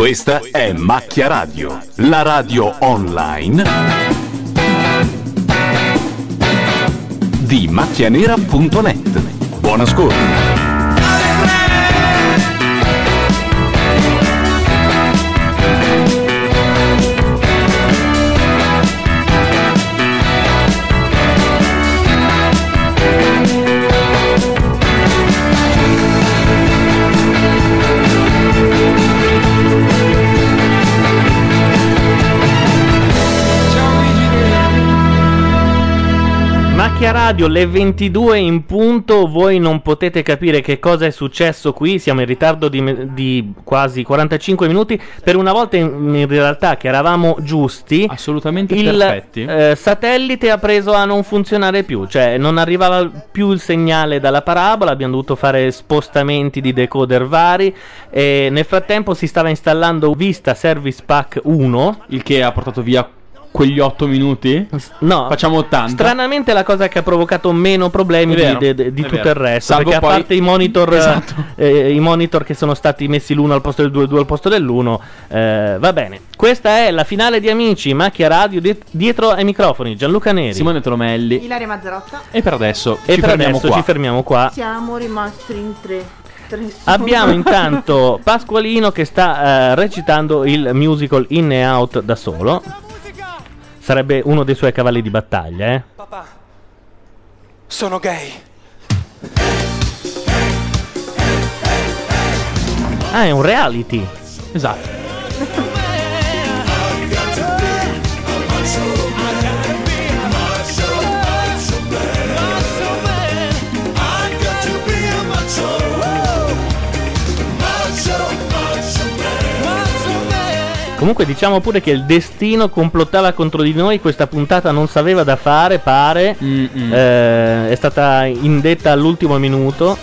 Questa è Macchia Radio, la radio online di macchianera.net. Buon ascolto. Macchia Radio, le 22 in punto. Voi non potete capire che cosa è successo qui. Siamo in ritardo di quasi 45 minuti. Per una volta in realtà che eravamo giusti, assolutamente perfetti. Il satellite ha preso a non funzionare più, cioè non arrivava più il segnale dalla parabola. Abbiamo dovuto fare spostamenti di decoder vari e nel frattempo si stava installando Vista Service Pack 1, il che ha portato via quegli 8 minuti? No, facciamo 80. Stranamente la cosa che ha provocato meno problemi di tutto il resto. Salvo perché poi... a parte i monitor, esatto. I monitor che sono stati messi l'1 al posto del 2, il 2 al posto dell'1, va bene. Questa è la finale di Amici, Macchia Radio, dietro ai microfoni Gianluca Neri, Simone Tromelli, Ilaria Mazzarotta. E per adesso ci fermiamo qua. Siamo rimasti in tre. Abbiamo intanto Pasqualino che sta recitando il musical In e Out da solo. Sarebbe uno dei suoi cavalli di battaglia, eh? Papà, sono gay. Ah, è un reality. Esatto. Comunque diciamo pure che il destino complottava contro di noi. Questa puntata non sapeva da fare, pare. È stata indetta all'ultimo minuto.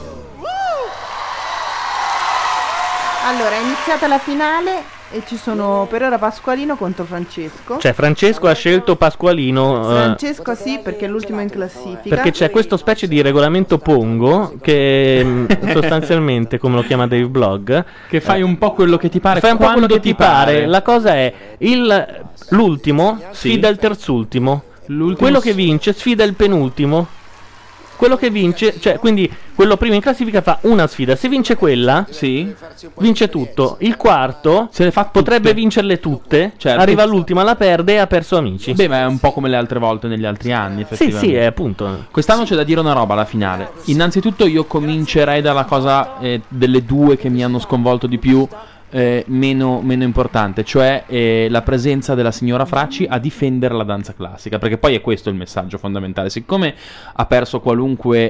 Allora, è iniziata la finale e ci sono per ora Pasqualino contro Francesco. Cioè Francesco ha scelto Pasqualino. Francesco sì, perché è l'ultimo in classifica. Perché c'è questo specie di regolamento Pongo che sostanzialmente, come lo chiama Dave Blog, che fai un po' quello che ti pare, fai un po' quello che ti pare. La cosa è l'ultimo sfida il terzultimo. Quello che vince sfida il penultimo. Quello che vince, cioè quindi quello primo in classifica fa una sfida. Se vince quella, vince tutto. Il quarto potrebbe vincerle tutte, certo. Arriva all'ultima, la perde e ha perso Amici. Beh, ma è un po' come le altre volte negli altri anni, effettivamente. Sì, appunto. Quest'anno c'è da dire una roba alla finale. Innanzitutto io comincerei dalla cosa delle due che mi hanno sconvolto di più, meno importante, cioè la presenza della signora Fracci a difendere la danza classica, perché poi è questo il messaggio fondamentale. Siccome ha perso qualunque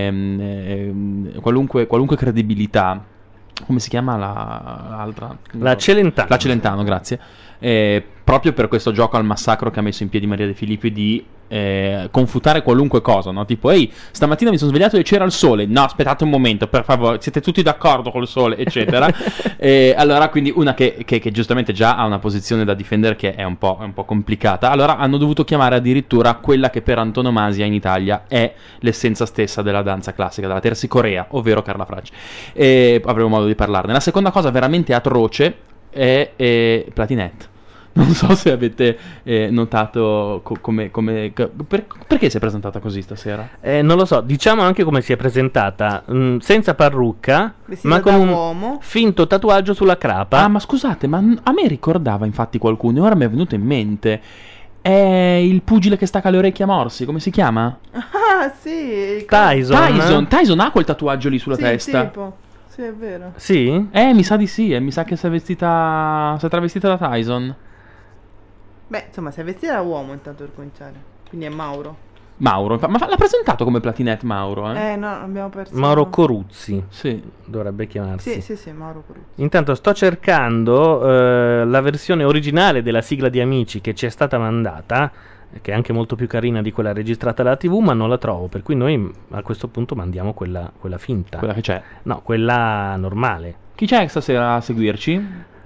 credibilità, come si chiama l'altra? La Celentano. La Celentano, grazie. Proprio per questo gioco al massacro che ha messo in piedi Maria De Filippi di confutare qualunque cosa, no? Tipo, ehi, stamattina mi sono svegliato e c'era il sole. No, aspettate un momento, per favore, siete tutti d'accordo col sole, eccetera. Allora, quindi una che giustamente già ha una posizione da difendere che è un po' complicata. Allora hanno dovuto chiamare addirittura quella che per antonomasia in Italia è l'essenza stessa della danza classica, della tersicorea, ovvero Carla Fracci. Avremo modo di parlarne. La seconda cosa veramente atroce è Platinette. Non so se avete notato perché si è presentata così stasera. Non lo so, diciamo anche come si è presentata, senza parrucca, vestita ma con da un uomo. finto tatuaggio sulla crapa. Ah, ma scusate, ma a me ricordava infatti qualcuno, e ora mi è venuto in mente. È il pugile che stacca le orecchie a morsi, come si chiama? Ah, sì. Tyson ha quel tatuaggio lì sulla testa. Tipo. Sì, è vero. Sì? Mi sa di sì, mi sa che si è travestita da Tyson. Beh, insomma, si è vestita da uomo intanto per cominciare. Quindi è Mauro. Ma l'ha presentato come Platinette Mauro, no, abbiamo perso. Mauro Coruzzi. Sì. Dovrebbe chiamarsi. Sì, Mauro Coruzzi. Intanto sto cercando la versione originale della sigla di Amici che ci è stata mandata, che è anche molto più carina di quella registrata alla TV, ma non la trovo, per cui noi a questo punto mandiamo quella finta. Quella che c'è? No, quella normale. Chi c'è stasera a seguirci?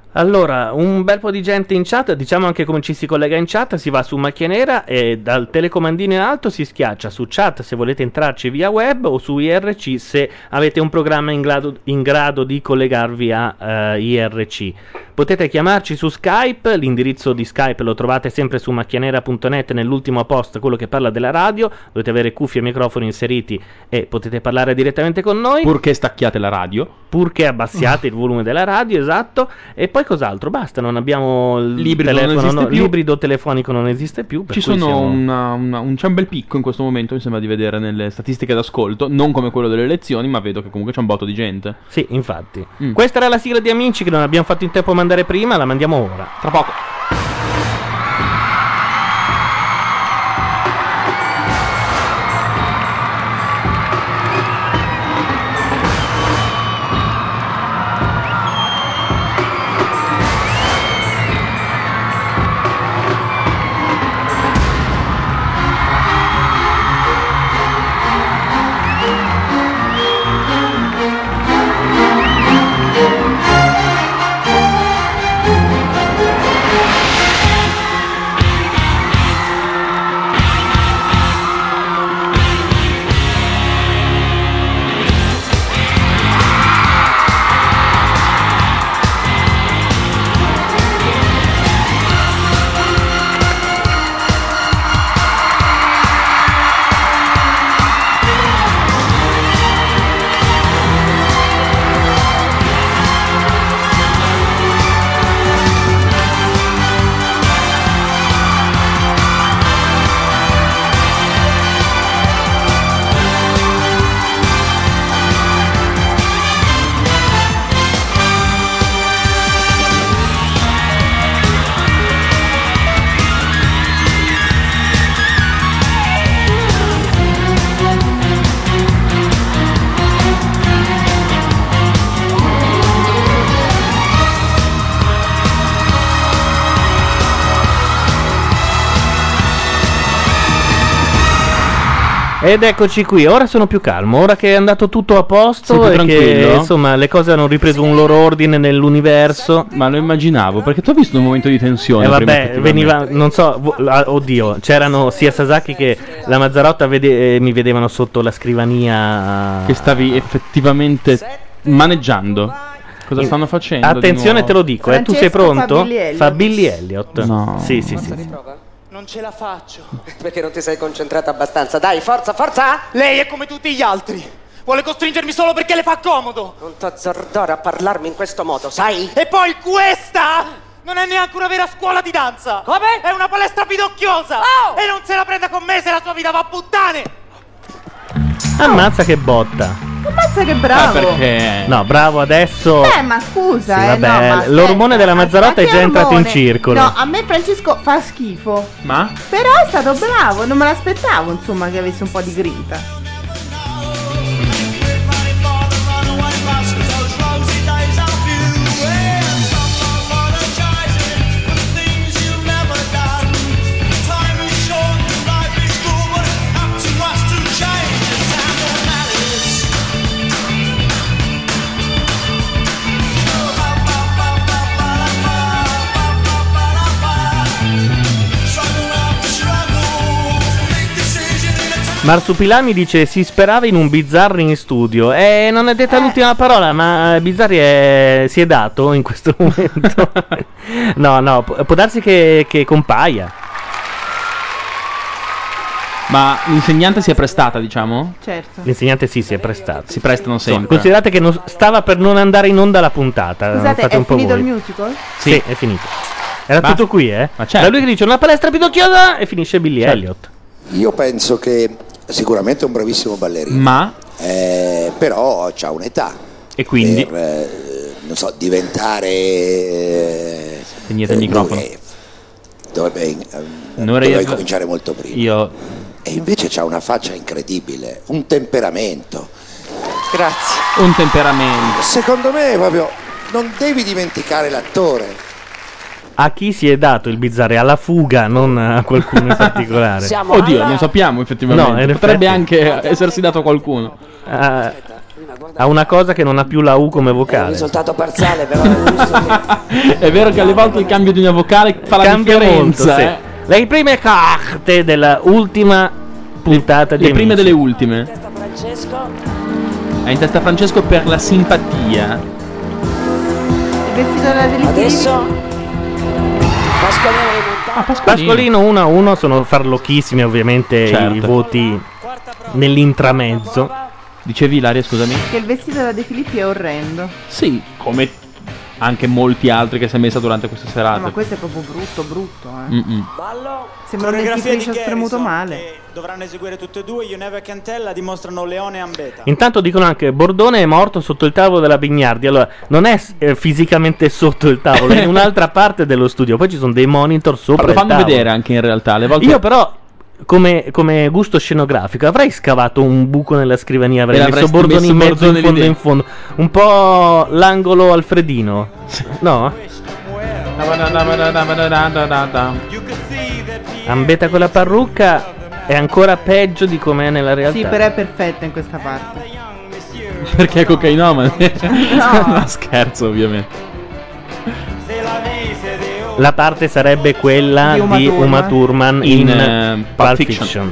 Allora, un bel po' di gente in chat, diciamo anche come ci si collega in chat, si va su Macchia Nera e dal telecomandino in alto si schiaccia su chat se volete entrarci via web o su IRC se avete un programma in grado di collegarvi a IRC. Potete chiamarci su Skype, l'indirizzo di Skype lo trovate sempre su macchianera.net nell'ultimo post, quello che parla della radio, dovete avere cuffie e microfoni inseriti e potete parlare direttamente con noi. Purché stacchiate la radio. Purché abbassiate il volume della radio, esatto. E poi cos'altro? Basta, non abbiamo il l'ibrido telefonico non esiste più. Ci sono c'è un bel picco in questo momento, mi sembra di vedere nelle statistiche d'ascolto, non come quello delle elezioni, ma vedo che comunque c'è un botto di gente. Sì, infatti. Questa era la sigla di Amici che non abbiamo fatto in tempo a mandare prima, la mandiamo ora. Tra poco. Ed eccoci qui, ora sono più calmo, ora che è andato tutto a posto Sei e più che tranquillo? insomma le cose hanno ripreso un loro ordine nell'universo. Ma lo immaginavo, perché tu hai visto un momento di tensione. E prima, vabbè, effettivamente. veniva, non so, oddio, c'erano sia Sasaki che la Mazzarotta mi vedevano sotto la scrivania. Che stavi effettivamente maneggiando. Cosa stanno facendo? Attenzione, te lo dico, tu sei pronto? Fa Billy Elliot. No. Sì. Non ce la faccio. Perché non ti sei concentrata abbastanza? Dai, forza, forza! Lei è come tutti gli altri. Vuole costringermi solo perché le fa comodo. Non t'azzardare a parlarmi in questo modo, sai? E poi questa non è neanche una vera scuola di danza. Come? È una palestra pidocchiosa. Oh! E non se la prenda con me se la sua vita va a puttane. Ammazza che botta. Ammazza che bravo. perché? No, bravo adesso. Ma scusa, Sì, vabbè, no, ma aspetta, l'ormone della Mazzarotta è ma già che entrato in ormone? circolo. No, a me Francesco fa schifo. Ma? Però è stato bravo, non me l'aspettavo, insomma, che avesse un po' di grinta. Marsupilami dice si sperava in un Bizzarri in studio. Non è detta l'ultima parola, ma Bizzarri si è dato in questo momento. No, può darsi che compaia. Ma l'insegnante si è prestata, diciamo? Certo. L'insegnante sì, si è prestato. Si prestano sempre. Considerate che stava per non andare in onda la puntata. Scusate, Fate è un po' finito voi. il musical? Sì, è finito. Era Basta. tutto qui, eh? Ma certo. Da lui che dice una palestra pidocchiosa e finisce Billy Certo. Elliot. Io penso che sicuramente è un bravissimo ballerino, Ma? però c'ha un'età. E quindi? Per, non so, diventare... Spegnete il microfono. Dovrebbe cominciare molto prima. Io... E invece c'ha una faccia incredibile, un temperamento. Grazie. Un temperamento. Secondo me proprio non devi dimenticare l'attore. A chi si è dato il Bizzarri? Alla fuga, non a qualcuno in particolare. Oddio, non sappiamo effettivamente. No, in Potrebbe effetti. anche essersi dato a qualcuno. ha una cosa che non ha più la U come vocale. Risultato parziale, però è giusto che... È vero che alle volte il cambio di una vocale fa la Cambia differenza. molto, sì. Le prime carte della ultima puntata di Le prime Amici. delle ultime. Francesco. È in testa Francesco per la simpatia. Il vestito della Delfini. Adesso Pasqualino rimontato. Pasqualino 1-1, sono farlocchissimi ovviamente i Certo. voti nell'intramezzo. Dicevi Ilaria, scusami? Che il vestito della De Filippi è orrendo. Sì, come anche molti altri che si è messa durante questa No, serata. ma questo è proprio brutto, Mm-mm. Ballo. Sembra un Coreografia dentifricio di spremuto Garrison, male. che dovranno eseguire tutte e due. You Never Can Tell la dimostrano Leone e Ambeta. Intanto dicono anche Bordone è morto sotto il tavolo della Bignardi. Allora, non è fisicamente sotto il tavolo, è in un'altra parte dello studio. Poi ci sono dei monitor sopra Lo il fanno tavolo. vedere anche in realtà. Alle volte Io però come gusto scenografico avrei scavato un buco nella scrivania, avrei E messo l'avresti Bordone messo in mezzo, Bordone in fondo, lì in fondo. Un po' l'angolo Alfredino. No? Ambeta con la parrucca è ancora peggio di com'è nella realtà. Sì, però è perfetta in questa parte. Perché è cocainomane? No. No, scherzo, ovviamente. La parte sarebbe quella Di Uma di Thurman. Uma Thurman in, Pulp Pulp Fiction. Fiction.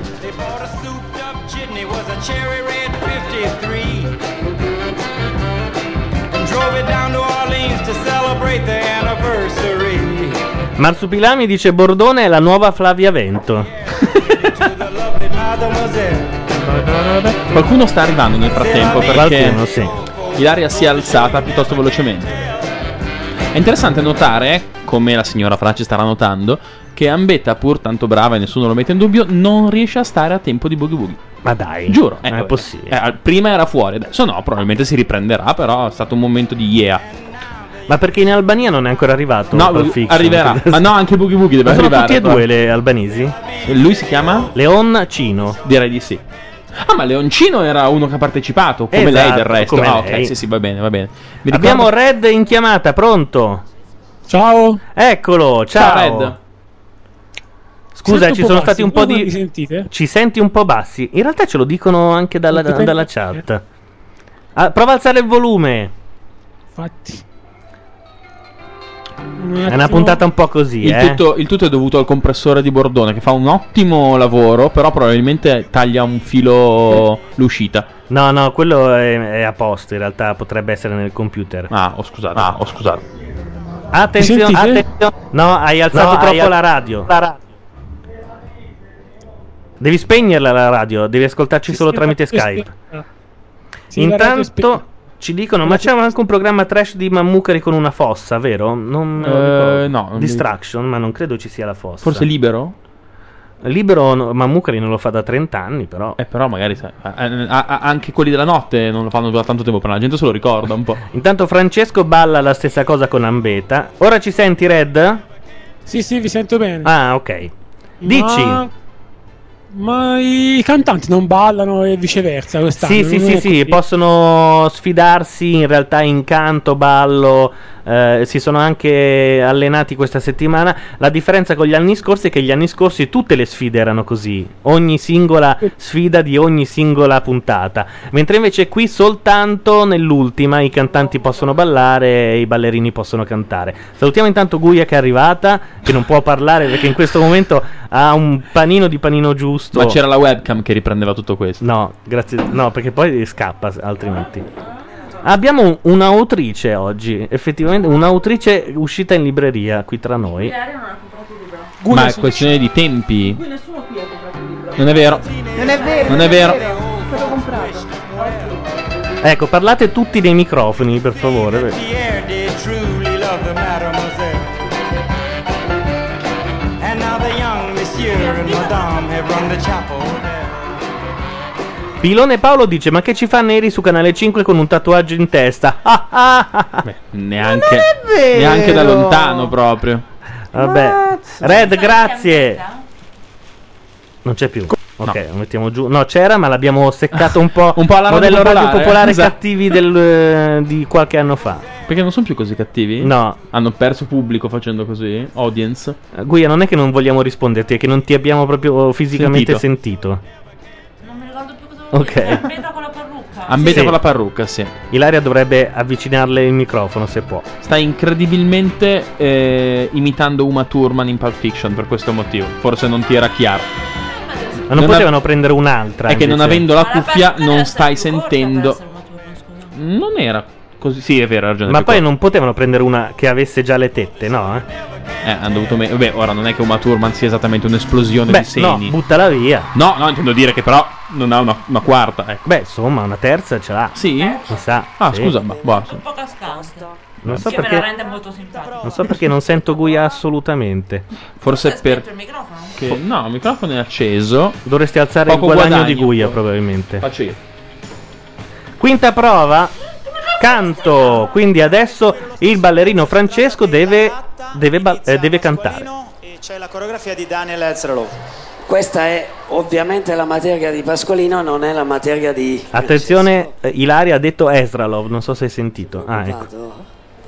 Marsupilami dice Bordone è la nuova Flavia Vento. Qualcuno sta arrivando nel frattempo perché Qualcuno, sì. Ilaria si è alzata piuttosto velocemente. È interessante notare, come la signora Franci starà notando, che Ambeta, pur tanto brava e nessuno lo mette in dubbio, non riesce a stare a tempo di Boogie Boogie. Ma dai, Giuro, non è possibile. Prima era fuori, adesso no, probabilmente si riprenderà, però è stato un momento di yeah. Ma perché in Albania non è ancora arrivato? No, Pulp Fiction? arriverà. Ma no, anche Boogie Boogie deve Ma sono arrivare. tutti e due le albanesi? Lui si chiama? Leon Cino. Direi di sì. Ah, ma Leoncino era uno che ha partecipato, come Esatto, lei del resto. come Ah, lei. ok, sì, va bene, va bene. Mi Abbiamo ricordo- Red in chiamata, pronto? Ciao. Eccolo, ciao. Red. Scusa, Sento ci un po' sono bassi, stati un po' voi di... mi sentite? Ci senti un po' bassi? In realtà ce lo dicono anche dalla chat. Ah, prova a alzare il volume. Infatti. È una puntata un po' così, Il tutto è dovuto al compressore di Bordone che fa un ottimo lavoro, però probabilmente taglia un filo l'uscita. No, quello è a posto, in realtà potrebbe essere nel computer. Ho scusato. Attenzione, Mi sentite? attenzione. No, hai alzato troppo la radio. Devi spegnerla la radio, devi ascoltarci solo tramite Skype. Intanto ci dicono, ma c'è anche un programma trash di Mammucari con una fossa, vero? Non me lo ricordo. no, non Distraction, ma non credo ci sia la fossa. Forse Libero? Libero Mammucari non lo fa da 30 anni, però. Però magari sai, anche quelli della notte non lo fanno da tanto tempo, però la gente se lo ricorda un po'. Intanto Francesco balla la stessa cosa con Ambeta. Ora ci senti, Red? Sì, vi sento bene. Ah, ok. Dici. Ma i cantanti non ballano e viceversa quest'anno? Sì, non sì, è sì, così? sì, possono sfidarsi in realtà in canto, ballo, si sono anche allenati questa settimana. La differenza con gli anni scorsi è che gli anni scorsi tutte le sfide erano così, ogni singola sfida di ogni singola puntata, mentre invece qui soltanto nell'ultima i cantanti possono ballare e i ballerini possono cantare. Salutiamo intanto Guia che è arrivata, che non può parlare perché in questo momento ha un panino di panino giusto. Ma c'era la webcam che riprendeva tutto questo. No, grazie. No, perché poi scappa altrimenti. Abbiamo un'autrice oggi, effettivamente un'autrice uscita in libreria qui tra noi. Ma è questione di tempi. Nessuno qui ha comprato il libro. Non è vero. Non è vero. Non è vero. È stato comprato. Ecco, parlate tutti nei microfoni, per favore. Pilone Paolo dice: ma che ci fa Neri su Canale 5 con un tatuaggio in testa? Beh, neanche, non è vero. neanche da lontano proprio. Vabbè. Mazza. Red, grazie. Non c'è più. Ok, lo mettiamo giù. No, c'era, ma l'abbiamo seccato un po'. Un po' alla modello Radio Popolare esatto. cattivi di qualche anno fa. Perché non sono più così cattivi? No. Hanno perso pubblico facendo così? Audience? Guia, non è che non vogliamo risponderti, è che non ti abbiamo proprio fisicamente sentito. Non mi ricordo più Ok. Ambedda con la parrucca. Ambedda con la parrucca, sì. Ilaria dovrebbe avvicinarle il microfono se può. Sta incredibilmente imitando Uma Thurman in Pulp Fiction per questo motivo. Forse non ti era chiaro. Ma non potevano prendere un'altra. È che non invece. avendo la cuffia non stai sentendo. Non era così. Sì, è vero, ha ragione. Ma poi non potevano prendere una che avesse già le tette, no? Hanno dovuto. Beh, ora non è che Uma Thurman sia esattamente un'esplosione Beh, di seni. no, buttala via. No, intendo dire che però non ha una quarta. Ecco. Beh, insomma, una terza ce l'ha. Sì? Mi sa. Ah, sì. scusa, ma boh. Un po' cascante. Non so Che me la perché. rende molto simpatica. Non so perché non sento Guia assolutamente. Forse per. il microfono? No, il microfono è acceso. Dovresti alzare Poco il guadagno di guadagno. Guia, probabilmente. Faccio io. Quinta prova. Canto. Quindi adesso il ballerino Francesco deve cantare. E c'è la coreografia di Daniel Ezralov. Questa è ovviamente la materia di Pascolino, non è la materia di... Attenzione, Ilaria ha detto Ezralov, non so se hai sentito. Ah, ecco.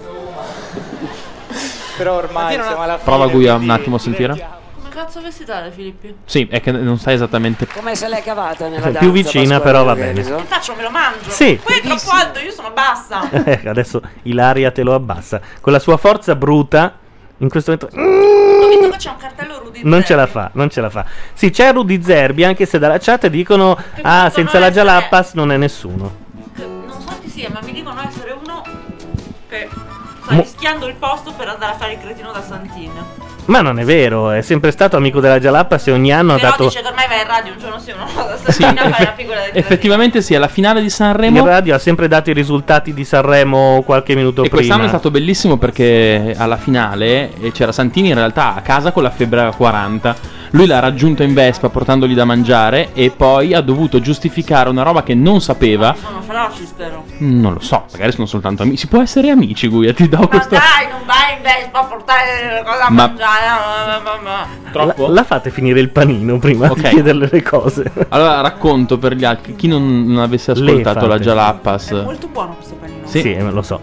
Però ormai siamo alla fine. Prova Guia un attimo a sentire. Come cazzo vestitare, Filippi? Sì, è che non sai esattamente. Come se l'è cavata nella Più danza, vicina, Pasquale, però va che bene. so? Che faccio? Me lo mangio? Sì. Poi è troppo alto, io sono bassa. Adesso Ilaria te lo abbassa. Con la sua forza bruta, in questo momento. Ho visto che c'è un cartello Rudy Non ce la fa, non ce la fa. Sì, c'è Rudy Zerbi, anche se dalla chat dicono: ah, senza la Jalapas non è nessuno. Non so chi sia, ma mi dicono essere uno che sta rischiando il posto per andare a fare il cretino da Sant'In. Ma non è vero, è sempre stato amico della Jalapas e ogni anno ha Però dato. dice che ormai va in radio un giorno sì, uno da Sant'In a fare la figura del cretino. Effettivamente sì, alla finale di Sanremo. In radio ha sempre dato i risultati di Sanremo qualche minuto E prima. quest'anno è stato bellissimo perché alla finale c'era Santini in realtà a casa con la febbre a 40. Lui l'ha raggiunto in Vespa portandogli da mangiare e poi ha dovuto giustificare una roba che non sapeva. Sono felaci, spero. Non lo so, magari sono soltanto amici. Si può essere amici, Guia, ti do Ma questo. dai, non vai in Vespa a portare le cose a Ma- mangiare. Troppo? La fate finire il panino prima di chiederle le cose. Allora racconto per gli altri, chi non avesse Le ascoltato fate. la Jalapas. Molto buono questo panino. Sì, lo so.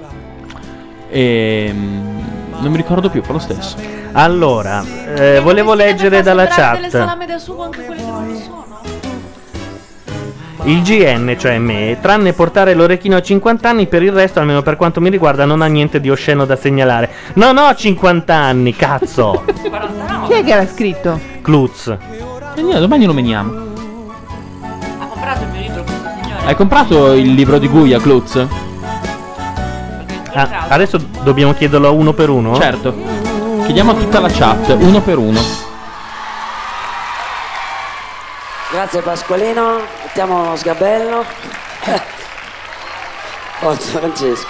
Non mi ricordo più, fa lo stesso. Allora, volevo leggere dalla Sembrare delle chat. salame del sugo anche quelle che non lo sono. Il GN, cioè me, tranne portare l'orecchino a 50 anni, per il resto, almeno per quanto mi riguarda, non ha niente di osceno da segnalare. Non ho 50 anni, cazzo! Chi è che l'ha scritto? Klutz. Domani lo meniamo. Ha comprato il mio libro questo signore. Hai comprato il libro di Guia, Klutz? Ah, adesso dobbiamo chiederlo a uno per uno? Certo. Chiediamo a tutta la chat, uno per uno. Grazie Pasqualino, mettiamo uno sgabello. Forza Francesco.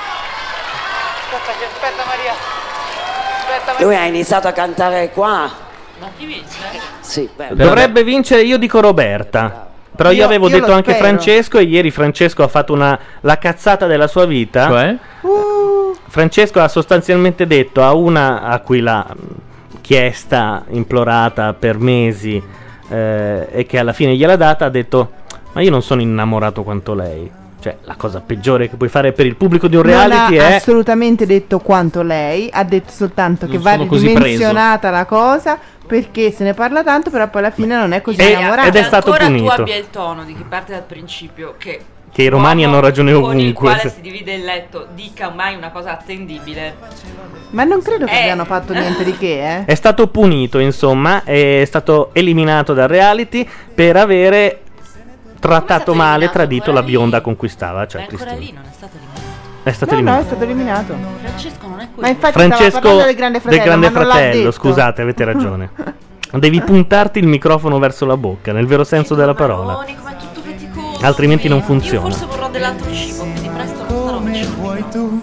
Aspetta Maria. Aspetta Lui ha iniziato a cantare qua. Ma chi vince? Sì, beh, Dovrebbe vincere, io dico Roberta. Però io avevo io detto lo anche spero. Francesco e ieri Francesco ha fatto la cazzata della sua vita. Cioè? Francesco ha sostanzialmente detto a una a cui l'ha chiesta, implorata per mesi e che alla fine gliel'ha data, ha detto: ma io non sono innamorato quanto lei. Cioè, la cosa peggiore che puoi fare per il pubblico di un reality non ha è assolutamente detto quanto lei, ha detto soltanto che Non va sono così ridimensionata la cosa perché se ne parla tanto, però poi alla fine non è così innamorata. ed è stato ancora punito. tu abbia il tono di chi parte dal principio che Che i romani hanno ragione con il ovunque. quale si divide il letto dica mai una cosa attendibile. Ma non credo che abbiano fatto niente di che, eh. È stato punito, insomma, è stato eliminato dal reality per avere trattato male, tradito la bionda con cui stava, cioè Ma è ancora Cristina. lì, non è stato eliminato. È stato No, no, è eliminato. stato eliminato. Francesco non è quello. Ma infatti Francesco stava parlando del Grande Fratello, Grande ma non l'ha Fratello, detto. scusate, avete ragione. Devi puntarti il microfono verso la bocca, nel vero senso della parola. Com'è tutto faticoso. Altrimenti non Io funziona. forse vorrò dell'altro cibo, quindi presto non starò vicino.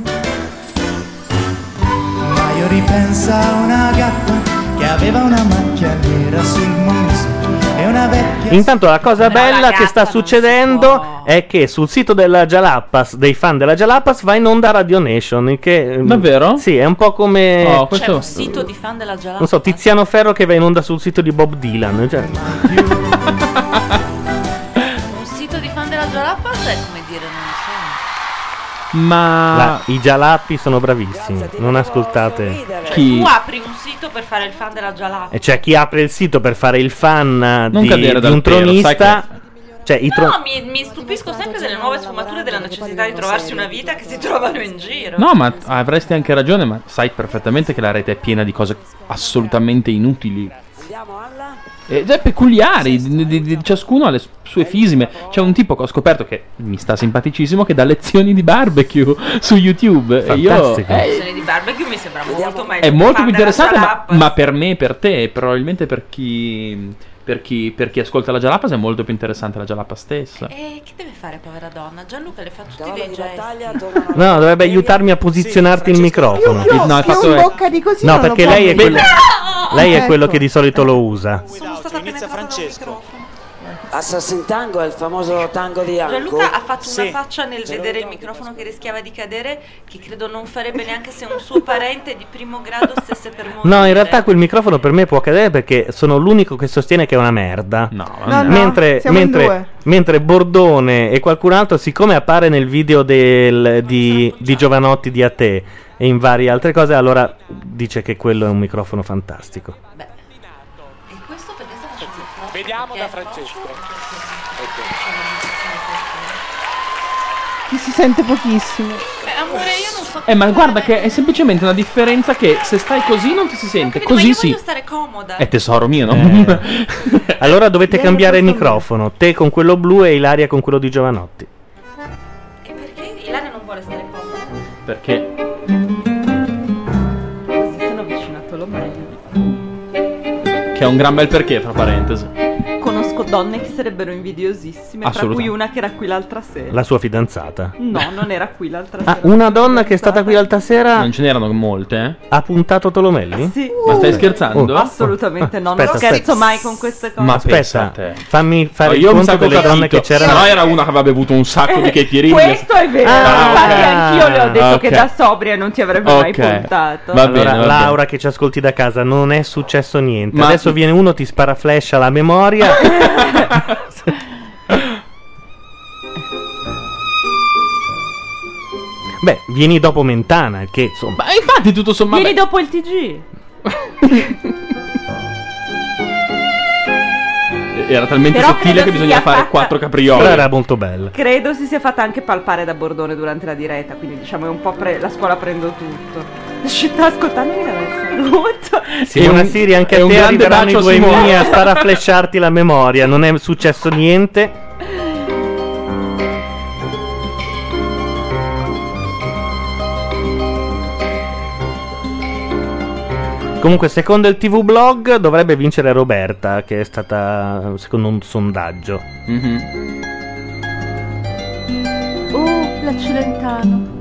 Ma io ripenso a una gatta che aveva una macchia nera sul muso e una vecchia. Intanto la cosa bella che sta succedendo è che sul sito della Jalapas, dei fan della Jalapas, va in onda Radio Nation, il che Davvero? Sì, è un po' come C'è un sito di fan della Jalapa. non so, Tiziano Ferro che va in onda sul sito di Bob Dylan, cioè. Un sito di fan della Jalapa è come dire, non so. Ma I Jalappi sono bravissimi, non ascoltate. Tu apri un sito per fare il fan della Jalapa. E c'è chi apre il sito per fare il fan Non di cadere un dal pero, sai tronista. Cioè, No, mi stupisco sempre delle nuove sfumature, della necessità di trovarsi una vita che si trovano in giro. No, ma avresti anche ragione, ma sai perfettamente che la rete è piena di cose assolutamente inutili. Peculiari, ciascuno ha le sue fisime. C'è un tipo che ho scoperto che mi sta simpaticissimo che dà lezioni di barbecue su YouTube. Fantastico. Lezioni di barbecue mi sembra molto meglio. È molto far più della interessante, Jalapas. ma per me e per te, probabilmente per chi ascolta la Jalapas è molto più interessante la Jalapas stessa. E che deve fare, povera donna? Gianluca le fa tutti dei gesti. No, dovrebbe aiutarmi a posizionarti il microfono. No, il fatto è bocca di così No, non lo perché può lei è vedere. quello, lei è Ecco. quello che di solito lo usa. Sono stata Inizia Francesco. Assassin Tango è il famoso tango di Anco. Gianluca ha fatto una faccia nel vedere il microfono che rischiava di cadere, che credo non farebbe neanche se un suo parente di primo grado stesse per morire. No, in realtà quel microfono per me può cadere perché sono l'unico che sostiene che è una merda. No, mentre, siamo in due. mentre Bordone e qualcun altro, siccome appare nel video di Giovanotti di A te e in varie altre cose, allora dice che quello è un microfono fantastico. E questo perché sta facendo? Vediamo da Francesco. Chi si sente pochissimo. Amore, io non so. Ma guarda che è semplicemente una differenza che se stai così non ti si sente, Capito, ma così io sì. voglio stare comoda. È tesoro mio, no? Allora dovete cambiare il microfono, te con quello blu e Ilaria con quello di Giovanotti. E perché Ilaria non vuole stare comoda? Perché Così sono vicino a Tolomei. che è un gran bel perché, fra parentesi. Conosco donne che sarebbero invidiosissime, tra Assolutamente. cui una che era qui l'altra sera. La sua fidanzata. No, non era qui l'altra Ah, sera. una donna che è stata qui l'altra sera Non ce n'erano molte, eh? ha puntato Tolomelli? Sì. Ma stai scherzando? Assolutamente no, Aspetta, non scherzo aspetta. mai con queste cose. Ma pensa a Aspetta, te. fammi fare il Io mi conto sa che ho delle donne capito. che c'erano. Se no era una che aveva bevuto un sacco di caipirinha. Questo è vero, infatti ok. anch'io le ho detto Ok. che da sobria non ti avrebbe mai Ok. puntato. Va Allora, bene, va Laura che ci ascolti da casa, non è successo niente. Ma- Adesso viene uno, ti spara flash alla memoria. Beh, vieni dopo Mentana, che insomma. Ma infatti tutto sommato Vieni dopo il TG. era talmente Però sottile credo che si bisogna sia fare fatta- 4 Però caprioli. era molto bella. Credo si sia fatta anche palpare da Bordone durante la diretta, quindi diciamo è un po' la scuola prendo tutto. Sta ascoltando di tutto. Simona Siri, anche è a un te grande arriveranno i bacio a 2000 Simona. a stare a flasharti la memoria. Non è successo niente. Comunque, secondo il TV Blog dovrebbe vincere Roberta, che è stata secondo un sondaggio. Mhm. La Celentano.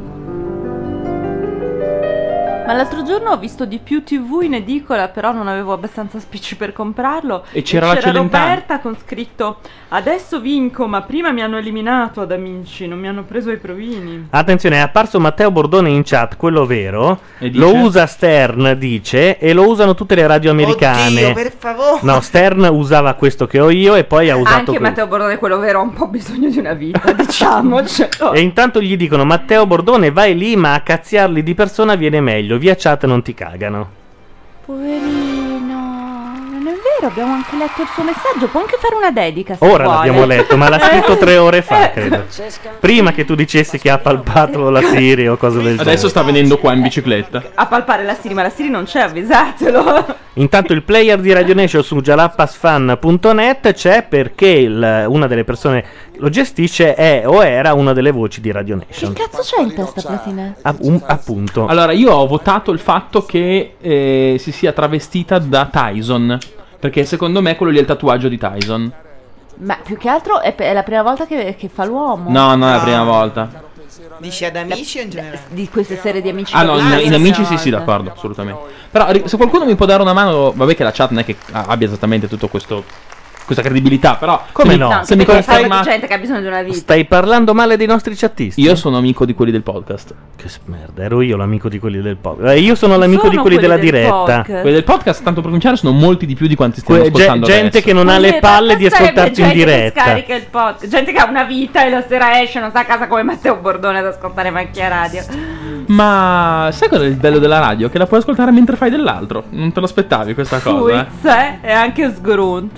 Ma l'altro giorno ho visto di più TV in edicola, però non avevo abbastanza spicci per comprarlo. E c'era la Celentano. Roberta con scritto: adesso vinco, ma prima mi hanno eliminato ad Amici, non mi hanno preso i provini. Attenzione, è apparso Matteo Bordone in chat, quello vero. E dice? Lo usa Stern, dice, e lo usano tutte le radio americane. Oddio, per favore. No, Stern usava questo che ho io e poi ha usato Anche quello. Matteo Bordone, quello vero, ha un po' bisogno di una vita, diciamocelo. E intanto gli dicono: Matteo Bordone, vai lì, ma a cazziarli di persona viene meglio. Via chat non ti cagano. Poverino, non è vero, abbiamo anche letto il suo messaggio. Può anche fare una dedica se Ora vuole. l'abbiamo letto, ma l'ha scritto 3 ore fa, credo. Prima che tu dicessi che ha palpato la Siri o cose del genere. Adesso sta venendo qua in bicicletta. A palpare la Siri, ma la Siri non c'è, avvisatelo. Intanto il player di Radio Nation su jalappasfan.net c'è perché una delle persone che lo gestisce è o era una delle voci di Radio Nation. Che cazzo c'è in testa, Platina? Appunto. Allora, io ho votato il fatto che si sia travestita da Tyson. Perché secondo me quello lì è il tatuaggio di Tyson. Ma più che altro è la prima volta che fa l'uomo. No, non è la prima volta. Dici ad Amici o in generale? Di queste serie di amici. Ah no, che in Amici sì, d'accordo, assolutamente. Però se qualcuno mi può dare una mano, vabbè che la chat non è che abbia esattamente tutto questa credibilità, però Come se no? No, se mi perché parla conferma, di gente che ha bisogno di una vita. Stai parlando male dei nostri chattisti? io sono amico di quelli del podcast. Che merda, ero io l'amico di quelli del podcast. Io sono l'amico di quelli della diretta. Quelli del podcast, tanto per cominciare, sono molti di più di quanti stiamo ascoltando gente adesso. che non ha le palle di ascoltarci in Gente che diretta. scarica il podcast, gente che ha una vita e la sera esce, non sta a casa come Matteo Bordone ad ascoltare Macchia Radio. Ma sai qual è il bello della radio? Che la puoi ascoltare mentre fai dell'altro. Non te lo aspettavi questa cosa, Suiz, e anche sgrunt.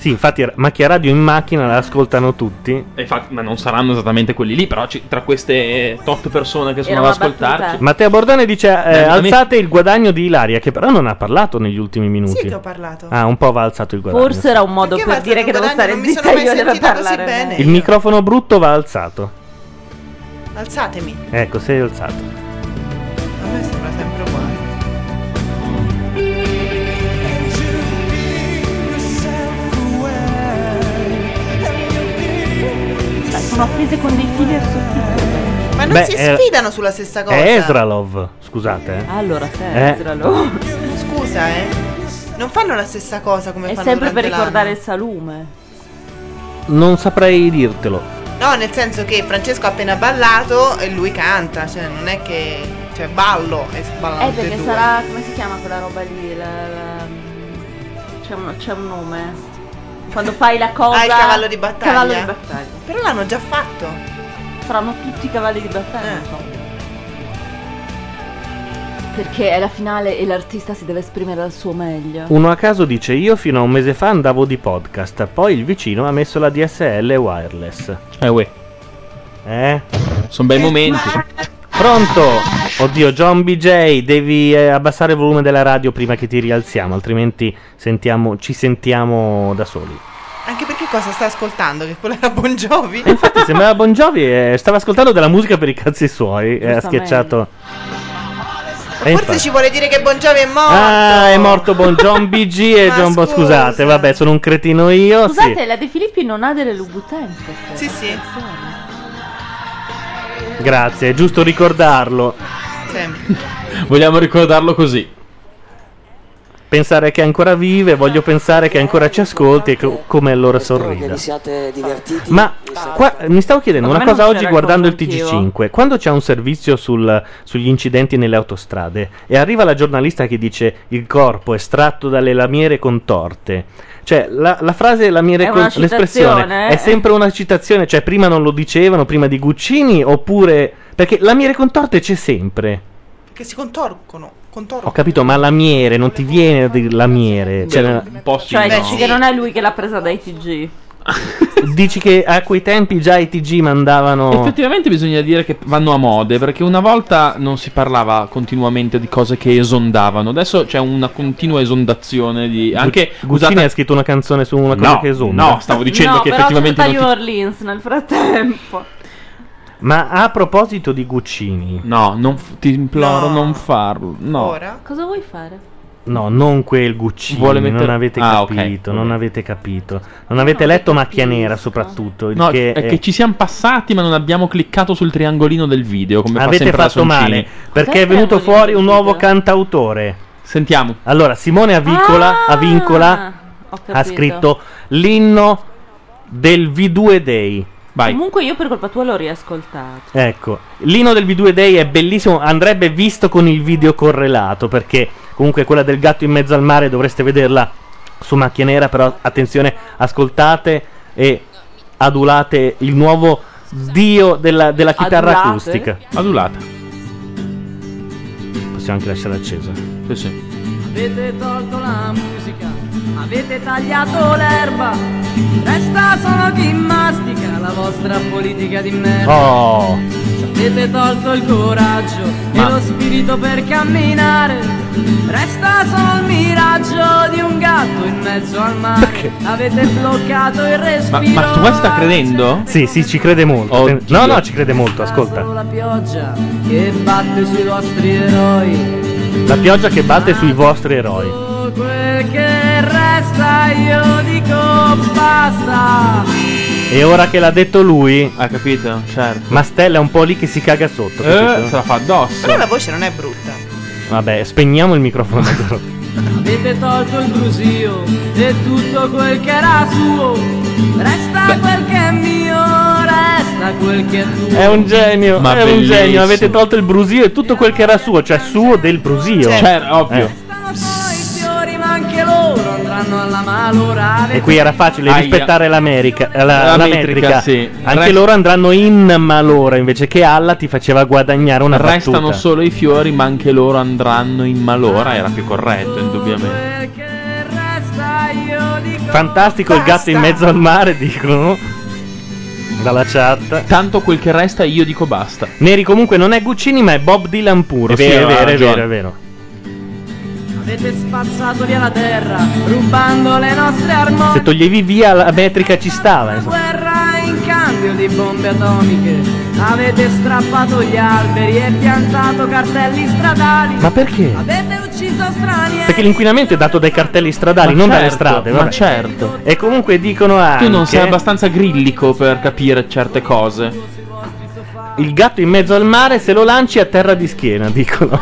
Sì, infatti Macchia Radio in macchina la ascoltano tutti. E infatti, ma non saranno esattamente quelli lì, però tra queste tot persone che sono ad ascoltarci. Matteo Bordone dice a me- alzate il guadagno di Ilaria, che però non ha parlato negli ultimi minuti. Sì che ho parlato. Ah, un po' va alzato il guadagno. Forse era un modo Perché per va dire alzato che devo il stare guadagno? Non mi zitta sono io mai deve sentita così parlare bene. Il microfono brutto va alzato. Alzatemi. Ecco, sei alzato. A me sembra sempre uguale. Dai, sono appese con dei fili e sottili. Ma non si sfidano sulla stessa cosa. È Ezralov, scusate. Allora, sei Ezralov. Scusa, non fanno la stessa cosa come È fanno sempre per durante ricordare l'anno. il salume. Non saprei dirtelo. No, nel senso che Francesco ha appena ballato e lui canta, cioè non è che cioè ballo e ballano tutti e Perché due. sarà, come si chiama quella roba lì? C'è un nome. Quando fai la cosa. Ah, il cavallo di battaglia. Cavallo di battaglia. Però l'hanno già fatto. Saranno tutti cavalli di battaglia, non so. Perché è la finale e l'artista si deve esprimere al suo meglio. Uno a caso dice: io fino a un mese fa andavo di podcast, poi il vicino ha messo la DSL wireless. Sono bei momenti. Pronto? Oddio, John BJ, devi abbassare il volume della radio prima che ti rialziamo, altrimenti ci sentiamo da soli. Anche perché cosa sta ascoltando? Che quello era Bon Jovi? Infatti sembrava Bon Jovi, stava ascoltando della musica per i cazzi suoi, ha schiacciato. Forse ci vuole dire che Bon Jovi è morto. Ah, è morto John BG e Ma John Bon. scusa. Scusate, vabbè, sono un cretino io. Scusate, Sì. la De Filippi non ha delle Louboutin. Sì, sì. Grazie, è giusto ricordarlo. Vogliamo ricordarlo così. Pensare che ancora vive, voglio pensare che ancora ci ascolti e come allora Che sorrida. vi siate divertiti. Ma qua, mi stavo chiedendo Ma una come cosa non oggi c'era guardando il il TG5. Quando c'è un servizio sugli incidenti nelle autostrade e arriva la giornalista che dice il corpo estratto dalle lamiere contorte. Cioè la frase lamiere È una l'espressione citazione, è sempre una citazione, cioè prima non lo dicevano, prima di Guccini, oppure perché lamiere contorte c'è sempre. Che si contorcono. Ho capito, ma lamiere non ti viene di lamiere, cioè, Cioè, dici che non è lui che l'ha presa dai TG. dici che a quei tempi già i TG mandavano. Effettivamente bisogna dire che vanno a mode, perché una volta non si parlava continuamente di cose che esondavano, adesso c'è una continua esondazione di anche Guccini ha scritto una canzone su una cosa No, che esonda. no, stavo dicendo No, che però effettivamente c'è stata non New Orleans nel frattempo. Ma a proposito di Guccini, no, ti imploro, non farlo. No. Cosa vuoi fare? no, non quel Guccini, Vuole mettere- non avete Ah, capito, ok, non vabbè. avete capito. Non avete letto Macchia Nera soprattutto, il No, che è che ci siamo passati, ma non abbiamo cliccato sul triangolino del video. Come fa avete sempre la fatto Soncini. male, perché è venuto fuori un nuovo cantautore. Sentiamo. Allora, Simone Avincola Ho ha capito. scritto l'inno del V2 Day. Vai. Comunque io per colpa tua l'ho riascoltato. Ecco, l'inno del V2 Day è bellissimo, andrebbe visto con il video correlato, perché comunque quella del gatto in mezzo al mare dovreste vederla su Macchia Nera, però attenzione, ascoltate e adulate il nuovo dio della chitarra Adulate? acustica. Adulata. Possiamo anche lasciare accesa. Sì, sì. Avete tolto la musica, avete tagliato l'erba, resta solo chi mastica la vostra politica di merda. Oh. Avete tolto il coraggio e lo spirito per camminare, resta solo il miraggio di un gatto in mezzo al mare. Avete bloccato il respiro. Ma tu qua sta credendo? Sì, ci crede molto. Oddio. No, ci crede molto, ascolta. La pioggia che batte sui vostri eroi. La pioggia che batte sui vostri eroi. Quel che resta io dico basta. E ora che l'ha detto lui, ha capito? Certo. Mastella è un po' lì che si caga sotto. capito? Se la fa addosso. Però la voce non è brutta. Vabbè, spegniamo il microfono. Avete tolto il brusio e tutto quel che era suo. Resta quel che è mio, resta quel che è tuo. È un genio, Ma è un bellissimo. genio. Avete tolto il brusio e tutto quel che era suo, cioè suo del brusio. Certo, ovvio. Poi i fiori, ma anche loro andranno alla malora. E qui era facile Aia. rispettare l'America, la La metrica. metrica, sì. Anche loro andranno in malora invece che Alla ti faceva guadagnare una Restano battuta. solo i fiori, ma anche loro andranno in malora. Era più corretto, indubbiamente. Resta io dico Fantastico il gatto in mezzo al mare, dicono dalla chat. Tanto quel che resta io dico basta. Neri comunque non è Guccini ma è Bob Dylan puro. È Sì, vero, è ha vero, è ragione. vero, è vero. Avete spazzato via la terra, rubando le nostre armonie. Se toglievi via la metrica ci stava, insomma. Guerra in cambio di bombe atomiche. Avete strappato gli alberi e piantato cartelli stradali. Ma perché? Avete ucciso stranieri. Perché l'inquinamento è dato dai cartelli stradali, Ma non certo, dalle strade. ma vabbè. certo. E comunque dicono anche Tu non sei abbastanza grillico per capire certe cose. il gatto in mezzo al mare, se lo lanci a terra di schiena, dicono.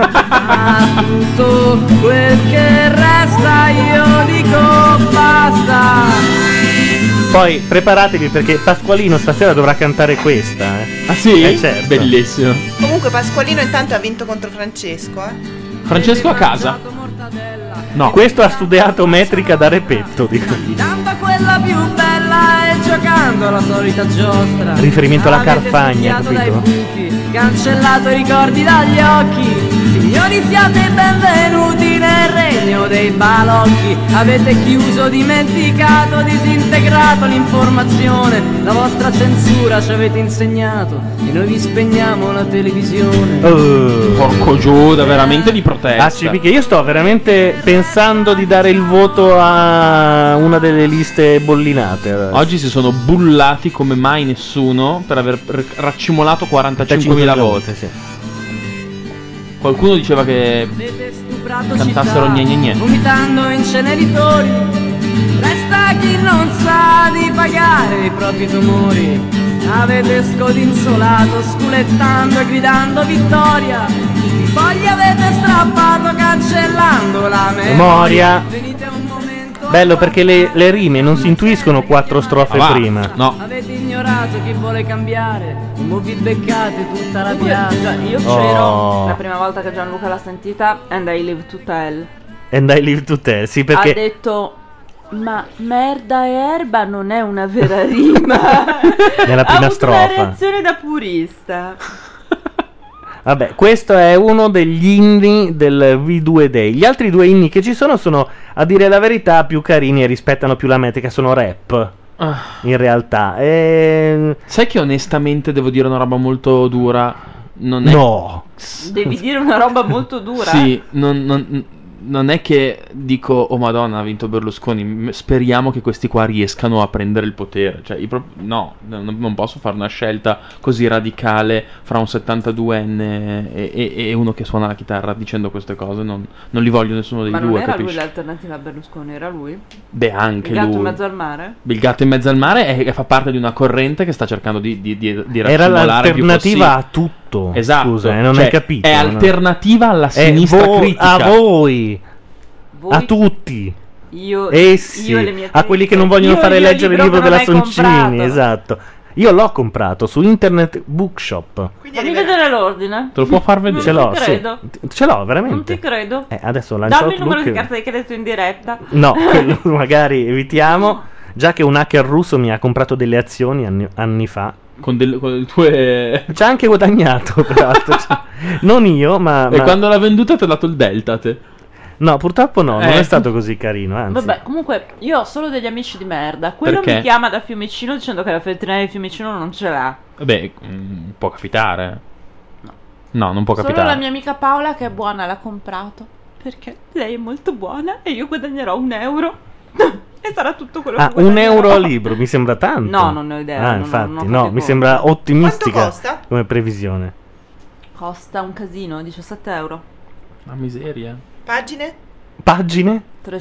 Tutto quel che resta io dico basta. Poi preparatevi perché Pasqualino stasera dovrà cantare questa. Ah sì? Certo. Bellissimo. Comunque Pasqualino intanto ha vinto contro Francesco, Francesco a casa? No. Questo ha studiato metrica da repetto, dicono. Dando quella più bella e giocando la solita giostra. Riferimento alla Avete Carfagna, succhiato dai capito? buchi, cancellato i ricordi dagli occhi. Signori, siate benvenuti nel regno dei balocchi. Avete chiuso, dimenticato, disintegrato l'informazione. La vostra censura ci avete insegnato e noi vi spegniamo la televisione. Porco Giuda, veramente di protesta. Ah sì, perché io sto veramente pensando di dare il voto a una delle liste bollinate. Oggi si sono bullati come mai nessuno per aver raccimolato 45.000 voti. Sì. Qualcuno diceva che cantassero gne gne gne. Vomitando inceneritori. Resta chi non sa di pagare i propri tumori. Avete scodinzolato, sculettando e gridando vittoria. Poi li avete strappato cancellando la Memoria. Venite un momento. Bello perché le rime non si intuiscono 4 strofe prima. No. Avete ignorato chi vuole cambiare. E mo vi beccate tutta la piazza. Io c'ero la prima volta che Gianluca l'ha sentita and I live to tell. And I live to tell, sì, perché Ha detto ma merda e erba non è una vera rima. nella Ha prima avuto strofa. una reazione da purista. Vabbè, questo è uno degli inni del V2 Day. Gli altri due inni che ci sono, a dire la verità, più carini e rispettano più la metrica, sono rap. In realtà. Sai che onestamente devo dire una roba molto dura. Non è... No. Devi dire una roba molto dura. Sì, non è che dico oh madonna ha vinto Berlusconi, speriamo che questi qua riescano a prendere il potere, cioè no, non posso fare una scelta così radicale fra un 72enne e uno che suona la chitarra dicendo queste cose, non li voglio nessuno dei Ma due, non era capisci? lui l'alternativa a Berlusconi, era lui? Beh, anche Il gatto lui. in mezzo al mare? Il gatto in mezzo al mare fa parte di una corrente che sta cercando di Era raccimolare più l'alternativa a possibile. tutto. Esatto, Scusa, non cioè, hai capito. è no? alternativa alla sinistra critica. A voi. Voi? A tutti. Io Essi, io e le mie a quelli che non vogliono Io fare il mio leggere il libro libro che della non hai Soncini, comprato. esatto. Io l'ho comprato su Internet Bookshop. Fammi vedere l'ordine. Te lo può far vedere? Ce l'ho, Non ti credo. sì. Ce l'ho veramente. Non ti credo. Adesso lancio Dammi il numero di Outlook. carta di credito in diretta. No, quello magari evitiamo. Già che un hacker russo mi ha comprato delle azioni anni fa. Con le tue... Ci ha anche guadagnato, peraltro. Non io, ma... E quando l'ha venduta ti ha dato il delta a te? No, purtroppo no, non è stato così carino, anzi. Vabbè, comunque io ho solo degli amici di merda. Quello Perché? mi chiama da Fiumicino dicendo che la feltrinella di Fiumicino non ce l'ha. Vabbè, può capitare. No, non può Solo capitare. la mia amica Paola che è buona l'ha comprato. Perché lei è molto buona e io guadagnerò €1. E sarà tutto quello che €1 guadagnerò. al libro, mi sembra tanto. No, non ne ho idea, non- Infatti, non ho no, fatto mi i sembra conti. ottimistica Quanto costa? come previsione. Costa un casino, €17. Ma miseria. Pagine? Pagine?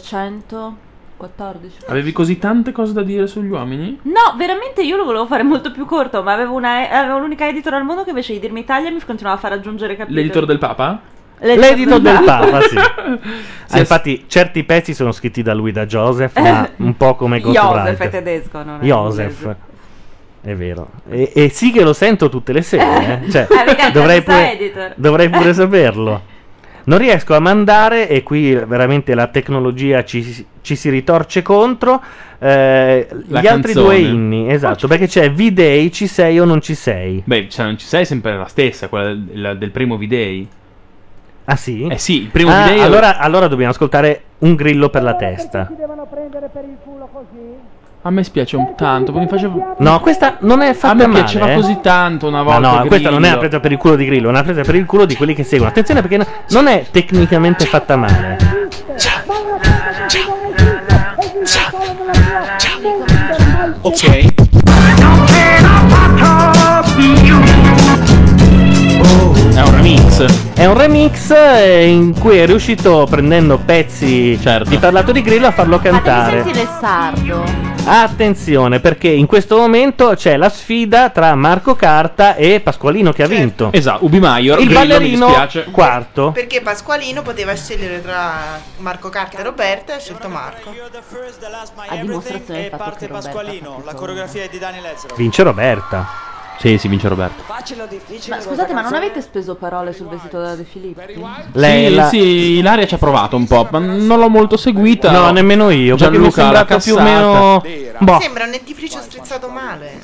314. Avevi così tante cose da dire sugli uomini? No, veramente io lo volevo fare molto più corto, ma avevo l'unica editor al mondo che invece di dirmi Italia mi continuava a far aggiungere capitoli. L'editor del Papa? L'edito del Papa, sì. Sì, infatti certi pezzi sono scritti da lui, da Joseph, ma un po' come Joseph Ghostwriter. è tedesco, non è Joseph. inglese. È vero. E sì che lo sento tutte le sere, Cioè, mica dovrei sta editor. pure saperlo. Non riesco a mandare, e qui veramente la tecnologia ci si ritorce contro, gli altri canzone. due inni, esatto, perché c'è V-Day, ci sei o non ci sei. Beh, cioè non ci sei sempre la stessa, quella del primo V-Day. Ah sì? Eh sì, il primo video. Allora dobbiamo ascoltare Un grillo per la testa. A me spiace un tanto, mi facevo... No, questa non è fatta A me male. piaceva così tanto una volta. No, questa non è una Grillo. presa per il culo di Grillo, è una presa per il culo di quelli che seguono. Attenzione perché non è tecnicamente fatta male. Ok. È un remix. È un remix in cui è riuscito, prendendo pezzi di parlato di Grillo, a farlo cantare. Senti il sardo. Attenzione, perché in questo momento c'è la sfida tra Marco Carta e Pasqualino che ha vinto. Esatto, Ubi Maior, il Grillo, mi ballerino dispiace. quarto. Perché Pasqualino poteva scegliere tra Marco Carta e Roberta e ha scelto Marco. A dimostrazione del fatto parte che Roberta Pasqualino, la coreografia è di Dani Lezzero. Vince Roberta. Sì, vince Roberto. Facile o difficile? Ma scusate, ma non avete speso parole sul vestito della De Filippi? Sì, Ilaria ci ha provato un po', ma non l'ho molto seguita. No, nemmeno io, perché mi è Gianluca l'ha sembrato più o cassata. meno... Boh. Sembra un dentifricio strizzato male.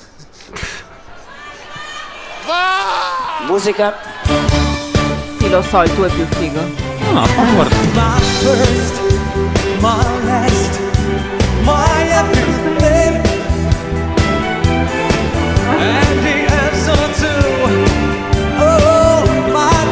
Musica. Sì, lo so, il tuo è più figo. No, guarda. My first, my last, my everything. And the answer to all my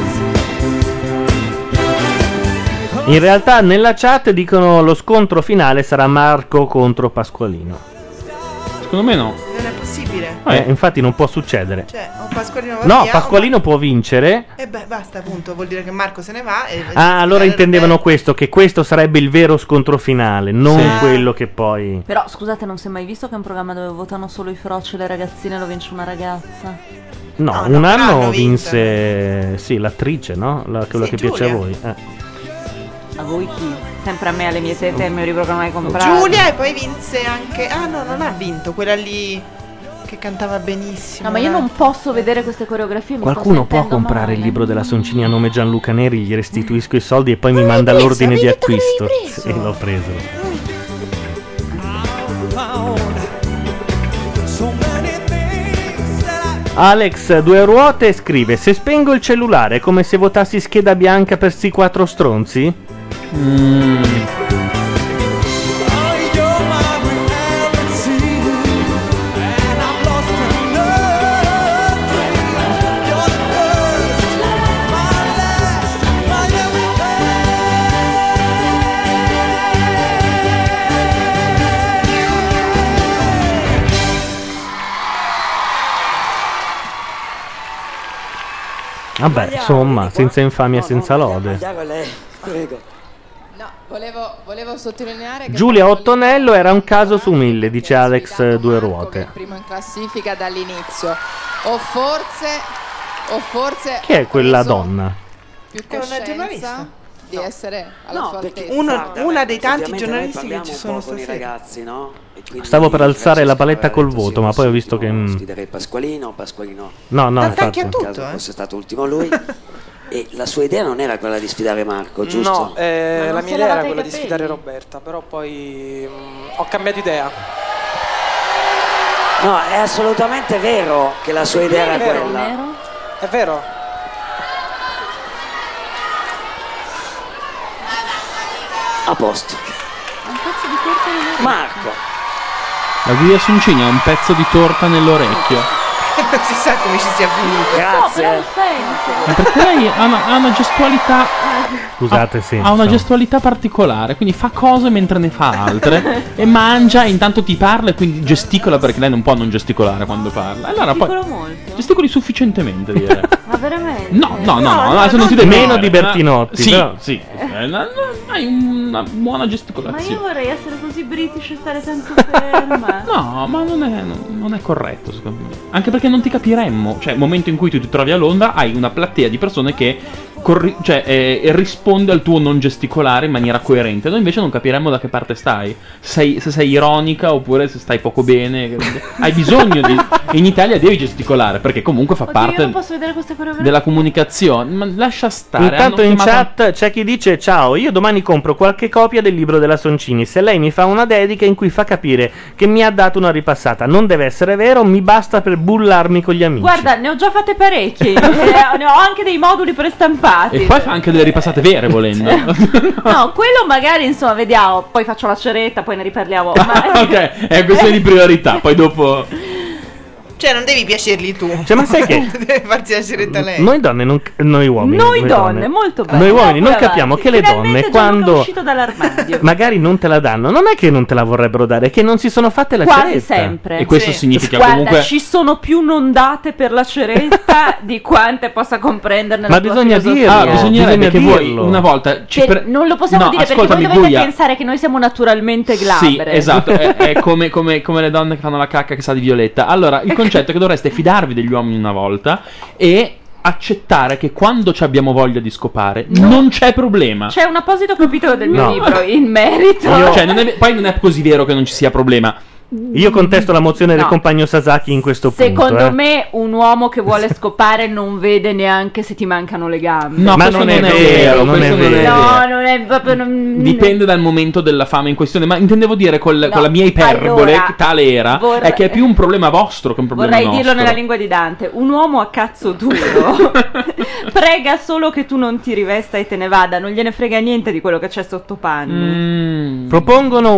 truth. In realtà nella chat dicono lo scontro finale sarà Marco contro Pasqualino. Secondo me no. Non è possibile. Infatti non può succedere. Cioè, o Pasqualino va No, via, Pasqualino può vincere. E beh, basta, appunto. Vuol dire che Marco se ne va. E Ah, allora intendevano questo, che questo sarebbe il vero scontro finale, non Sì. quello che poi... Però scusate, non si è mai visto che è un programma dove votano solo i froci e le ragazzine lo vince una ragazza? No, un anno vinse... Sì, l'attrice, no? Quella che piace a Giulia. voi. A voi chi? Sempre a me, alle mie tette, il mio libro che non hai comprato. Giulia, e poi vinse anche. Ah, no, non ha vinto. Quella lì che cantava benissimo. No, ma io non posso vedere queste coreografie. mi Qualcuno sto può sentendo comprare male. il libro della Soncini a nome Gianluca Neri, gli restituisco i soldi e poi mi manda l'ordine di acquisto. Sì, l'ho preso. Alex Due Ruote scrive: se spengo il cellulare è come se votassi scheda bianca per sti quattro stronzi? Vabbè, insomma, senza infamia, senza lode. Prego. No, volevo sottolineare che Giulia Ottonello era un caso su 1000, dice Alex Due Ruote. primo in classifica dall'inizio. O forse Chi è quella donna? più È una coscienza giornalista. di essere alla No, sua perché altezza. una dei tanti Ovviamente giornalisti noi che ci parliamo sono un po' con i stasera. ragazzi, no? E quindi Stavo per alzare la Francesco paletta aveva col detto, voto, sì, ma poi ho sì, visto che... sfiderei Pasqualino. No, Infatti, infatti. in caso fosse stato ultimo lui. E la sua idea non era quella di sfidare Marco, giusto? No, Ma non la si mia idea era lavate i quella di capelli? sfidare Roberta, però poi ho cambiato idea. No, è assolutamente vero che la sua idea era quella. È vero? A posto. Marco. La guida Soncini ha un pezzo di torta nell'orecchio. Non si sa come ci sia finito. Grazie. Ma perché lei ha una gestualità. Scusate, sì. Ha una gestualità particolare, quindi fa cose mentre ne fa altre e mangia, intanto ti parla e quindi gesticola, perché lei non può non gesticolare quando parla. Allora poi Gesticolo molto. gesticoli sufficientemente, direi. Ma veramente? No, adesso non ti devi Meno fare, di Bertinotti, Sì, però. sì. Hai una buona Ma io gesticolazione. vorrei essere così british e stare sempre ferma. No, ma non è corretto, secondo me. Anche perché non ti capiremmo. Cioè, nel momento in cui tu ti trovi a Londra, hai una platea di persone che risponde al tuo non gesticolare in maniera coerente. Noi invece non capiremmo da che parte stai. Se sei ironica oppure se stai poco bene. Hai bisogno di. In Italia devi gesticolare perché comunque fa Oddio, io parte non posso vedere queste coreografie. della comunicazione. Ma lascia stare. Intanto hanno in chiamato- chat c'è chi dice: ciao, io domani compro qualche copia del libro della Soncini. Se lei mi fa una dedica in cui fa capire che mi ha dato una ripassata, non deve essere vero, mi basta per bullarmi con gli amici. Guarda, ne ho già fatte parecchie. Ne ho anche dei moduli prestampati. ripassati. E poi fa anche delle ripassate vere, volendo. No, quello magari, insomma, vediamo. Poi faccio la ceretta, poi ne riparliamo. Ma... Ok, è questione di priorità. Poi dopo. Cioè, non devi piacergli tu. Cioè, ma sai che Devi farsi la ceretta lei. noi donne, noi uomini, Noi donne, molto bello. noi uomini non Avanti. capiamo che le Finalmente donne Gianluca è quando uscito dall'armadio. magari non te la danno, non è che non te la vorrebbero dare, è che non si sono fatte la Quasi ceretta. sempre. E questo significa Guarda, comunque. ci sono più non date per la ceretta di quante possa comprenderne Ma la tua bisogna filosofia. dirlo. Ah, bisognerebbe che bisogna voi dirlo. una volta Che non lo possiamo No, dire perché voi ascoltami, dovete Buia. pensare che noi siamo naturalmente Sì, glabre. esatto, è come le donne che fanno la cacca che sa di violetta. Allora, il concetto è che dovreste fidarvi degli uomini una volta e accettare che quando ci abbiamo voglia di scopare non c'è problema. C'è un apposito capitolo del mio No. libro in merito. Cioè, poi non è così vero che non ci sia problema. Io contesto la mozione del No. compagno Sasaki in questo punto. Secondo me un uomo che vuole scopare non vede neanche se ti mancano le gambe. No, Ma questo non è vero, non è questo vero. No, non è proprio. Dipende dal momento della fame in questione, ma intendevo dire con la mia iperbole, allora, che tale era, vorrei- è che è più un problema vostro che un problema Vorrei nostro. dirlo nella lingua di Dante. Un uomo a cazzo duro prega solo che tu non ti rivesta e te ne vada. Non gliene frega niente di quello che c'è sotto panni. Propongono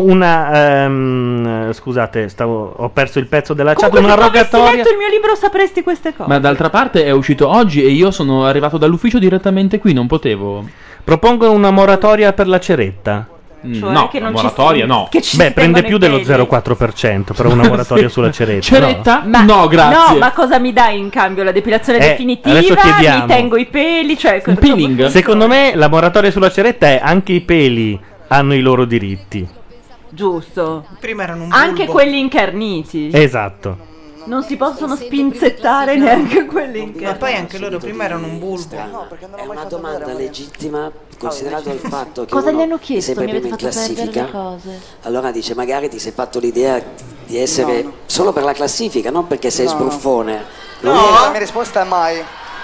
una scusate, ho perso il pezzo della chat, Comunque, una se tu avessi rogatoria. letto il mio libro sapresti queste cose. Ma d'altra parte è uscito oggi e io sono arrivato dall'ufficio direttamente qui, non potevo. Propongono una moratoria per la ceretta. Cioè, no, che la non ci moratoria si- no. che ci Beh, si prende tengono più i dello peli. 0,4% per una moratoria sulla ceretta. Ceretta? Ma, No, grazie. No, ma cosa mi dai in cambio? La depilazione definitiva? adesso chiediamo. Mi tengo i peli? Cioè, Secondo me la moratoria sulla ceretta è anche i peli hanno i loro diritti. Giusto. Prima erano un Anche bulbo. quelli incarniti. Esatto. Non si possono spinzettare neanche quelli incarniti. Ma poi anche loro prima erano un bulbo. È una domanda legittima, considerato il fatto che Cosa uno gli hanno è chiesto? sempre Mi avete primo in fatto perdere classifica. le cose. Allora dice, magari ti sei fatto l'idea di essere solo per la classifica, non perché sei No. sbruffone. No, Non era- la mia risposta è mai.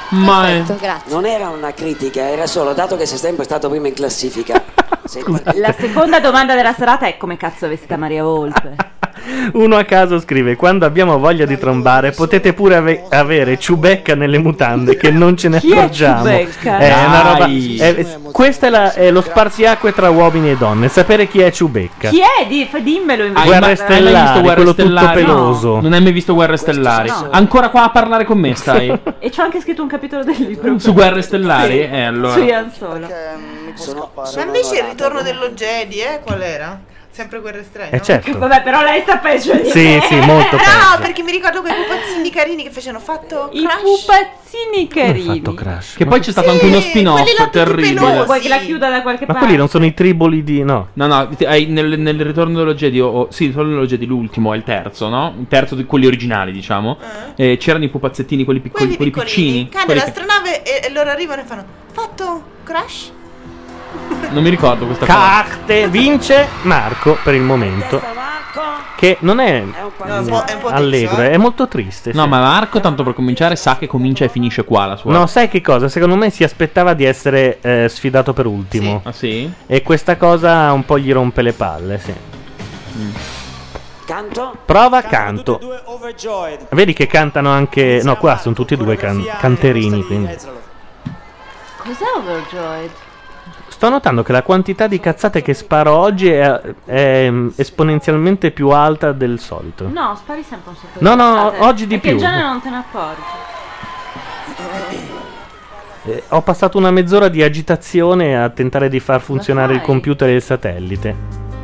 Non era una critica, era solo dato che sei sempre stato primo in classifica. La seconda domanda della serata è come cazzo è vestita Maria Volpe? Uno a caso scrive: quando abbiamo voglia di trombare potete pure avere Ciubecca nelle mutande che non ce ne Chi è accorgiamo. Ciubecca? È una roba, Dai. questa è lo spartiacque tra uomini e donne, sapere chi è Ciubecca. Chi è? Dimmelo invece. Guerre Hai mai stellari, visto Guerre quello tutto Stellari? peloso. Non hai mai visto Guerre Stellari? no. Ancora qua a parlare con me, stai? E c'ho anche scritto un capitolo del libro. Su Guerre Stellari? Sì. Allora. Su Ian Solo. Ma invece il ritorno dello Jedi, qual era? Sempre Guerre Strane? no? certo. Vabbè, però lei sta peggio di Sì, me. sì, molto No, peggio. perché mi ricordo quei pupazzini carini che facevano fatto I pupazzini carini. Crash. Che poi c'è stato anche uno spin-off quelli là tutti terribile. pelosi. Vuoi che la chiuda da qualche Ma parte? quelli non sono i triboli di. No. No, hai nel ritorno dello Jedi, sì, solo dello Jedi, l'ultimo è il terzo, no? Il terzo di quelli originali, diciamo. C'erano i pupazzettini, quelli piccoli, quelli piccini. Cade quelli l'astronave e loro arrivano e fanno fatto crash? Non mi ricordo questa cosa. Carte vince Marco per il momento. Che non è No, è un po' allegro, teso, è molto triste. No, sì. ma Marco, tanto per cominciare, sa che comincia e finisce qua la sua. No, sai che cosa? Secondo me si aspettava di essere sfidato per ultimo. Ah, sì? E questa cosa un po' gli rompe le palle, sì. Canto? Prova canto. Vedi che cantano anche. No, qua sono tutti e due canterini. Quindi. Cos'è Overjoyed? Sto notando che la quantità di cazzate che sparo oggi è esponenzialmente più alta del solito. No, spari sempre un sacco di No, no, cazzate. oggi di Perché più. in genere non te ne accorgi. Ho passato una mezz'ora di agitazione a tentare di far funzionare il fai? computer e il satellite.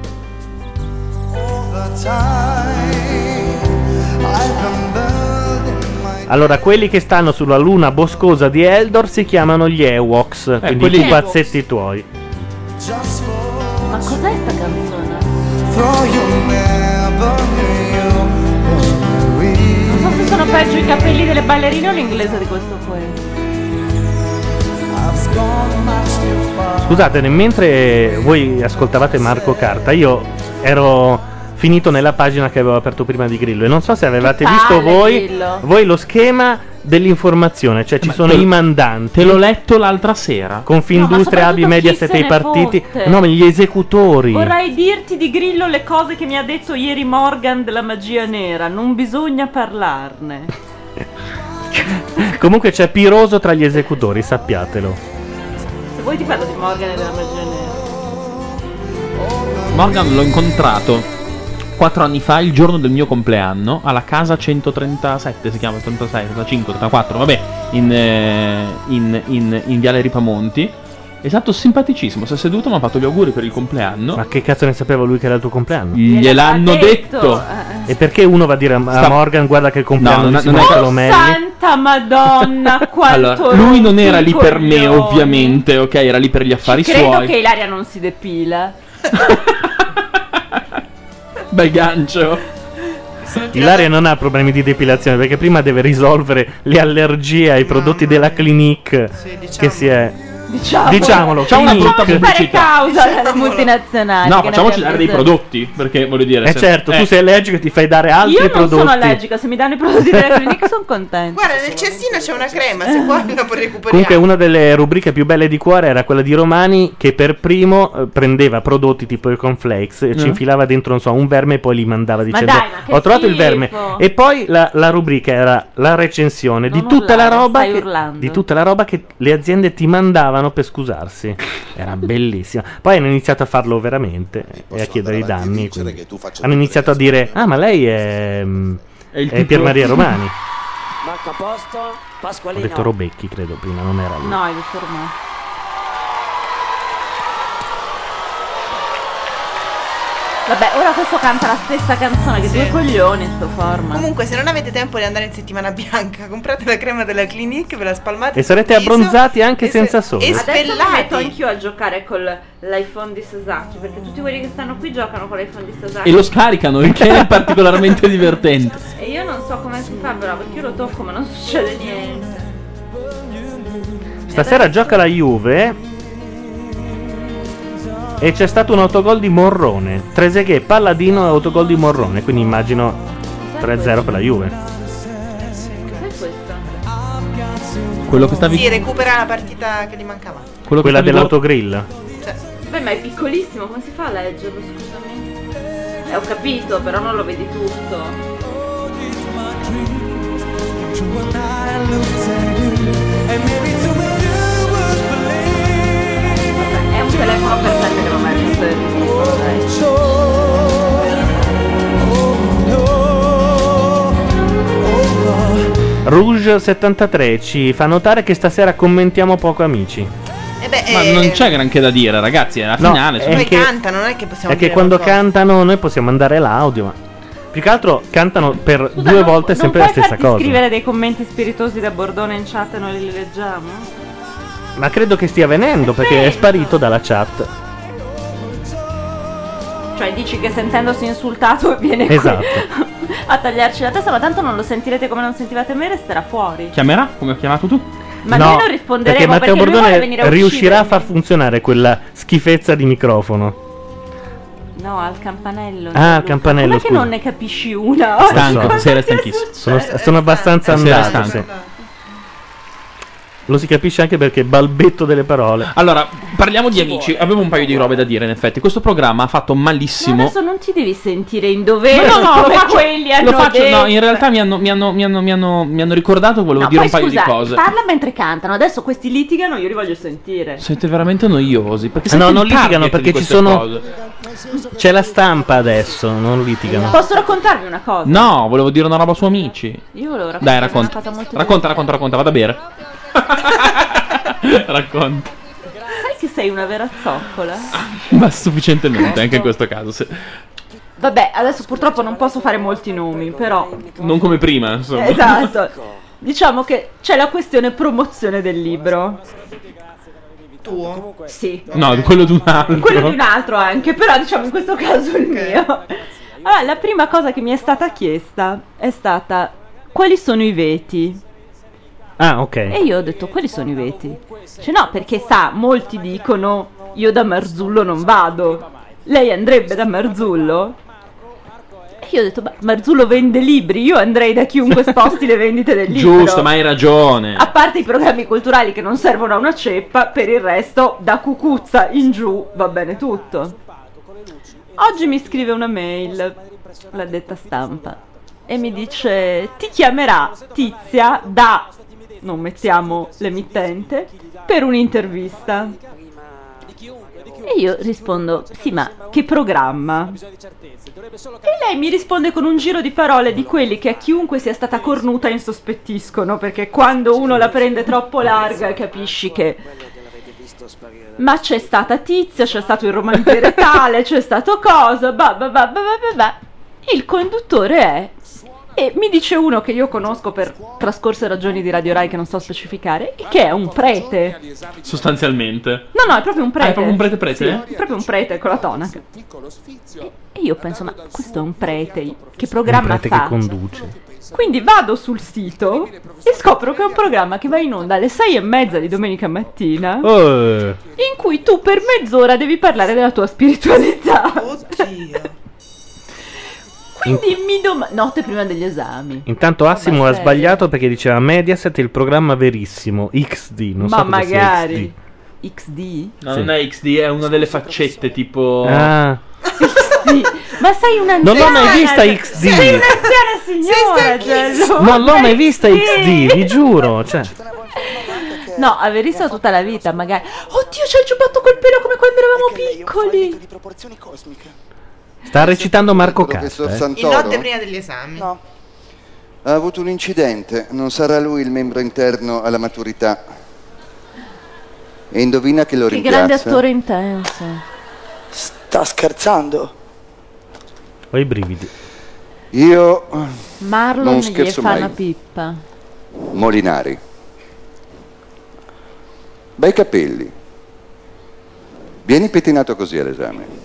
Allora, quelli che stanno sulla luna boscosa di Eldor si chiamano gli Ewoks, quindi quelli- i pupazzetti tuoi. Ma cos'è sta canzone? Non so se sono peggio i capelli delle ballerine o l'inglese di questo poema. Scusate, mentre voi ascoltavate Marco Carta, io ero finito nella pagina che avevo aperto prima di Grillo e non so se avevate Che visto palle, Grillo. voi lo schema dell'informazione, cioè ci sono i mandanti. Te l'ho letto l'altra sera. Confindustria, No, ma Abi, soprattutto Mediaset chi e i se ne partiti. fotte? No, ma gli esecutori. Vorrei dirti di Grillo le cose che mi ha detto ieri Morgan della magia nera. Non bisogna parlarne. Comunque c'è Piroso tra gli esecutori, sappiatelo. Se vuoi ti parlo di Morgan e della magia nera. Morgan l'ho incontrato 4 anni fa, il giorno del mio compleanno, alla casa 137, si chiama 36, 35, 34, vabbè, in Viale Ripamonti. È stato simpaticissimo, si è seduto, mi ha fatto gli auguri per il compleanno. Ma che cazzo ne sapeva lui che era il tuo compleanno? Gliel'hanno detto. E perché uno va a dire a Morgan guarda che il compleanno di Simone Colomelli? Santa Madonna, quanto Allora, lui non era lì per me, coglione. ovviamente, ok, era lì per gli affari Credo suoi. che Ilaria non si depila. Bel gancio. Ilaria non ha problemi di depilazione perché prima deve risolvere le allergie ai prodotti della Clinique che si è... Diciamolo, c'ha una Clinique. brutta Fare pubblicità. causa alle multinazionali. No, che facciamoci ne dare dei abbiano prodotti, perché voglio dire... certo, tu sei allergico e ti fai dare altri Io non prodotti. sono allergica, se mi danno i prodotti della Clinique sono contenta. Guarda, nel cestino c'è una crema, se vuoi la recuperiamo. Comunque una delle rubriche più belle di cuore era quella di Romani che per primo prendeva prodotti tipo il cornflakes e ci infilava dentro non so un verme e poi li mandava dicendo dai, ma che ho trovato il schifo." verme e poi la rubrica era la recensione di tutta la roba di tutta la roba che le aziende ti mandavano per scusarsi. Era bellissima. Poi hanno iniziato a farlo veramente e a chiedere i danni, quindi hanno iniziato a dire ma lei è Pier Maria Romani. Manca posto, Ho Pasqualino. detto Robecchi credo prima, non era lui. No, hai detto ormai. Vabbè, ora questo canta la stessa canzone che due coglioni sto forma. Comunque, se non avete tempo di andare in settimana bianca, comprate la crema della Clinique, ve la spalmate E sarete sul viso abbronzati anche e senza sole. e Adesso mi spellati. metto anch'io a giocare con l'iPhone di Sasaki, perché tutti quelli che stanno qui giocano con l'iPhone di Sasaki. E lo scaricano, il che è particolarmente divertente. E io non so come si fa però, perché io lo tocco ma non succede niente. Stasera gioca la Juve e c'è stato un autogol di Morrone. Trezeguet, Palladino e autogol di Morrone, quindi immagino 3-0 per la Juve. Cos'è questo? Quello che stavi... Sì, recupera la partita che gli mancava. Quella dell'autogrill. Beh, ma è piccolissimo, come si fa a leggerlo, scusami? Ho capito, però non lo vedi tutto. È un telefono per gente che non ha il Rouge 73 ci fa notare che stasera commentiamo poco Amici. Ma non c'è granché da dire, ragazzi, è la No, finale. è Poi che- cantano, non è che possiamo È che dire quando qualcosa. cantano noi possiamo mandare l'audio, ma più che altro cantano per due volte sempre la Non puoi stessa farti cosa. scrivere dei commenti spiritosi da Bordone in chat e noi li leggiamo? Ma credo che stia avvenendo perché è sparito dalla chat. Cioè dici che sentendosi insultato viene qui Esatto. a tagliarci la testa, ma tanto non lo sentirete come non sentivate me, resterà fuori. Chiamerà? Come ho chiamato tu? Ma No, noi non risponderemo perché Matteo lui vuole Bordone venire a riuscirà a uccidermi. far funzionare quella schifezza di microfono. No, al campanello. Ah, al campanello, Com'è che scusa. non ne capisci una? Lo so. Stanco, stasera è stanchissimo. Sono abbastanza Stasera è andato. stanco. sì. Lo si capisce anche perché balbetto delle parole. Allora, parliamo di Amici. Avevo un paio di robe da dire, in effetti. Questo programma ha fatto malissimo. Adesso non ti devi sentire in dovere No, come lo faccio, quelli hanno lo faccio. detto. No, in realtà mi hanno ricordato che volevo No, dire poi un paio scusa, di cose. parla mentre cantano. Adesso questi litigano, io li voglio sentire. Siete veramente noiosi. Perché No, siete non il litigano target perché di ci queste sono. cose. C'è la stampa adesso, non litigano. Posso raccontarvi una cosa? No, volevo dire una roba su Amici. Io volevo raccontare Dai, una racconta. cosa molto Racconta, vado a bere. Racconta. Sai che sei una vera zoccola? Ma sufficientemente, anche in questo caso. Vabbè, adesso purtroppo non posso fare molti nomi, però Non come prima, insomma. esatto. Diciamo che c'è la questione promozione del libro. Tuo? Sì. No, quello di un altro. Quello di un altro anche, però diciamo in questo caso il mio. Allora, la prima cosa che mi è stata chiesta è stata: quali sono i veti? Ah, ok. E io ho detto: quali sono i veti? Cioè no, perché sa, molti dicono io da Marzullo non vado. Lei andrebbe da Marzullo? E io ho detto: ma Marzullo vende libri, io andrei da chiunque sposti le vendite del libro. Giusto, ma hai ragione. A parte i programmi culturali che non servono a una ceppa, per il resto da Cucuzza in giù va bene tutto. Oggi mi scrive una mail, l'addetta stampa, e mi dice: ti chiamerà Tizia da non mettiamo l'emittente, per un'intervista. E io rispondo, sì, ma che programma? E lei mi risponde con un giro di parole di quelli che a chiunque sia stata cornuta insospettiscono, perché quando uno la prende troppo larga capisci che... Ma c'è stata Tizia, c'è stato il romanziere tale, c'è stato cosa, il conduttore è... E mi dice uno che io conosco per trascorse ragioni di Radio Rai che non so specificare, che è un prete. Sostanzialmente. No, è proprio un prete. Ah, è proprio un prete? Sì, è proprio un prete con la tonaca. E io penso, ma questo è un prete, che programma Un prete fa? che conduce. Quindi vado sul sito e scopro che è un programma che va in onda alle 6:30 di domenica mattina, in cui tu per mezz'ora devi parlare della tua spiritualità. Oddio. Quindi notte prima degli esami. Intanto Assimo ha sbagliato perché diceva Mediaset il programma verissimo XD, non ma so cosa sia magari XD. XD? No, non è XD, è una delle faccette tipo... Ah. Ma sei un'anziana. Non l'ho mai vista XD. Sei un'anziana signora, Gello. Non l'ho mai vista XD, vi giuro, cioè. No, aver visto tutta la vita, magari. Oddio, c'è il giubbotto col pelo come quando eravamo piccoli. Di proporzioni cosmiche. Sta recitando Marco Professor Casta. In Santoro notte prima degli esami. No. ha avuto un incidente, non sarà lui il membro interno alla maturità. E indovina che lo Che rimpiazza? grande attore intenso. Sta scherzando? Ho i brividi. Io Marlon non gli scherzo fa mai. una pippa. Molinari. Bei capelli. Vieni pettinato così all'esame.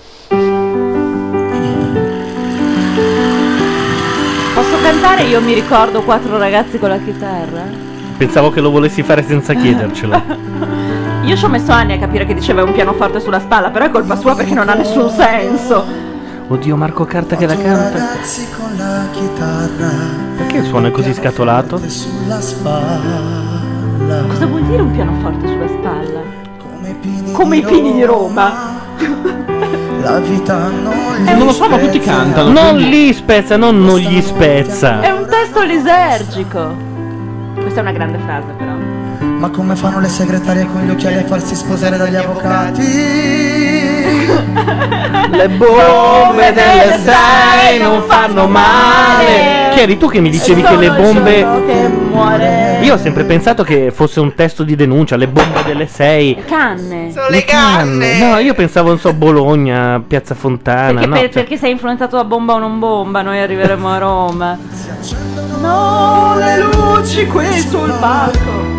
Posso cantare? Io mi ricordo 4 ragazzi con la chitarra. Pensavo che lo volessi fare senza chiedercelo. Io ci ho messo anni a capire che diceva un pianoforte sulla spalla, però è colpa sua perché non ha nessun senso. Oddio, Marco Carta che la canta. Con la chitarra Perché il suono è così scatolato? sulla spalla. Cosa vuol dire un pianoforte sulla spalla? Come i pini di Roma. La vita Non lo so, ma tutti cantano. Non quindi- li spezza, non gli spezza. È un testo lisergico. Questa è una grande frase, però. Ma come fanno le segretarie con gli occhiali a farsi sposare dagli avvocati? Le bombe delle 6 non fanno male. Chi eri tu che mi dicevi che le bombe... Che muore. Io ho sempre pensato che fosse un testo di denuncia, le bombe delle 6. Canne. Sono le canne. No, io pensavo, non so, Bologna, Piazza Fontana. Perché, no, cioè- perché sei influenzato da bomba o non bomba, noi arriveremo a Roma. No, le luci qui sul palco.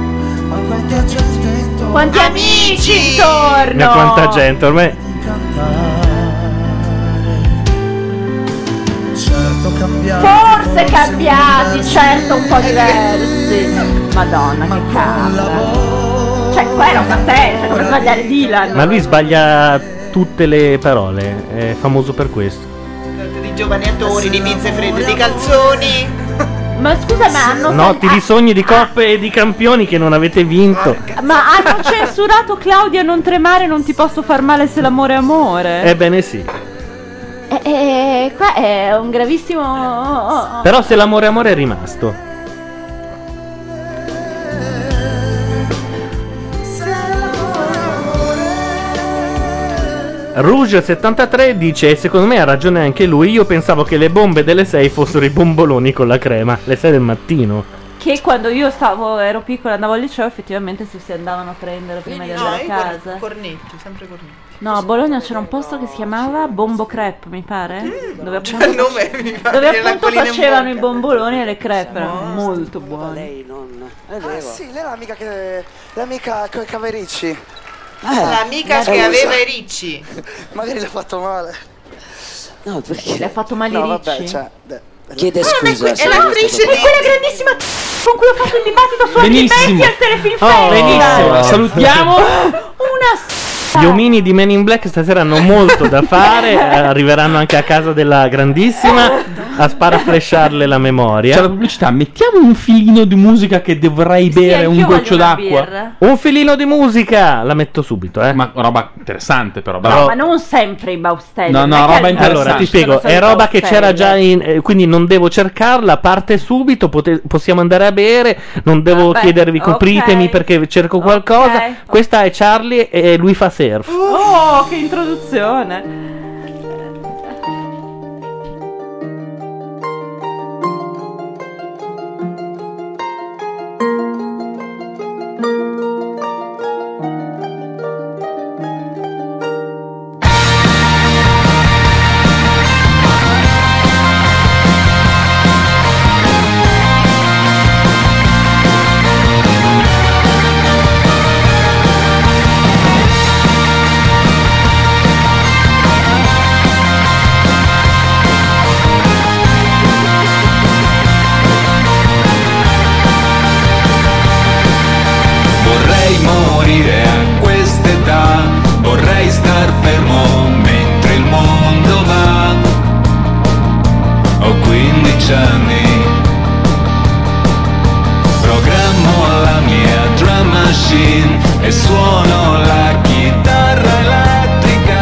Quanti amici intorno. Ma quanta gente, ormai... Forse cambiati, certo un po' diversi. Madonna, che cazzo. Cioè, qua era una testa, come sbagliare Dylan. Ma lui sbaglia tutte le parole, è famoso per questo. Di giovani attori, di pizze fredde, di calzoni. Ma scusa, ma hanno Notti di sogni di coppe e di campioni che non avete vinto. Ma hanno censurato Claudia non tremare, non ti posso far male se l'amore è amore. Ebbene sì. Qua è un gravissimo. Però se l'amore amore è rimasto. Rouge73 dice: secondo me ha ragione anche lui. Io pensavo che le bombe delle 6 fossero i bomboloni con la crema. Le 6 del mattino. Che quando io ero piccola, andavo al liceo, effettivamente si andavano a prendere prima di andare a casa. Cornetti, sempre cornetti. No, a Bologna c'era un posto che si chiamava Bombo Crepe, mi pare. Dove appunto, il nome mi fa dove venire appunto l'acquolina in facevano i bocca. bomboloni e le crepe, erano molto buone. Lei non... Ah sì, lei è l'amica con i cavericci. L'amica che aveva i ricci. Magari l'ha fatto male. No, perché? Le ha fatto male No, i vabbè, ricci. cioè... Chiede è scusa. se l'attrice E quella grandissima con cui ho fatto il dibattito su Benissimo. Animetti al Telefilm Oh, Festival. benissimo. Salutiamo. Una Gli omini di Men in Black stasera hanno molto da fare, arriveranno anche a casa della grandissima a sparaflesciarle la memoria. C'è la pubblicità, mettiamo un filino di musica che dovrei bere un goccio d'acqua. Un filino di musica, la metto subito, Ma roba interessante però. No, ma non sempre i Baustelli. No, non è che roba all'inizio Allora ti spiego, sono è roba che c'era già Baustelli. quindi non devo cercarla, parte subito, possiamo andare a bere, non devo chiedervi copritemi perché cerco qualcosa. Questa è Charlie e lui fa surf. Oh, che introduzione. Vorrei morire a quest'età, vorrei star fermo mentre il mondo va. Ho 15 anni, programmo la mia drum machine e suono la chitarra elettrica.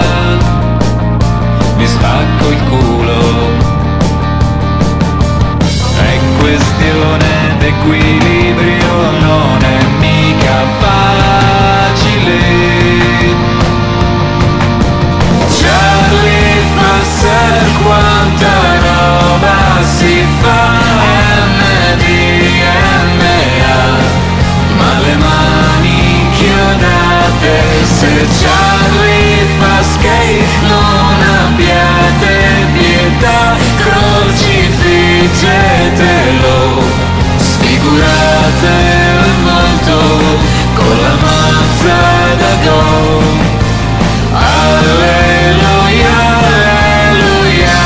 Mi spacco il culo, è questione d'equilibrio, non è mica facile. Charlie fa surf, quanta roba si fa, MDMA, ma le mani inchiodate. Se Charlie fa skate non abbiate pietà, crocifiggetelo, sfigurate il volto con la mazza da go. Alleluia, alleluia.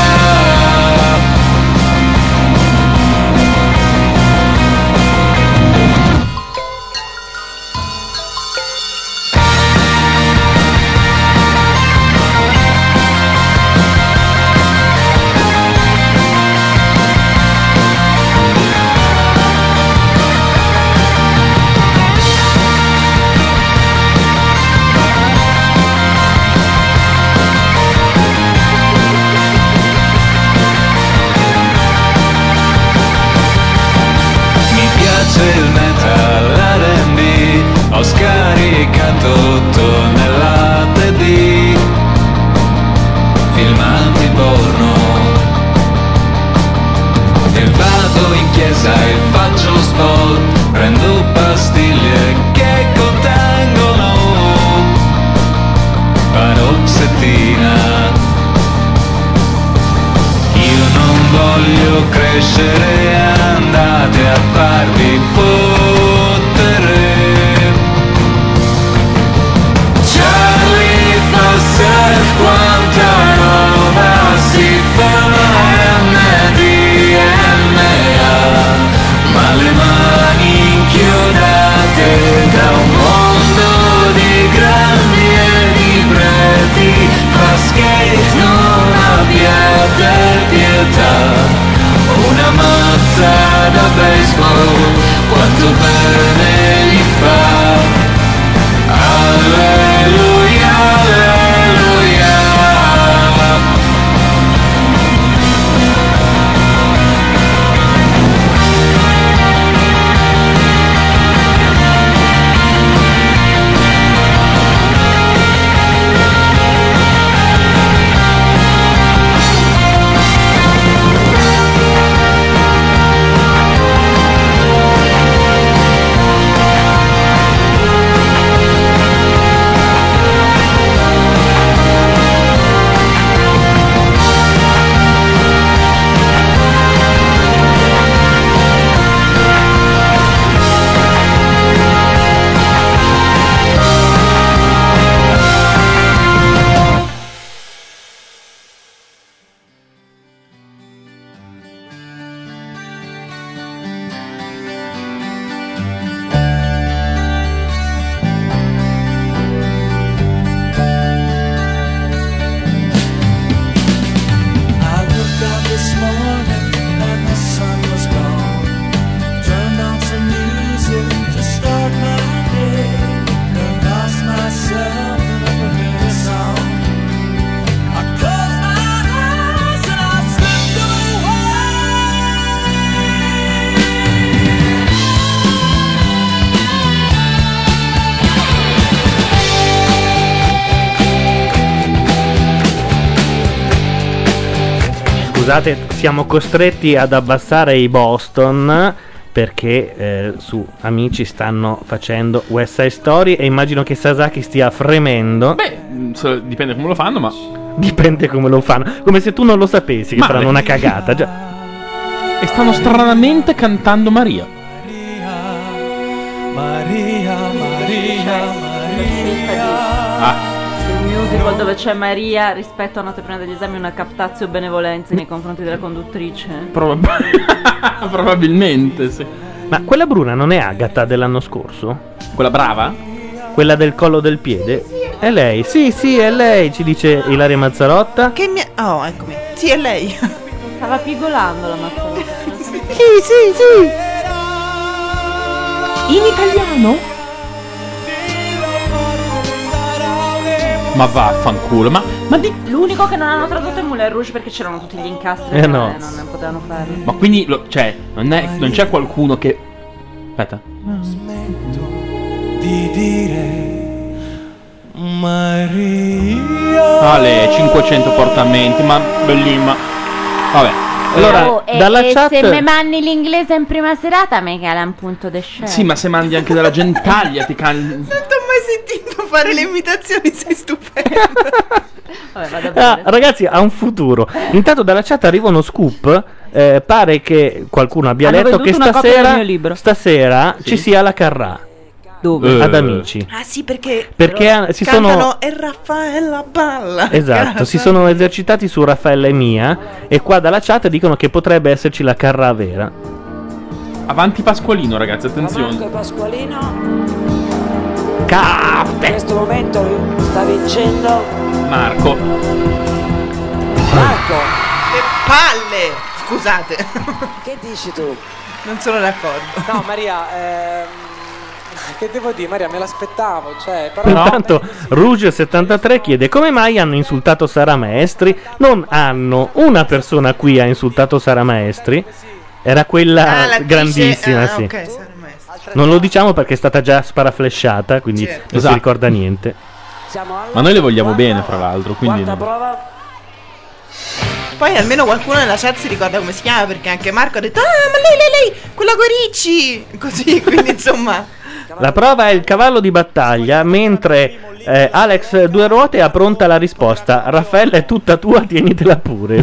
Il metal, R&B, ho scaricato tonnellate di filmati porno e vado in chiesa e faccio sport, prendo pastiglie che contengono paroxetina. Io non voglio crescere, andate a farvi fottere. scusate, siamo costretti ad abbassare i Boston perché su Amici stanno facendo West Side Story e immagino che Sasaki stia fremendo. Beh, dipende come lo fanno, ma dipende come lo fanno, come se tu non lo sapessi che faranno una cagata già. E stanno stranamente cantando Maria. Maria, Maria, Maria. Il musical dove c'è Maria rispetto a Notte prima degli esami una captatio benevolenza nei confronti della conduttrice. Probabilmente sì. Ma quella bruna non è Agatha dell'anno scorso? Quella brava? Quella del collo del piede? È lei, sì, è lei, ci dice Ilaria Mazzarotta. Oh, eccomi. Sì, è lei. Stava pigolando la Mazzarotta. Sì. In italiano? Ma vaffanculo, ma L'unico che non hanno tradotto è Moulin Rouge perché c'erano tutti gli incastri no. non potevano farlo. Ma quindi, cioè, non c'è qualcuno che... Aspetta. Di dire Maria. Ale, 500 portamenti, ma bellissima. Vabbè. Allora, dalla chat... se mi manni l'inglese in prima serata mi cala un punto de scena. Sì, ma se mandi anche dalla gentaglia ti cali. Non ti ho mai sentito fare le imitazioni, sei stupendo. Vabbè, vado bene. Ragazzi, ha un futuro. Intanto dalla chat arriva uno scoop. Pare che qualcuno abbia Hanno letto che venduto una copia del mio libro. stasera ci sia la Carrà. Dove? Ad Amici. Ah sì, perché si cantano sono... E Raffaella balla. Esatto, si sono esercitati su Raffaella e Mia. E qua dalla chat dicono che potrebbe esserci la Carrà vera. Avanti Pasqualino, ragazzi, attenzione. Marco e Pasqualino. Caffè. In questo momento sta vincendo Marco. Che palle! Scusate. Che dici tu? Non sono d'accordo. No, Maria, che devo dire, Maria, me l'aspettavo, cioè, però Intanto Rouge73 chiede come mai hanno insultato Sara Maestri. Non hanno, una persona qui ha insultato Sara Maestri. Era quella l'attrice, grandissima, sì. ok, Sara Maestri. Non lo diciamo perché è stata già sparaflashata, quindi Certo. non si ricorda niente. Ma noi le vogliamo bene, fra l'altro, quindi Poi almeno qualcuno nella chat si ricorda come si chiama, perché anche Marco ha detto ma lei, quella Guericci. Così, quindi insomma. La prova è il cavallo di battaglia, mentre Alex Due Ruote ha pronta la risposta. Raffaella è tutta tua, tienitela pure.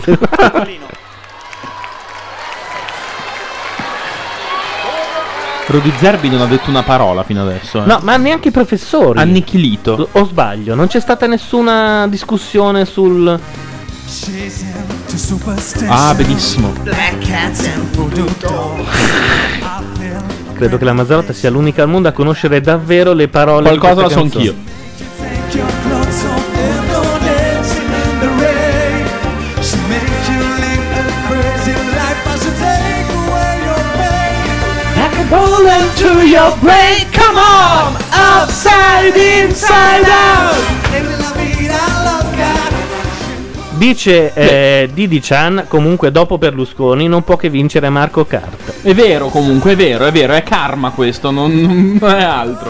Rudy Zerbi non ha detto una parola fino adesso. No, ma neanche i professori. Annichilito. O sbaglio? Non c'è stata nessuna discussione sul... Ah, benissimo. Black Cats and Voodoo. Credo che la Mazzarotta sia l'unica al mondo a conoscere davvero le parole. Qualcosa la so di queste anch'io. To your brain, come on, upside, inside out. Dice Didi Chan, comunque dopo Berlusconi non può che vincere Marco Kart. È vero, comunque, è vero, è karma questo, non è altro.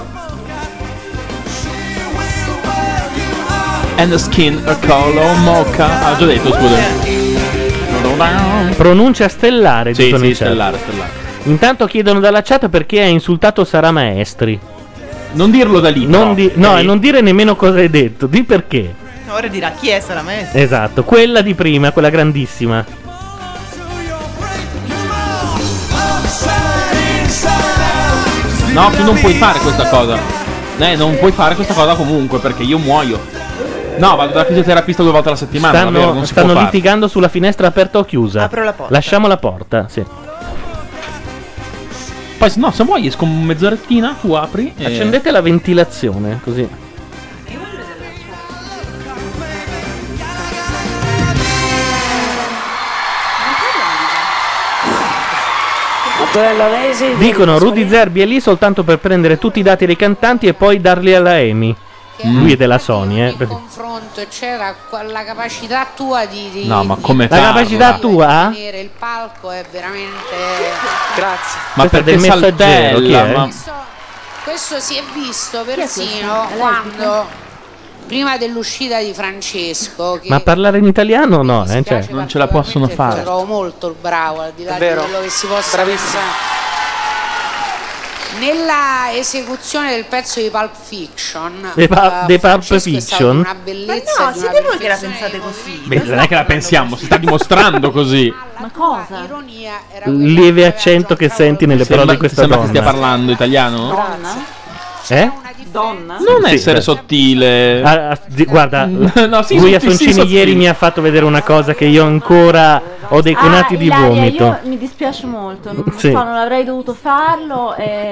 And the skin a color mocha. Ah, già detto, scusa. Pronuncia stellare, Sì, dicono sì, in chat. stellare. Intanto chiedono dalla chat perché ha insultato Sara Maestri. Non dirlo da lì, No, però. e non dire nemmeno cosa hai detto. Di perché. Ora dirà chi è Sara Maestri. Esatto, quella di prima, quella grandissima. No, tu non puoi fare questa cosa. Non puoi fare questa cosa comunque perché io muoio. No, vado dal fisioterapista 2 volte alla settimana. davvero, non si Stanno può fare. litigando sulla finestra aperta o chiusa. Apro la porta. Lasciamo la porta, sì. Poi no, se vuoi esco mezzorettina, tu apri e... Accendete la ventilazione, così. Antonella Nesi. Dicono Rudy Zerbi è lì soltanto per prendere tutti i dati dei cantanti e poi darli alla EMI. Lui è della Sony, confronto c'era la capacità tua di No, ma come La capacità tua? vedere il palco è veramente Grazie. Ma Questo è perché del Messaggero, chi saltella, è? ma... questo si è visto persino quando prima dell'uscita di Francesco, che Ma parlare in italiano no, cioè. Non ce la possono lo fare. trovo molto bravo, al di là È di vero. quello che si possa pensare. Nella esecuzione del pezzo di Pulp Fiction, The Pulp Francesco è stato Fiction? una bellezza, Ma no, di una siete voi che la perfezione pensate così. Beh, non è che la pensiamo, si sta dimostrando così. Ma cosa? Lieve accento che senti nelle parole di questa Sembra donna. che stia parlando italiano? Donna? Eh? Donna? Non Sì, essere beh. sottile. Guarda, No, sì, Guia sì, sì, Soncini sottile. ieri mi ha fatto vedere una cosa che io ancora ho dei conati di Ilaria, vomito. io mi dispiace molto, non Sì. so, non avrei dovuto farlo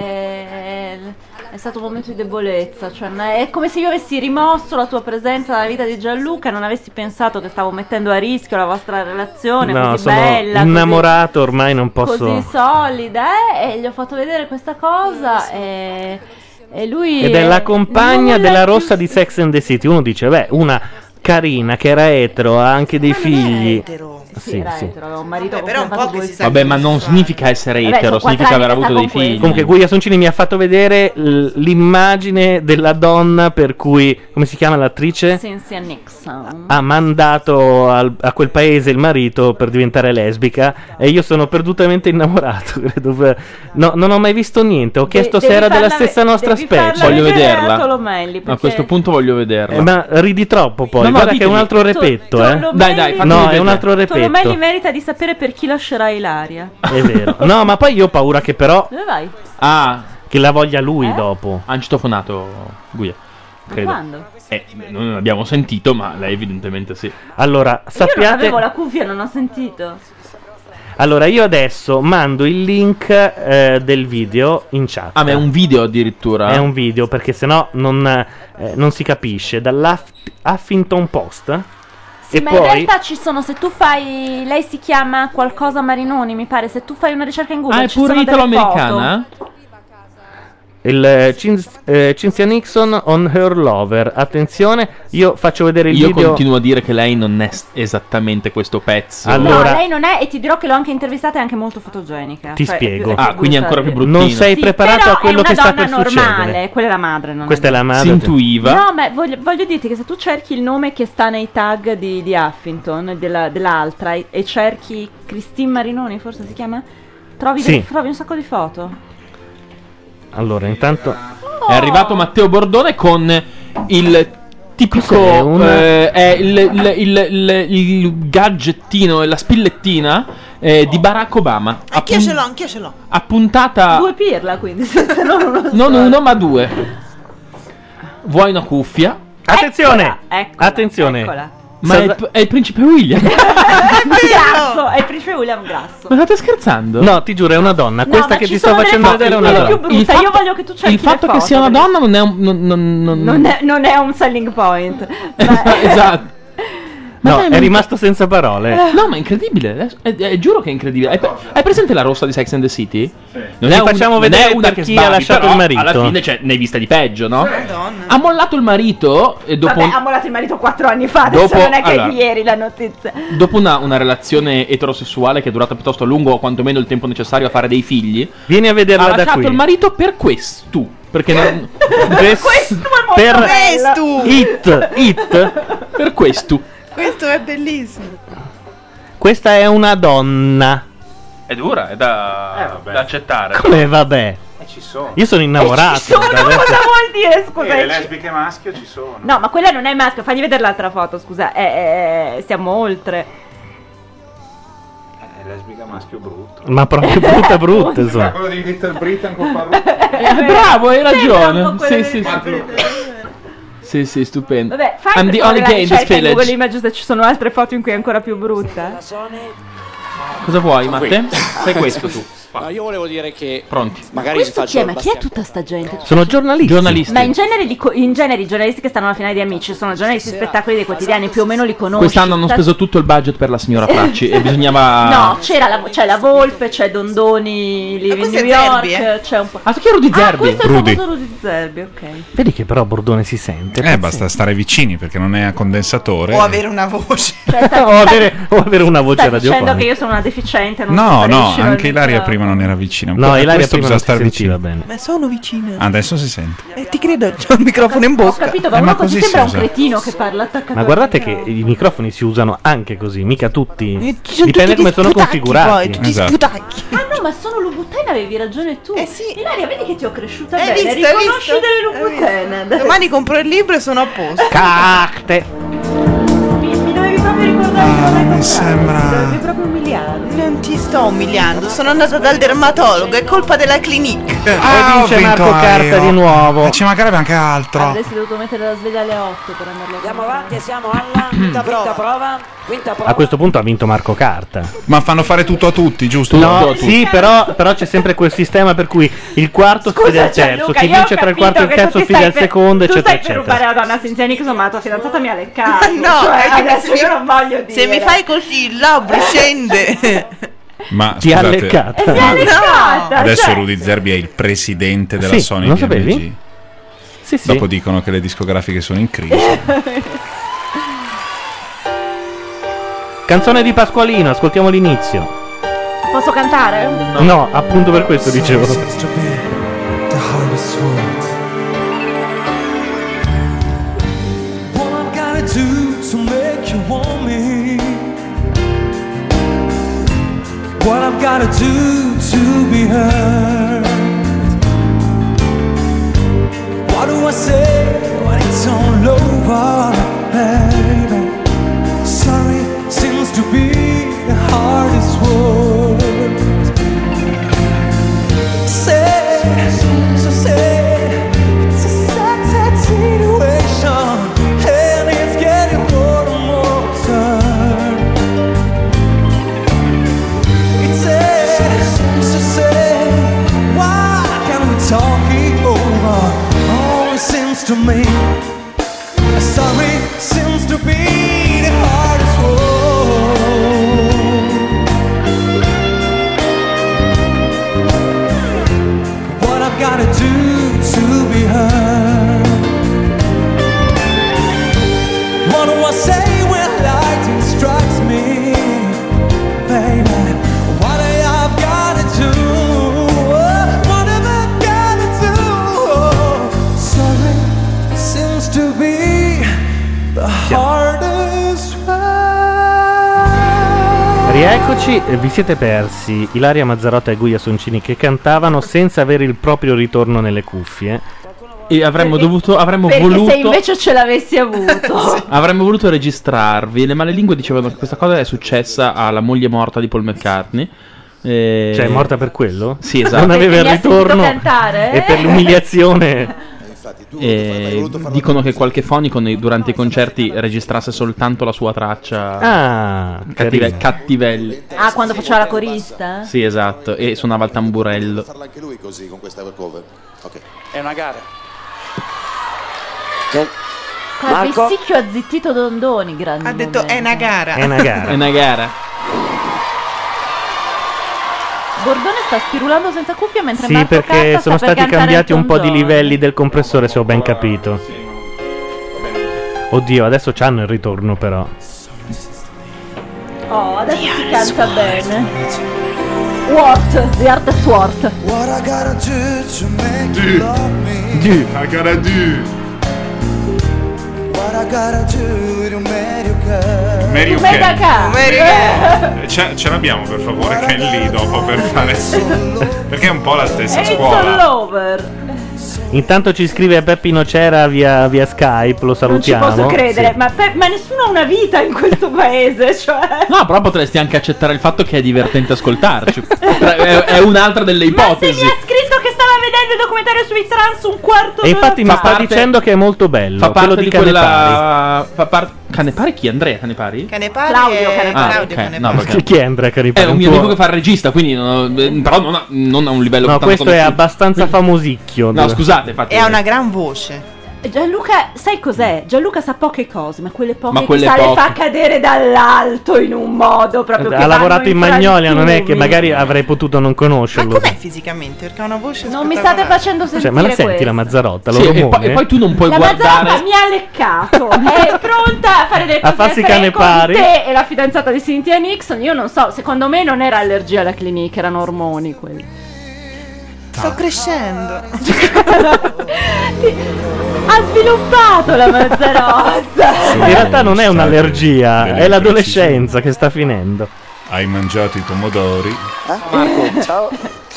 e è stato un momento di debolezza, cioè è come se io avessi rimosso la tua presenza nella vita di Gianluca e non avessi pensato che stavo mettendo a rischio la vostra relazione No, così sono bella, innamorato, ormai non così posso. solida e gli ho fatto vedere questa cosa e lui Ed è la compagna non della vuole rossa di Sex and the City. Uno dice, beh, una carina che era etero, ha anche dei figli. Sì, era etero, aveva un marito con però cui un ha po' fatto che due si sa Vabbè, ma non significa essere Vabbè, etero, sono 4 significa aver anni che avuto sta dei con figli. Comunque Guia Soncini mi ha fatto vedere l'immagine della donna per cui, come si chiama l'attrice? Cynthia Nixon. Ha mandato a quel paese il marito per diventare lesbica e io sono perdutamente innamorato, credo. No, non ho mai visto niente, ho chiesto se devi era della farla- stessa nostra devi specie. farla Voglio vedere a vederla. Tolomelli, A perché- questo punto voglio vederla. Ma ridi troppo poi, No, no, guarda che è un ditemi. altro repetto, Tolomelli- fammi No, è vedere. un altro repetto. Tolomelli merita di sapere per chi lascerà Ilaria. È vero. No, ma poi io ho paura che però Dove vai? che la voglia lui dopo. Ha citofonato Guia. Credo. Quando? Noi non abbiamo sentito, ma lei evidentemente sì. Allora, Io non sappiate. avevo la cuffia, non ho sentito. Allora, io adesso mando il link del video in chat. Ah, ma è un video addirittura? È un video perché sennò non si capisce. Dall'Huffington Post. Sì, E ma in poi realtà ci sono, se tu fai, lei si chiama qualcosa Marinoni, mi pare, se tu fai una ricerca in Google Ah, è ci pure sono delle italo-americana? foto. il Cynthia Nixon on her lover. Attenzione, io faccio vedere il Io video. continuo a dire che lei non è esattamente questo pezzo. Allora- No, lei non è, e ti dirò che l'ho anche intervistata, è anche molto fotogenica. Ti Cioè, spiego. è più quindi è ancora più bruttino. Non sei Sì, preparato però a quello che sta è per una donna succedere. normale, quella è la madre, non Questa è la madre. Si intuiva. No, ma voglio dirti che se tu cerchi il nome che sta nei tag di Huffington, dell'altra, e cerchi Christine Marinoni, forse si chiama, trovi Sì. trovi un sacco di foto. Allora, intanto È arrivato Matteo Bordone con il tipico Cos'è? è il gadgettino e la spillettina di Barack Obama. Anch'io ce l'ho, anch'io ce l'ho. Appuntata Due pirla, quindi, non uno non solo. uno ma due. Vuoi una cuffia? attenzione! Eccola, Attenzione! eccola. Ma è il principe William. Grasso, è il principe William Grasso. Ma state scherzando? No, ti giuro, è una donna. No, Questa ma che ci ti sto sono delle facendo foto vedere è una di donna. più brutta. Io voglio che tu cerchi il fatto le che foto, sia una perché donna non è un non è un selling point. esatto. No, dai, è ma- rimasto senza parole. No, ma è incredibile. Giuro che è incredibile. Hai presente la rossa di Sex and the City? Non Ti è facciamo non vedere è una per che chi ha sbagli, lasciato però il marito. Alla fine, cioè, ne hai vista di peggio, no? Madonna. Ha mollato il marito e dopo, Vabbè, ha mollato il marito 4 anni fa, adesso Dopo- non è che allora- è di ieri la notizia. dopo una relazione eterosessuale che è durata piuttosto a lungo o quantomeno il tempo necessario a fare dei figli, Vieni a vederla ha da lasciato qui. il marito per questo. Perché non, Questo è molto per bello. It. per questo. Questo è bellissimo. Questa è una donna. È dura, è da accettare. Come vabbè. Ci sono. Io sono innamorato. Ci sono, da adesso. cosa vuol dire? Scusa, le lesbiche maschio ci sono. no, ma quella non è maschio, fagli vedere l'altra foto, scusa. Siamo oltre. Lesbica maschio brutto. Ma proprio brutta, insomma. Quello di Little Britain con parrucca. Bravo, hai Sembra un ragione. po' quello Sì, del- sì, sì, stupendo. Vabbè, fai I'm per the favore only la gay in this ricerca in Google village. Images se ci sono altre foto in cui è ancora più brutta. Cosa vuoi, Matte? Fai questo tu. No, io volevo dire che Pronti. magari Questo faccio chi è? Ma il chi è bastian- tutta sta gente? Sono giornalisti. Ma in genere i giornalisti che stanno alla finale di Amici sono giornalisti di spettacoli dei quotidiani, più o meno li conosci. Quest'anno hanno speso tutto il budget per la signora Fracci e bisognava... No, c'è la Volpe, c'è Dondoni lì in questo New è York, Zerbi, eh? c'è un po'. Ah, chi è Rudy Zerbi? Questo è il Rudy. famoso Rudy Zerbi, ok. Vedi che però Bordone si sente. Basta stare vicini perché non è a condensatore. O avere una voce. o avere una voce Stai dicendo radiofonica. che io sono una deficiente, non No, so fare no, uscire anche il Ilaria microfono. prima non era vicina. No, Ilaria Questo prima non bisogna si star sentiva vicino. bene. Ma sono vicina. Adesso si sente. Ti credo, c'ho il microfono in Ho bocca. capito, ma ma uno così così si sembra un usa. cretino che parla attaccato. Ma guardate che i microfoni si usano anche così, mica tutti. Ci sono Dipende tutti come gli sono sputacchi configurati. poi, tutti Esatto. sputacchi. Ah no, ma sono Lubutena, avevi ragione tu. Sì. Ilaria, vedi che ti ho cresciuta Hai bene, visto, hai riconosci visto? delle Lubutene. adesso. Domani compro il libro e sono a posto. Carte. Mi dovevi proprio ricordare che non hai comprato. sembra- Mi dovevi proprio umiliare. Non ti sto umiliando, sono andata dal dermatologo, è colpa della clinic. E ho vince vinto Marco Carta io. di nuovo. E ci mancherebbe anche altro. Avresti dovuto mettere la sveglia alle 8 per andarlo a Andiamo comprare. avanti e siamo alla quinta prova. Quinta prova. A questo punto ha vinto Marco Carta. Ma fanno fare tutto a tutti, giusto? No, sì, però c'è sempre quel sistema per cui il quarto sfida il terzo, Gianluca, chi io ho vince tra il quarto e il capito che terzo tu sfida stai il per- secondo, tu eccetera, stai per eccetera. rubare la donna senza insomma la tua fidanzata mi ha leccato. No, cioè, è che adesso io non voglio dire. se mi fai così il labbro scende. Ma Ti ha scusate, leccata. Mi ha leccata. adesso cioè- Rudy Zerbi è il presidente della Sì, Sony non BMG. sapevi? Sì, sì. Dopo dicono che le discografiche sono in crisi. Canzone di Pasqualino, ascoltiamo l'inizio. Posso cantare? No, appunto per questo dicevo. The hardest word. What I've gotta do to make you want me. What I've gotta do to be heard. What do I say when it's all over, baby? Sorry seems to be the hardest word. Say, so say, it's a sad, sad situation, and it's getting more and more absurd. It's so say, why can't we talk it over? Oh, it seems to me, sorry seems to be the hardest word. What I've gotta do to be heard. What do I say when lightning strikes me, baby? What I've gotta do? What have I gotta do? Sorry seems to be the hardest word. Rieccoci, vi siete persi Ilaria Mazzarotta e Guia Soncini che cantavano senza avere il proprio ritorno nelle cuffie. E avremmo Perché voluto. se invece ce l'avessi avuto. Avremmo voluto registrarvi. Le malelingue dicevano che questa cosa è successa alla moglie morta di Paul McCartney. Cioè è morta per quello? Sì, esatto. Non aveva il mi ha sentito ritorno cantare? e per l'umiliazione. E dicono che qualche fonico durante i concerti registrasse soltanto la sua traccia. Ah, carino. Cattivelli. Ah, quando faceva la corista? Sì, esatto. E suonava il tamburello. Farla anche lui così con questa cover. Ok. È una gara. Marco? Bissicchio ha zittito Dondoni, grande. Ha detto è una gara. È una gara. È una gara. Bordone sta spirulando senza cuffia mentre Sì, Marco perché Carta sono sta per stati cantare cambiati il un po' di Dondoni. livelli del compressore, se ho ben capito. Oddio, adesso c'hanno il ritorno però. Oh, adesso si canta bene. What? The Artist What? What I gotta do to make you love me. I gotta do. What I gotta do to make you care. Mario Mega Ken. Car. Ce l'abbiamo per favore Ken lì dopo per fare. Perché è un po' la stessa It's all scuola. over. Intanto ci scrive Peppino Cera via Skype, lo Non ci salutiamo. posso credere, Sì. ma nessuno ha una vita in questo paese, cioè. No, però potresti anche accettare il fatto che è divertente ascoltarci. è un'altra delle ipotesi. Mi ha scritto che stava vedendo il documentario sui trans un quarto E infatti mi d'ora sta fa. dicendo che è molto bello. Fa quello parte di di quella. Canepari chi? Andrea Canepari? Canepari Claudio e Canepari. Claudio ok. Canepari. No, perché Chi è Andrea Canepari? è un mio amico che fa il regista, quindi però non ha un livello No, tanto questo è conosciuto. abbastanza famosicchio. No, scusate, infatti. E ha una gran voce. Gianluca, sai cos'è? Gianluca sa poche cose, ma quelle poche Ma che quelle sa le poche. fa cadere dall'alto in un modo proprio che Ha lavorato in vanno Magnolia, non è che frantumi. magari avrei potuto non conoscerlo. Com'è fisicamente? Perché ha una voce Non mi state facendo sentire Cioè, ma la senti questo. la Mazzarotta? Sì, L'ormone? e poi tu non puoi La guardare. Mazzarotta mi ha leccato, è pronta a fare delle A cose farsi con canepari. te e la fidanzata di Cynthia Nixon. Io non so, secondo me non era allergia alla clinica, erano ormoni quelli. Sto crescendo. Ha sviluppato la Mazzarotta. In realtà non è un'allergia, delle è l'adolescenza che sta finendo. Hai mangiato i pomodori? Marco, ciao.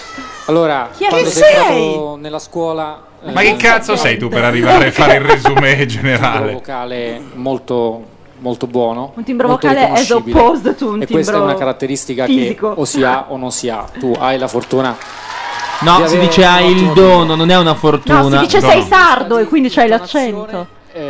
Allora, Chi quando sei? sei entrato nella scuola... Ma che cazzo sei tu per arrivare a fare il resume generale? Un vocale molto, molto buono. Un timbro molto vocale as riconoscibile. opposed to un E questa è timbro una caratteristica fisico. che o si ha o non si ha. Tu hai la fortuna. No, di si avere dice un hai il ottimo dono, non è una fortuna. No, si dice sei sardo e quindi c'hai l'accento.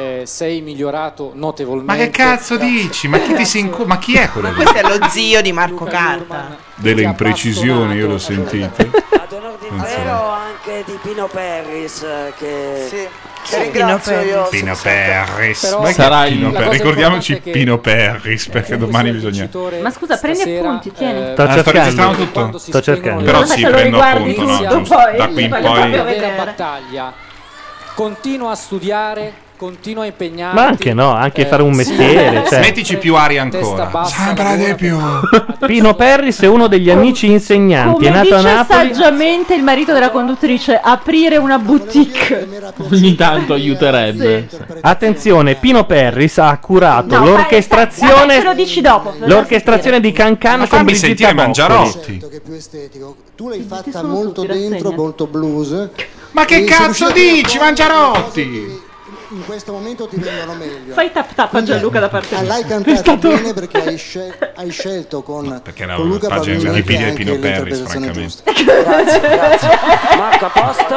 Sei migliorato notevolmente. Ma che cazzo dici? Ma chi ti si ma chi è quello Ma lì? questo è lo zio di Marco Carta. Delle imprecisioni, io l'ho sentito. Ad onor di vero anche di Pino Perris che... Sì. Sì, Ringrazio io. Pino Perris. Però Ma che sarà Pino il- Perris? la cosa Ricordiamoci importante è che- Pino Perris perché domani bisogna. Ma scusa, prendi appunti, tieni. Sto sto cercando. registrando tutto. Sto cercando. Però Cosa sì, te lo prendo riguardi appunto, no? tutto, giusto. poi Da qui in voglio poi. proprio Vera vedere. battaglia. Continua a studiare, continua a impegnarti. Ma anche no, anche fare un mestiere. Cioè. Mettici più aria Testa ancora. bassa, Sempre di più. Pino Perris è uno degli amici insegnanti, è Come nato a dice Napoli. saggiamente il marito della conduttrice, aprire una boutique. Ogni tanto aiuterebbe. Attenzione, Pino Perris ha curato No, l'orchestrazione. ce lo dici dopo. L'orchestrazione di Can Can con fammi Brigitta sentire Boccoli. Mangiarotti. che è più estetico. Tu l'hai fatta sono molto tutti, dentro, rassegna. molto blues. Ma che E sei cazzo riuscito dici, a cogliere Mangiarotti? cose che In questo momento ti vengono meglio. Fai tap tap a Gianluca da parte L'hai mia. cantato bene perché hai scelto con, Perché era con una Luca pagina Pavlini Wikipedia di anche Pino Perris, l'interpretazione francamente. giusta. Marco a posto?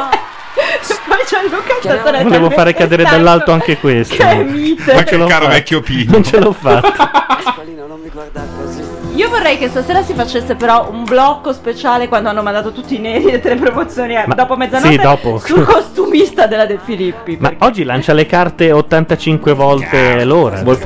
Poi Gianluca sta Volevo talmente fare cadere stanco dall'alto anche questo. Che è mite. Ma che caro vecchio Pino. Non ce l'ho fatta. Pasqualino, non mi guardare così. Io vorrei che stasera si facesse però un blocco speciale quando hanno mandato tutti i neri e tre promozioni dopo mezzanotte sì, dopo. sul costumista della De Filippi. Ma oggi lancia le carte 85 volte l'ora. Vuol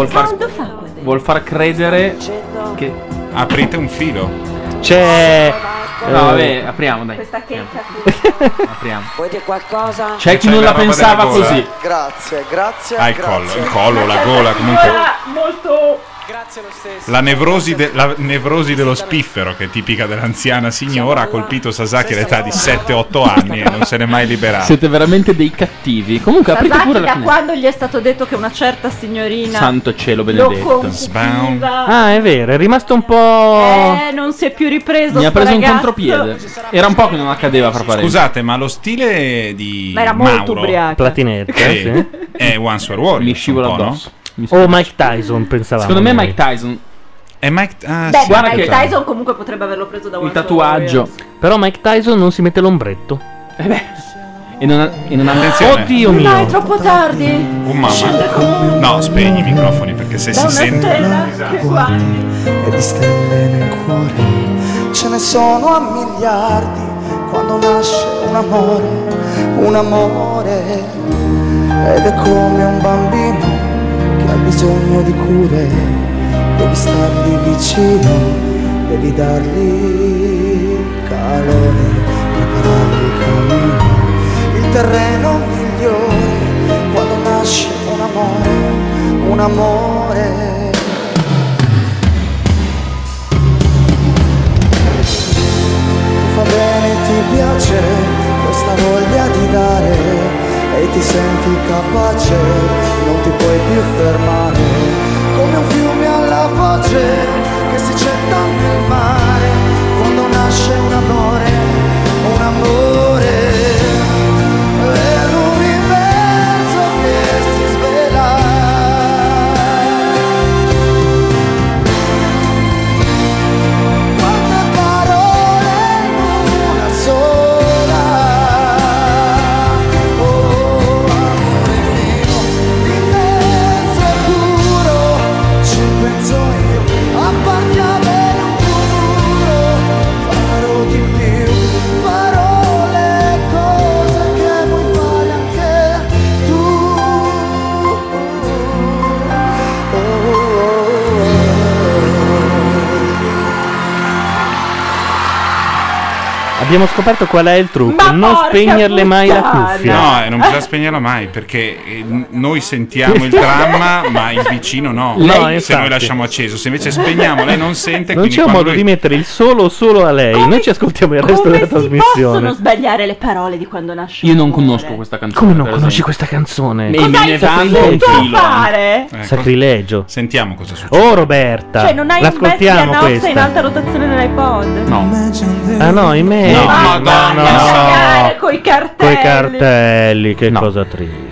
far credere che Aprite un filo. C'è. No, vabbè, apriamo, dai. Questa checca. Apriamo. Vuoi dire qualcosa? C'è chi non la roba pensava della gola. così. Grazie, grazie. Ah, il collo, la gola, comunque. Molto. Grazie lo stesso. La nevrosi dello spiffero, che è tipica dell'anziana signora, ha colpito Sasaki all'età di 7-8 anni e non se n'è mai liberato. Siete veramente dei cattivi. Comunque aprite Sasaki pure la da finestra. quando gli è stato detto che una certa signorina Santo cielo lo benedetto. concupiva, Ah, è vero, è rimasto un po'. non si è più ripreso. Mi ha sto preso un ragazzo. contropiede. Era un po' che non accadeva fra parentesi. Scusate, ma lo stile di Ma era molto Mauro ubriaca. Platinetta, sì, sì. è One Square Warrior. Mi scivola un po', no? addosso. O Mike Tyson, pensavamo. Secondo me noi. Mike Tyson. È Mike. Ah, Beh, sì, guarda Mike che- Tyson comunque potrebbe averlo preso da Il One tatuaggio. Però Mike Tyson non si mette l'ombretto. E non ha. Attenzione. Oddio No, è mio. troppo tardi. mamma. No, spegni i microfoni perché se Da si una sente. stella che guardi. E di stelle nel cuore ce ne sono a miliardi quando nasce un amore ed è come un bambino che ha bisogno di cure, devi stargli vicino, devi dargli calore, preparargli il cammino, il terreno migliore quando nasce un amore. Fa bene, ti piace questa voglia di dare e ti senti capace, non ti puoi più fermare, come un fiume alla voce che si getta nel mare, quando nasce un amore, è l'universo che si svela. Farò di più, farò le Abbiamo scoperto qual è il trucco: Ma non porca spegnerle mai la puttana. cuffia. No, e non bisogna spegnerla mai perché noi sentiamo il dramma, ma il vicino no. No, Se infatti. noi lasciamo acceso, se invece spegniamo, lei non sente. Non quindi c'è un quando modo di mettere il solo a lei. Noi ci ascoltiamo il resto della Possono trasmissione. sbagliare le parole di quando nasce. Io non conosco questa canzone. Come non per conosci esempio. questa canzone? Me ne vanno un filo. fare? Sacrilegio. Sentiamo cosa succede. Oh Roberta, Cioè, non hai un pezzo di l'ascoltiamo Anozza questa. in alta rotazione nell'iPod? No. Ah no, i me. No, Madonna, coi cartelli. Coi cartelli, che cosa triste.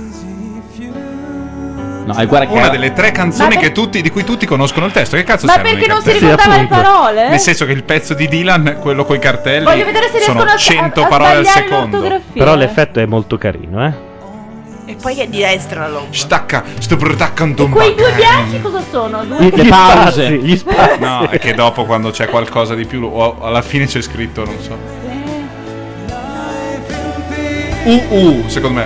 No, guarda che Una delle 3 canzoni di cui tutti conoscono il testo. Che cazzo Ma servono perché i non si cartelli? ricordava le parole? Nel senso che il pezzo di Dylan, quello coi cartelli, Voglio vedere se sono riescono 100 a parole al sbagliare secondo. l'ortografia. Però l'effetto è molto carino, eh. E poi che di destra lo. Stacca, sto attaccando un Quei due bacano. bianchi cosa sono? Due Gli spazi, gli spazi. No, è che dopo quando c'è qualcosa di più, o alla fine c'è scritto, non so. Secondo me.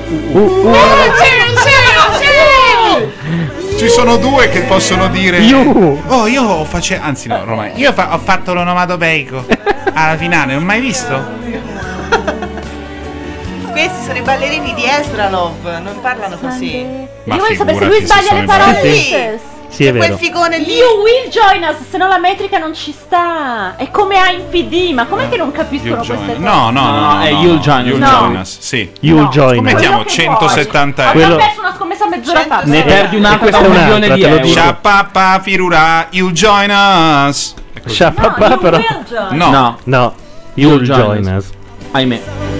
Ci sono due che possono dire. Oh, io faccio. Anzi, no, Roma. Io ho fatto l'onomatopeico alla finale, non mai visto? Questi sono i ballerini di Ezralov, non parlano così. Io voglio sapere se lui sbaglia le parole. Sì, è vero. Figone lì. You will join us, se no la metrica non ci sta. È come a in PD, ma com'è che non capiscono queste cose? No, è You'll Join Us. You'll Join Us, sì. You'll Join Us. Mettiamo 170 Abbiamo euro. perso una scommessa mezz'ora fa. Ne perdi un'altra questa da è un un'altra, milione di te lo euro. dico. Sciapapà firura, you'll join us. Sciapapà, però. No. No. You'll join us. Ahimè.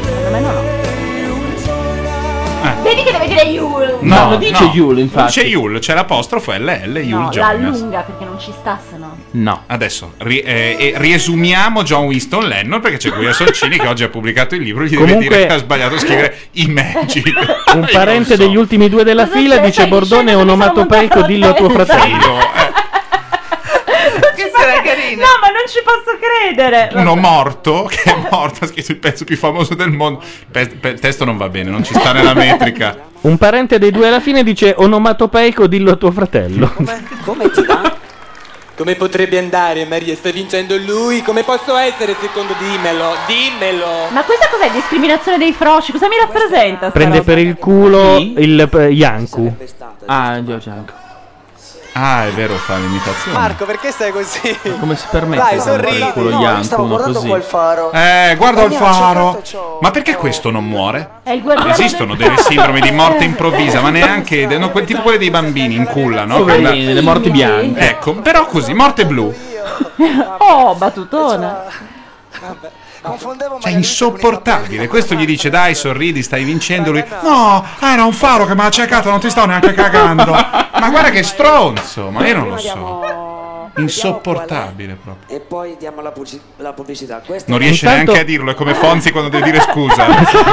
Vedi che deve dire Yule. No, lo dice Yule, infatti. Non c'è Yule, c'è l'apostrofo LL, you'll No, la join us. lunga perché non ci sta, se no. No. Adesso riesumiamo John Winston Lennon perché c'è Guia Solcini che oggi ha pubblicato il libro. Gli deve Comunque- dire che ha sbagliato a scrivere Imagine. Un parente degli ultimi due della fila dice: Bordone onomatopeico, dillo a tuo fratello. Questa era carina. No, ma non ci posso credere. Uno morto che è morto, ha scritto il pezzo più famoso del mondo. Il testo non va bene, non ci sta nella metrica. Un parente dei due alla fine dice: onomatopeico, dillo a tuo fratello. Come ti va? Come potrebbe andare, Maria? Sta vincendo lui? Come posso essere secondo? Dimmelo. Ma questa cos'è? Discriminazione dei froci? Cosa mi rappresenta? sta Prende roba? per il culo il Yanku. Ah, Gianco. Ah, è vero, fa l'imitazione. Marco, perché sei così? Come si permette? Dai, di prendere sorridi. per culo No, Yanko, io stavo uno guardando così? quel faro. Guarda il Daniele, faro. c'ho- Ma perché questo non muore? È il guardiano Esistono del delle sindromi di morte improvvisa, ma neanche tipo quelle dei bambini in culla, no? Poverini, le morti bianche. Ecco, però così, morte blu. Oh, battutona. Cioè, insopportabile. Questo gli dice: dai, sorridi, stai vincendo. Lui: no, era un faro che mi ha accecato, non ti sto neanche cagando. Ma guarda che stronzo, ma io non lo so. Insopportabile proprio. E poi diamo la pubblicità. Questa Non riesce Intanto- neanche a dirlo, è come Fonzi quando deve dire scusa.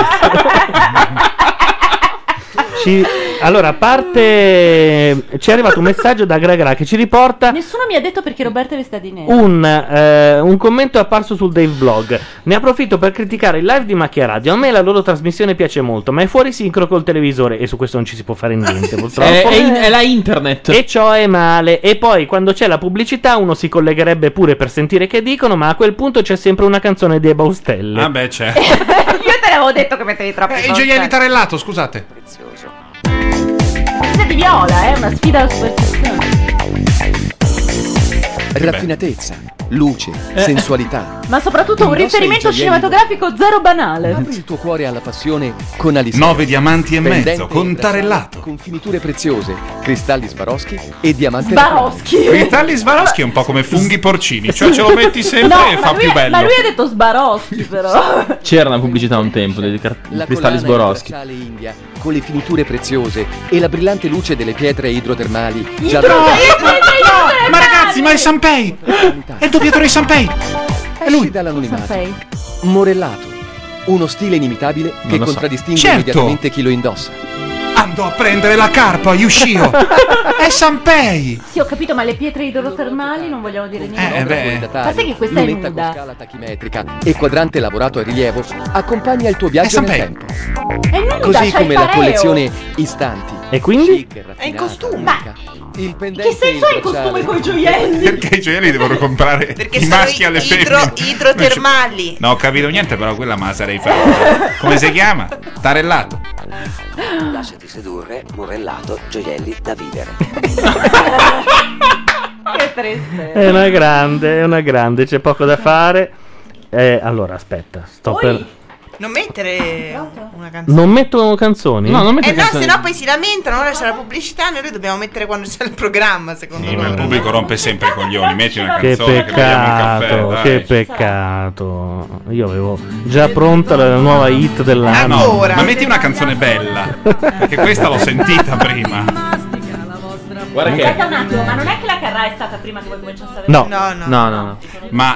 Allora, a parte. Ci è arrivato un messaggio da Gragra che ci riporta Nessuno mi ha detto perché Roberta è vestita di nero. un commento apparso sul Dave Blog. Ne approfitto per criticare il live di Macchia Radio. A me la loro trasmissione piace molto, ma è fuori sincro col televisore e su questo non ci si può fare niente, purtroppo. È la internet. E ciò è male. E poi quando c'è la pubblicità uno si collegherebbe pure per sentire che dicono, ma a quel punto c'è sempre una canzone di Baustelle. Ah, beh, c'è. Io te l'avevo detto che mettevi troppo. I gioielli tarellato, scusate. Questa è di Viola, è una sfida alla superstizione. Raffinatezza, luce, sensualità. Ma soprattutto un Indossa i riferimento gioielli cinematografico zero banale. Apri il tuo cuore alla passione con Alisei. 9 diamanti e mezzo, Pendente con intassato, tarellato. Con finiture preziose, cristalli Swarovski e diamanti Swarovski. Cristalli Swarovski è un po' come funghi porcini, cioè ce lo metti sempre No, e ma fa lui, più bello. ma lui ha detto Sbaroschi però. C'era una pubblicità un tempo dei La cristalli collana Swarovski. in bracciale India con le finiture preziose e la brillante luce delle pietre idrotermali. Ma ragazzi, ma è Sanpei! È il doppiatore di Sanpei! È lui dall'anonimato. Morellato, uno stile inimitabile che lo so. contraddistingue Certo. immediatamente chi lo indossa. Andò a prendere la carpa, Yushio! È Sanpei! Sì, ho capito, ma le pietre idrotermali non vogliamo dire niente. beh. Ma sai che questa è lunetta con nuda? scala tachimetrica e quadrante lavorato a rilievo accompagna il tuo viaggio nel Sanpei. tempo. È nuda, Così c'ha come il la pareo. collezione Istanti E quindi? È in costume. Il Che senso ha il costume coi gioielli? Perché i gioielli devono comprare Perché i sono maschi alle femmine. idrotermali. No, ho capito niente, però quella me la sarei fatta. Come si chiama? Tarellato. Lasciati sedurre, morellato, gioielli da vivere. Che triste. È una grande, c'è poco da fare. Allora, aspetta, sto per... Non mettere una canzone. Non metto canzoni? No, non metto No, se no poi si lamentano, ora c'è la pubblicità, noi dobbiamo mettere quando c'è il programma, secondo Sì, me. ma il pubblico rompe sempre i coglioni. Metti una Che canzone che beviamo un caffè. peccato, Dai. che peccato. Io avevo già pronta la nuova hit dell'anno. Ma metti una canzone bella. Perché questa l'ho sentita prima. Guarda che Aspetta un attimo, ma non è che la Carrà è stata prima che voi cominciaste a No. vedere? No. Ma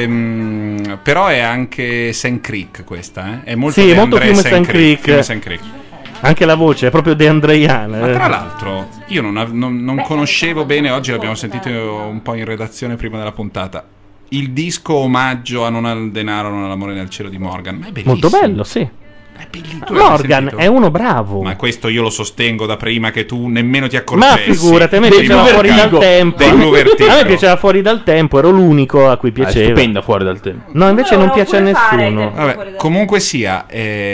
però è anche Sand Creek questa, È molto Sì, De è molto André più Sand Sand Sand Creek. Anche la voce è proprio De Andreiana. Ma tra l'altro io non conoscevo bene, oggi l'abbiamo sentito un po' in redazione prima della puntata, il disco omaggio a Non al denaro, non all'amore nel cielo di Morgan. Ma è bellissimo. Molto bello, sì. Tu l'hai Morgan sentito? è uno bravo. Ma questo io lo sostengo da prima che tu nemmeno ti accorgessi. Ma figurati, a me piaceva Fuori dal tempo. A me piaceva Fuori dal tempo, ero l'unico a cui piaceva. stupenda Fuori dal tempo. No, invece non piace a nessuno. Vabbè, comunque sia,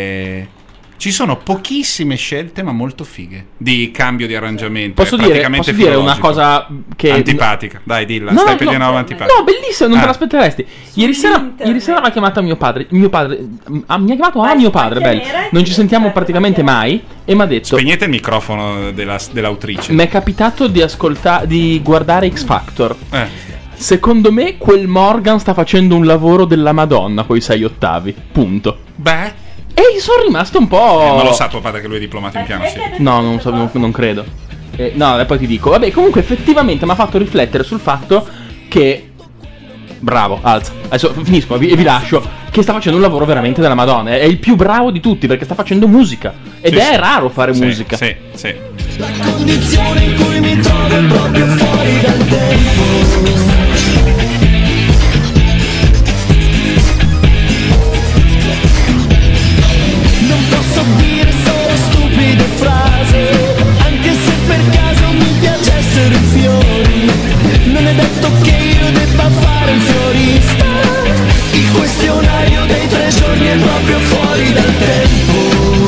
ci sono pochissime scelte, ma molto fighe di cambio di arrangiamento. Posso È dire praticamente una filologico. cosa che antipatica. Dai, dilla. Stai per dire una roba antipatica. No, bellissimo, non te l'aspetteresti. Ieri sera mi ha chiamato mio padre. Mi ha chiamato mio padre, bello. Non ci sentiamo praticamente mai. E mi ha detto: spegnete il microfono dell'autrice. mi è capitato di guardare X Factor. Secondo me quel Morgan sta facendo un lavoro della Madonna coi 6 ottavi. Punto. Beh. E sono rimasto un po'. Ma lo sa tuo padre che lui è diplomato in piano? Sì. No, non credo. No, e poi ti dico. Vabbè, comunque effettivamente mi ha fatto riflettere sul fatto che. Bravo, alza. Adesso finisco e vi lascio. Che sta facendo un lavoro veramente della Madonna. È il più bravo di tutti perché sta facendo musica. Ed Sì, è sì. raro fare Sì, musica. Sì, sì. La condizione in cui mi trovo è proprio fuori dal tempo. Non posso dire solo stupide frasi, anche se per caso mi piacessero i fiori. Non è detto che io debba fare il fiorista. Il questionario dei 3 giorni è proprio fuori dal tempo.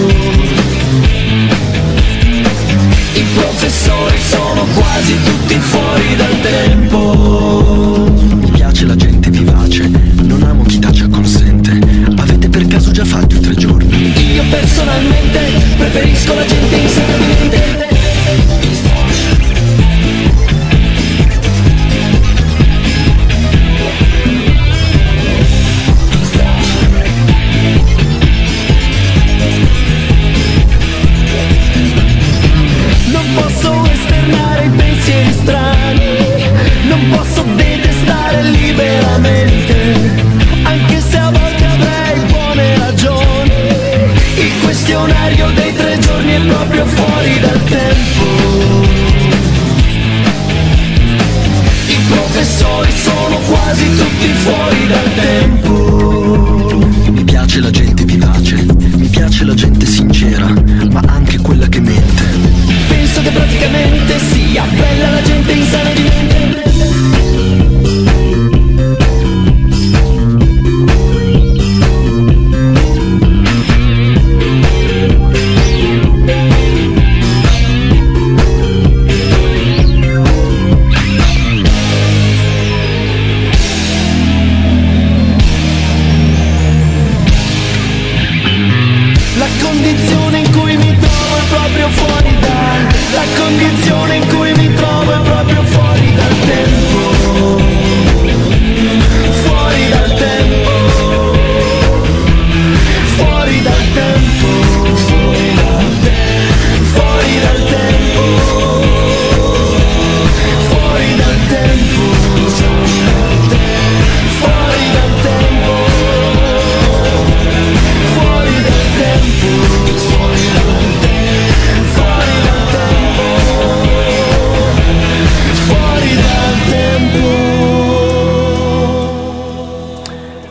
I professori sono quasi tutti fuori dal tempo. Mi piace la gente vivace, non amo chi tace acconsente. Avete per caso già fatto i 3 giorni? Io personalmente preferisco la gente insana di mente. Non posso esternare i pensieri strani, non posso detestare liberamente, anche se a volte avrei buone ragioni. Il questionario dei 3 giorni è proprio fuori dal tempo. I professori sono quasi tutti fuori dal tempo. Mi piace la gente vivace, mi piace la gente sincera, ma anche quella che mente. Penso che praticamente sia bella la gente insana di mente. La condizione in cui mi trovo è proprio fuori dal. La condizione in cui mi trovo è proprio fuori dal tempo. Fuori dal tempo. Fuori dal tempo. Fuori dal tempo. Fuori dal tempo. Fuori dal tempo. Fuori dal tempo. Fuori dal tempo. Fuori dal tempo.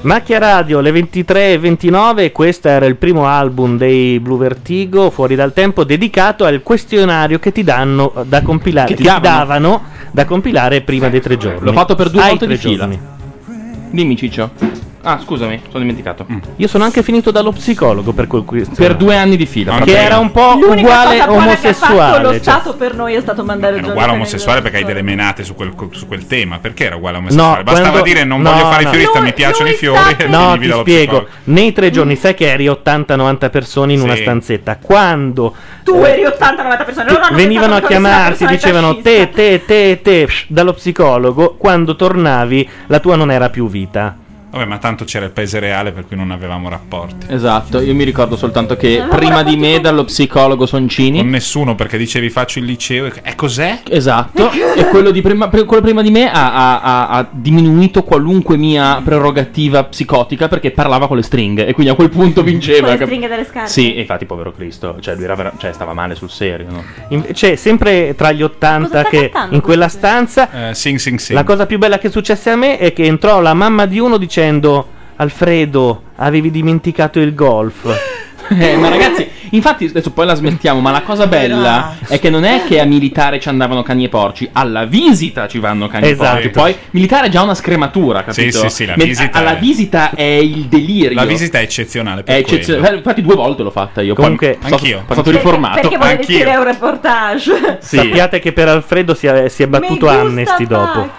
Macchia Radio, le 23:29, questo era il primo album dei Blue Vertigo, Fuori dal tempo, dedicato al questionario che ti danno da compilare, che ti davano da compilare prima dei 3 giorni. L'ho fatto per 2 volte di fila. giorni. Dimmi Ciccio. Ah, scusami, sono dimenticato. Io sono anche finito dallo psicologo per quel quiz. Per 2 anni di fila. Che era un po' L'unica uguale cosa buona che ha fatto omosessuale. lo cioè. Stato per noi è stato mandare il Era giorno uguale per omosessuale perché hai delle menate su quel tema. Perché era uguale omosessuale? No, Bastava quando- dire non no, voglio fare no. fiorista, mi piacciono i fiori e No, finivi ti dallo spiego. psicologo. Nei 3 giorni, sai che eri 80-90 persone in una Sì. stanzetta. Quando Tu eri 80-90 persone, loro hanno venivano a pensato che avessi una chiamarti, persona dicevano fascista. te dallo psicologo, quando tornavi la tua non era più vita. Vabbè, ma tanto c'era il paese reale per cui non avevamo rapporti. Esatto, io mi ricordo soltanto che prima di me dallo psicologo Soncini. Con nessuno, perché dicevi faccio il liceo e cos'è? Esatto, e quello prima di me ha diminuito qualunque mia prerogativa psicotica perché parlava con le stringhe e quindi a quel punto vinceva. Con le stringhe delle scarpe. Sì, e infatti povero Cristo, cioè lui era stava male sul serio, no? Cioè, sempre tra gli 80 Cosa sta che cantando in quella stanza. Sing. La cosa più bella che successe a me è che entrò la mamma di uno dicendo: Alfredo, avevi dimenticato il golf. Ma ragazzi, infatti adesso poi la smettiamo, ma la cosa bella è che non è che a militare ci andavano cani e porci, alla visita ci vanno cani Esatto. e porci. Poi militare è già una scrematura, capito? Sì, la Mentre visita alla è- visita è il delirio. La visita è eccezionale per È eccezionale. Infatti 2 volte l'ho fatta io. Comunque, poi anch'io. sono stato riformato. Perché volevi scrivere un reportage. Sì. Sappiate che per Alfredo si è battuto Amnesty dopo.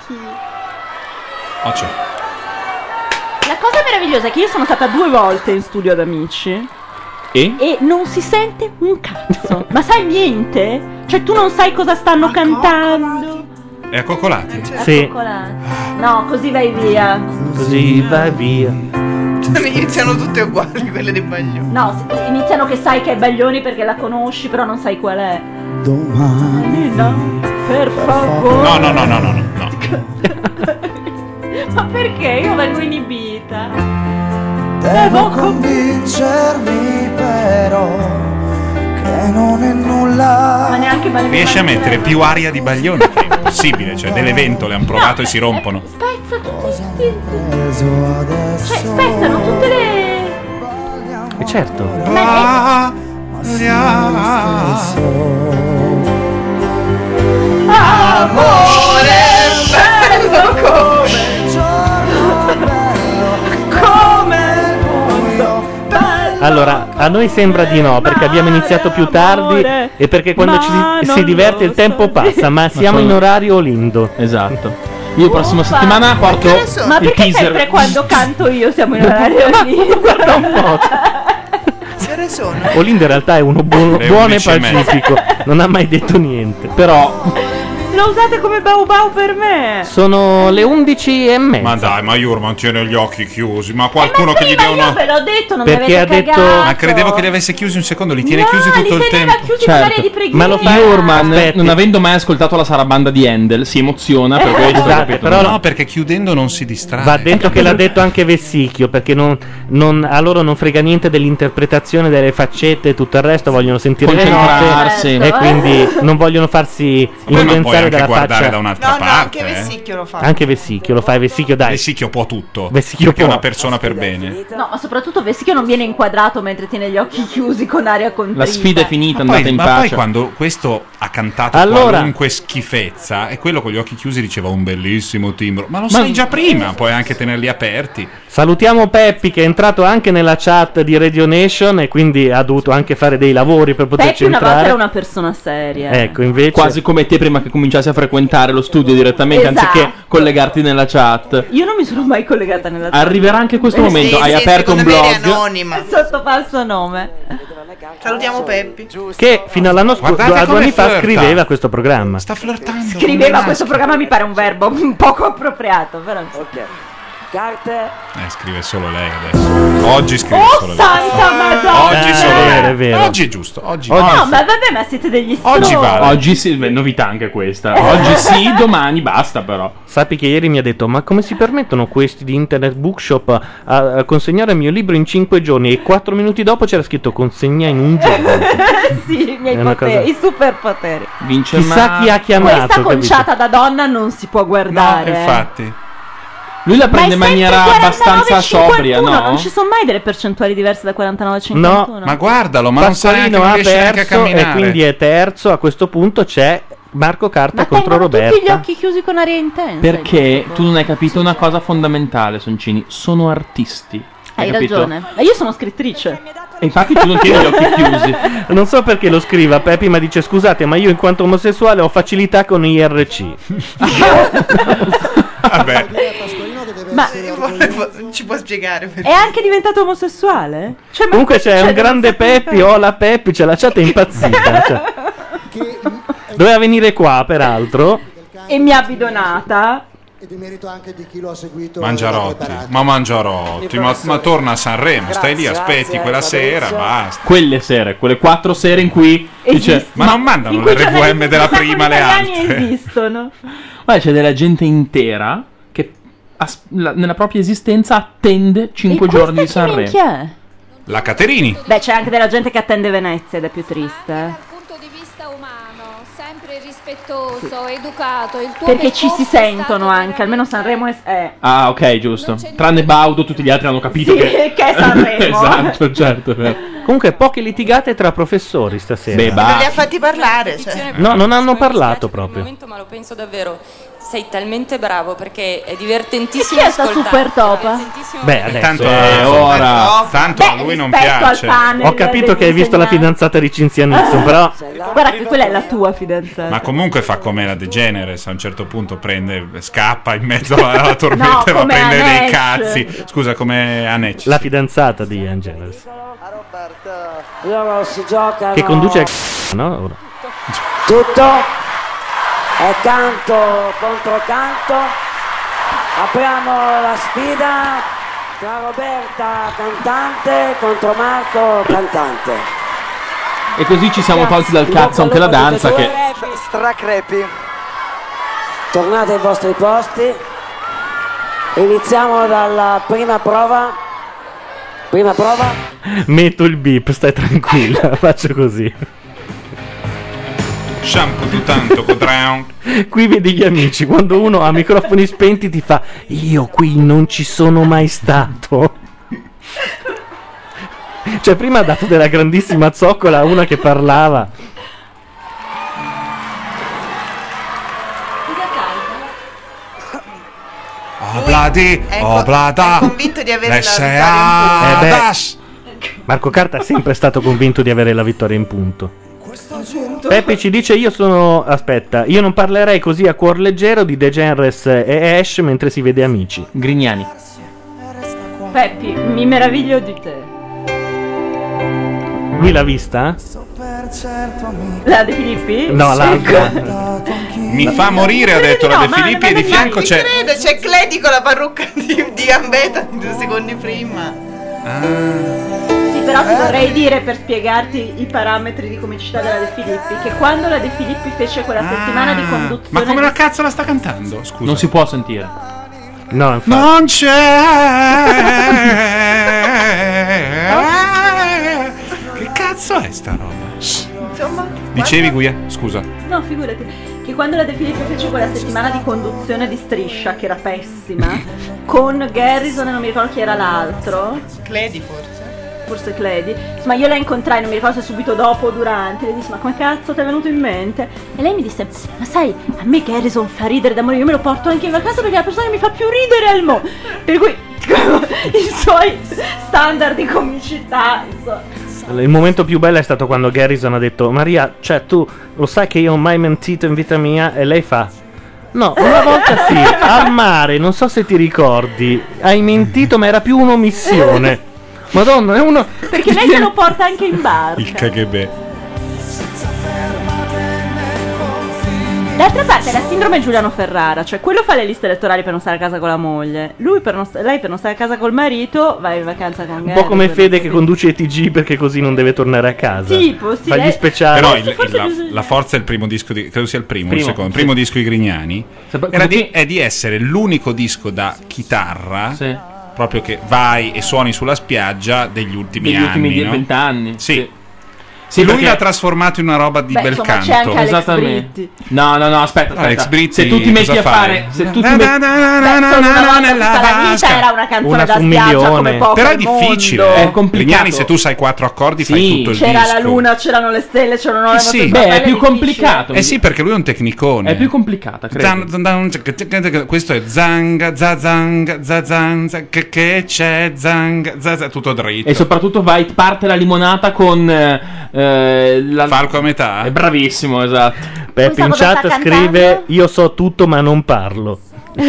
La cosa meravigliosa è che io sono stata 2 volte in studio ad Amici e non si sente un cazzo. Ma sai niente? Cioè tu non sai cosa stanno cantando. È a coccolati? Sì. No, così vai via. Così vai via. Iniziano tutte uguali quelle di Baglioni. No, iniziano che sai che è Baglioni perché la conosci, però non sai qual è. Domani. No, per favore. No. Ma perché? Io vengo inibita. Devo convincermi però che non è nulla. Ma neanche male. Riesci a mettere più aria di Baglioni che è impossibile, cioè delle ventole hanno provato e si rompono. Spezza tutti. Preso adesso. Cioè, spezzano tutte le. E certo. Amore bello come il mondo. Allora, a noi sembra di no, perché abbiamo iniziato più tardi e perché quando si diverte il tempo passa, ma siamo in orario lindo. Esatto. Io prossima settimana porto Ma il perché teaser. sempre quando canto io siamo in orario lì? Guarda un po'. Che ore sono? Olindo in realtà è uno buono e 11:30. pacifico, non ha mai detto niente. Però Lo usate come bau bau per me. sono le 11:30. Ma dai, ma Jurman tiene gli occhi chiusi, ma qualcuno che gli Prima dia io uno... ve l'ho detto, non Perché mi ha avete detto- cagato. Ma credevo che li avesse chiusi un secondo, li tiene chiusi tutto il tempo. chiusi con l'aria di preghiera. Ma lo fa Jurman, Aspetti. non avendo mai ascoltato la sarabanda di Handel, si emoziona per questo. Esatto, capito? però No, perché chiudendo non si distrae. Va detto che l'ha detto anche Vessicchio, perché a loro non frega niente dell'interpretazione delle faccette e tutto il resto, vogliono sentire le Concentrarsi. note e quindi non vogliono farsi Poi non puoi influenzare anche dalla guardare faccia. da un'altra No, parte. anche Vessicchio lo fa. Anche Vessicchio lo fa, e Vessicchio dai. Vessicchio può tutto. Vessicchio perché è può. una persona per bene. No, ma soprattutto Vessicchio non viene inquadrato mentre tiene gli occhi chiusi con aria contrita. La sfida è finita, Ma andate poi, in ma pace. poi quando questo ha cantato Allora- qualunque schifezza e quello con gli occhi chiusi diceva un bellissimo timbro, ma lo sai già prima, puoi anche tenerli aperti. Salutiamo Peppi che è entrato anche nella chat di Radio Nation e quindi ha dovuto anche fare dei lavori per poterci Peppi una volta entrare. era una persona seria. Ecco, invece Quasi come te prima che cominciassi a frequentare lo studio direttamente, Esatto. anziché collegarti nella chat. Io non mi sono mai collegata nella chat. Arriverà anche questo momento. Hai aperto un secondo me è blog. anonima. Sotto falso nome. Salutiamo Peppi. che fino all'anno scorso, Guardate 2 anni come fa, flirta. scriveva questo programma. Sta flirtando. Scriveva questo programma, mi pare un verbo un poco appropriato, però. Carte. Scrive solo lei adesso. Oggi scrive Oh solo lei. santa madonna! Oggi solo è lei. vero, è vero. Oggi è giusto. Oggi No, ma vabbè, ma siete degli stronzi. Oggi vale. Oggi sì, beh, novità anche questa. Oggi sì, domani basta però. Sappi che ieri mi ha detto: ma come si permettono questi di Internet Bookshop a consegnare il mio libro in 5 giorni? E 4 minuti dopo c'era scritto consegna in un giorno. Sì, i miei È una poteri, cosa- i superpoteri. Vince Chissà chi ha chiamato. Questa capito? conciata da donna non si può guardare. infatti. Lui la prende in Ma è sempre maniera abbastanza 49-51, sobria, no? Non ci sono mai delle percentuali diverse da 49-51. No, ma guardalo, ma non sa neanche, Pasqualino non ha riesce neanche a perso e camminare. quindi è terzo. A questo punto c'è Marco Carta contro Tengono tutti gli Roberta. occhi chiusi con aria intensa. Perché tu non hai capito una cosa fondamentale, Soncini. Sono artisti. Hai capito? ragione. E io sono scrittrice. E infatti tu non tieni gli occhi chiusi. Non so perché lo scriva Peppi, ma dice scusate, ma io in quanto omosessuale ho facilità con IRC. Vabbè. Ma ci può spiegare perché? è anche diventato omosessuale? Cioè, ma Comunque cosa c'è un succede? grande Peppi, oh la Peppi, c'è la chat è impazzita. Cioè. Doveva venire qua, peraltro. E mi ha bidonata. E di merito anche di chi lo ha seguito. Mangiarotti, ma torna a Sanremo, stai lì, aspetti quella sera, basta. Quelle sere, quelle 4 sere in cui dice, Ma non mandano In cui l'RVM della prima le italiani altre. esistono. guarda, c'è della gente intera che nella propria esistenza attende 5 giorni di Sanremo. Chi è? La Caterini. Beh, c'è anche della gente che attende Venezia ed è più triste. Sempre rispettoso, educato. Il tuo Perché ci si percorso è sentono anche, almeno Sanremo è... Ah, ok, giusto. Tranne Baudo, tutti gli altri hanno capito Sì, che che è Sanremo. Esatto, certo. vero. Comunque poche litigate tra professori stasera. Beh, Non li ha fatti parlare, cioè. No, non hanno parlato proprio. Ma lo penso davvero. Sei talmente bravo perché è divertentissimo Chi è sta ascoltare. super topa? Beh, adesso Tanto ora. Tanto a lui non piace. Ho capito che hai visto la fidanzata di Cinzia Nixon, però Guarda che quella è la tua fidanzata. Ma comunque fa come la De Generis, a un certo punto scappa in mezzo alla tormenta No, e va a come prendere dei Anesh. cazzi. Scusa, come Anec. la fidanzata di Angelis Loro si giocano che conduce no? Ora. tutto è canto contro canto. Apriamo la sfida tra Roberta cantante contro Marco cantante. E così ci siamo tolti dal cazzo anche la danza che... Stracrepi. Tornate ai vostri posti. Iniziamo dalla prima prova. Prima prova. Metto il beep, stai tranquilla, faccio così. Shampoo di tanto codrown. Qui vedi gli amici, quando uno ha microfoni spenti ti fa io qui non ci sono mai stato. Cioè prima ha dato della grandissima zoccola a una che parlava. Obladi, oblada. È convinto di avere la S.A. Eh beh. Das. Marco Carta è sempre stato convinto di avere la vittoria in punto. Peppe ci dice io sono... Aspetta, io non parlerei così a cuor leggero di De Generis e Ash mentre si vede Amici. Grignani. Peppi, mi meraviglio di te. Lui l'ha vista? La De Filippi? No, l'altra. Mi fa morire, ha detto la De Filippi, e di fianco c'è... Credo, c'è Cledi con la parrucca di Ambeta di 2 secondi prima. Sì, però ti vorrei dire per spiegarti i parametri di comicità della De Filippi che quando la De Filippi fece quella settimana di conduzione Ma come la cazzo la sta cantando? Scusa. Non si può sentire. No, infatti. Non c'è. Che cazzo è sta roba? Insomma, Dicevi, Guia? Scusa. no, figurati che quando la De Filippi fece quella settimana di conduzione di Striscia che era pessima con Garrison e non mi ricordo chi era l'altro, Cledi forse Cledi, insomma io la incontrai, non mi ricordo se subito dopo o durante, le dissi ma come cazzo ti è venuto in mente? E lei mi disse ma sai a me Garrison fa ridere da morire, io me lo porto anche in vacanza perché è la persona che mi fa più ridere al mondo, per cui i suoi standard di comicità insomma. Il momento più bello è stato quando Garrison ha detto Maria, cioè tu lo sai che io ho mai mentito in vita mia? E lei fa no, una volta sì, al mare, non so se ti ricordi, hai mentito ma era più un'omissione. Madonna, è uno... Perché lei se lo porta anche in barca. Il KGB. D'altra parte è la sindrome Giuliano Ferrara, cioè quello fa le liste elettorali per non stare a casa con la moglie, lei per non stare a casa col marito va in vacanza con Un po' come Fede che conduce TG perché così non deve tornare a casa. Tipo, sì, Fa gli speciali. Però la forza del primo disco di... credo sia il primo, il secondo. Il primo disco di Grignani è di essere l'unico disco da chitarra proprio che vai e suoni sulla spiaggia degli ultimi anni. ultimi no? 20 anni. Sì. Sì, lui perché- l'ha trasformato in una roba di bel insomma, canto. c'è anche Alex Esattamente. Britti. No, aspetta. Alex Britti, se tu ti metti cosa a fare, se tu ti Beh, solo una volta tutta la vita era una canzone da spiaggia come poco Però è al difficile. mondo. È complicato. Lignani, se tu sai 4 accordi, fai tutto il C'era disco. la luna, c'erano le stelle, c'erano le Sì. moto- Beh, è più complicato. Eh sì, perché lui è un tecnicone. È più complicata, credo. Questo è zanga, zazanga, zazanza, che c'è, zanga, zazza, tutto dritto. E soprattutto parte la limonata con Falco a metà. È bravissimo, esatto. Peppe in chat scrive: io so tutto ma non parlo.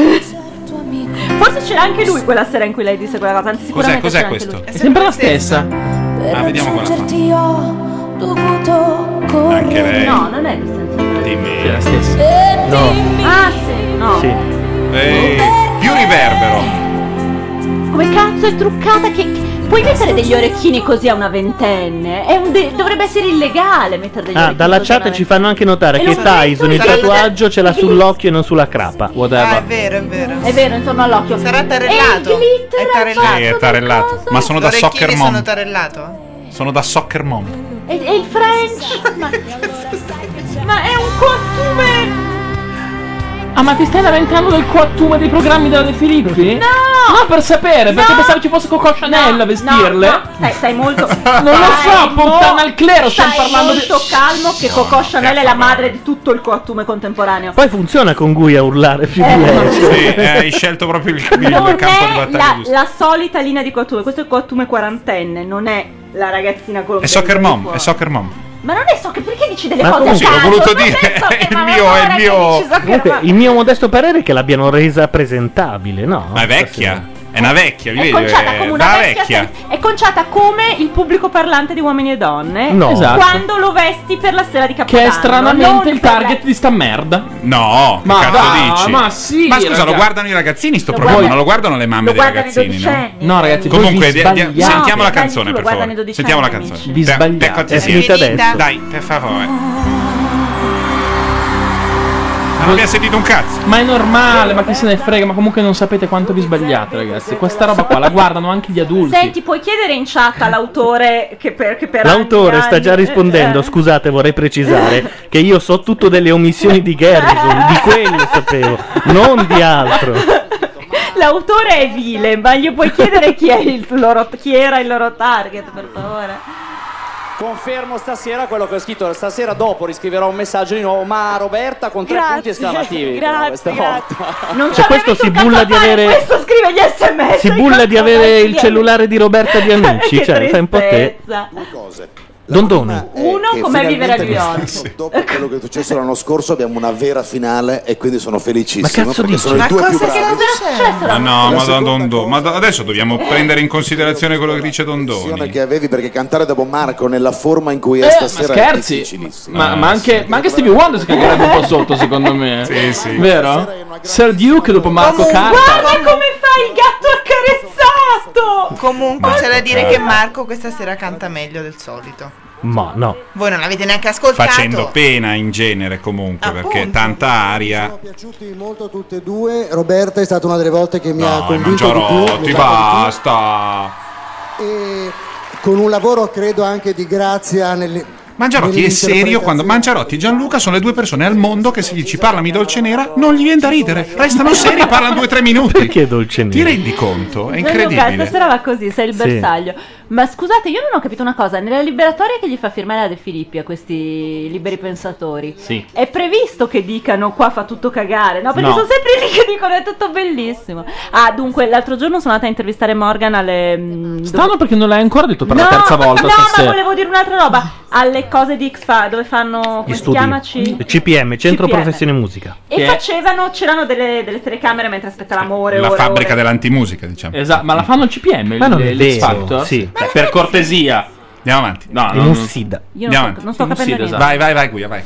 Forse c'era anche lui quella sera in cui lei disse quella cosa, anzi sicuramente Cos'è c'era anche questo? lui. È sempre la stessa. Ah, vediamo quella fa. Ho dovuto correre. Anche lei. No, non è distanza. Dimmi. È la stessa. No. Ah, sì, no. Sì. Più riverbero. Come cazzo è truccata che puoi mettere degli orecchini così a una ventenne? Dovrebbe essere illegale mettere degli orecchini. Dalla così a una chat ci fanno anche notare E che lo Tyson il mettono in- tatuaggio ce l'ha sull'occhio e non sulla crapa. Whatever. È vero, è vero. È vero, intorno all'occhio. Sarà tarellato. glitter È tarellato. Sì, è tarellato. Ma sono da L'orecchini soccer sono mom. tarellato? Sono da soccer mom. E il French? Ma è un costume! Ah, ma ti stai lamentando del costume dei programmi della De Filippi? No! No, per sapere, perché pensavo ci fosse Coco Chanel a vestirle. No, stai molto. Non lo so, puttana al clero, stiamo parlando di. Stai molto calmo che Coco Chanel è la madre di tutto il costume contemporaneo. Poi funziona con Gui a urlare più di lei. Sì, hai scelto proprio il campo Non di battaglia è giusto. la solita linea di costume, questo è il costume quarantenne, non è la ragazzina con È soccer mom, è soccer mom. Ma non è so che perché dici delle Ma cose a comunque, caso? ho voluto Non dire, è Soccer il Mom, mio- ma è il ora che mio- dici Soccer Comunque, Mom. il mio modesto parere è che l'abbiano resa presentabile, no? Ma è vecchia. È una vecchia, vi È vedi? conciata come una Da vecchia, è conciata come il pubblico parlante di Uomini e Donne No. Esatto. quando lo vesti per la sera di Capodanno. Che è stranamente non il per target di sta merda. No, Ma che cazzo dai, dici? ma sì, Ma scusa, lo ragazzi. guardano i ragazzini sto Lo programma, guardano- non lo guardano le mamme lo dei guardano i ragazzini, no? dodicenni. No, ragazzi, voi Comunque, vi sbagliate. sentiamo la No, canzone, lo per guardano favore. i dodicenni, Sentiamo la amici. canzone. Vi sbagliate. Per cortesia. È finita adesso. Dai, per favore. Ma non abbiamo sentito un cazzo. Ma è normale, ma chi se ne frega, ma comunque non sapete quanto vi sbagliate, ragazzi. Questa roba qua la guardano anche gli adulti. Senti, puoi chiedere in chat all'autore che per L'autore anni- sta già rispondendo. Scusate, vorrei precisare che io so tutto delle omissioni di Garrison, di quello sapevo, non di altro. L'autore è vile, ma gli puoi chiedere chi era il loro target, per favore. Confermo stasera quello che ho scritto stasera, dopo riscriverò un messaggio di nuovo, ma Roberta con 3 punti esclamativi. però questa volta. Non Cioè, questo si bulla di avere. Questo scrive gli sms. Si bulla di avere il cellulare di Roberta di Amici. Che Cioè, fai un po' te. tristezza. Dondoni. Uno, che com'è vivere a New finalmente, York. dopo quello che è successo l'anno scorso abbiamo una vera finale e quindi sono felicissimo. Ma cazzo perché dici? sono i due più bravi. Ma no, La ma seconda Dondoni. Ma adesso dobbiamo prendere in considerazione quello che dice Dondoni. che avevi, perché cantare dopo Marco nella forma in cui è Ma stasera è scherzi? difficilissimo. Ma anche Stevie Wonder si cagherebbe un po' sotto, secondo me. Sì, sì. Vero? Sir Duke dopo Marco canta. Guarda come fa il gatto accarezzato! Comunque c'è da dire che Marco questa sera canta meglio del solito. Ma no. Voi non l'avete neanche ascoltato. Facendo pena in genere comunque, perché Appunto. tanta aria. Mi sono piaciuti molto tutte e due. Roberta è stata una delle volte che mi ha No, convinto di più. Mangiarotti, basta. E con un lavoro credo anche di grazia Mangiarotti è serio quando Mangiarotti e Gianluca sono le due persone al mondo che se gli ci parlano di dolce nera non gli viene da ridere. Restano seri e parlano 2-3 minuti. Perché dolce nera? Ti rendi conto? È Gianluca, incredibile. stasera va così, sei il Sì. bersaglio. Ma scusate, io non ho capito una cosa. Nella liberatoria che gli fa firmare la De Filippi a questi liberi pensatori, Sì. è previsto che dicano qua fa tutto cagare, no? Perché No. sono sempre lì che dicono è tutto bellissimo. Ah, dunque, l'altro giorno sono andata a intervistare Morgan alle... Stanno perché non l'hai ancora detto per la terza volta no, stasera. ma volevo dire un'altra roba. Alle cose di X-Fa, dove fanno, come Gli si studi. chiama? CPM, Centro CPM. Professione Musica. E c'erano delle telecamere mentre aspettavamo ore e La ore e fabbrica ore. dell'antimusica, diciamo. Esatto, ma la fanno il CPM, Ma non è l'X vero. Factor? Sì. Per cortesia. Andiamo avanti. No, In Ussida. Io Andiamo non avanti. sto capendo niente. Vai, Guia, vai.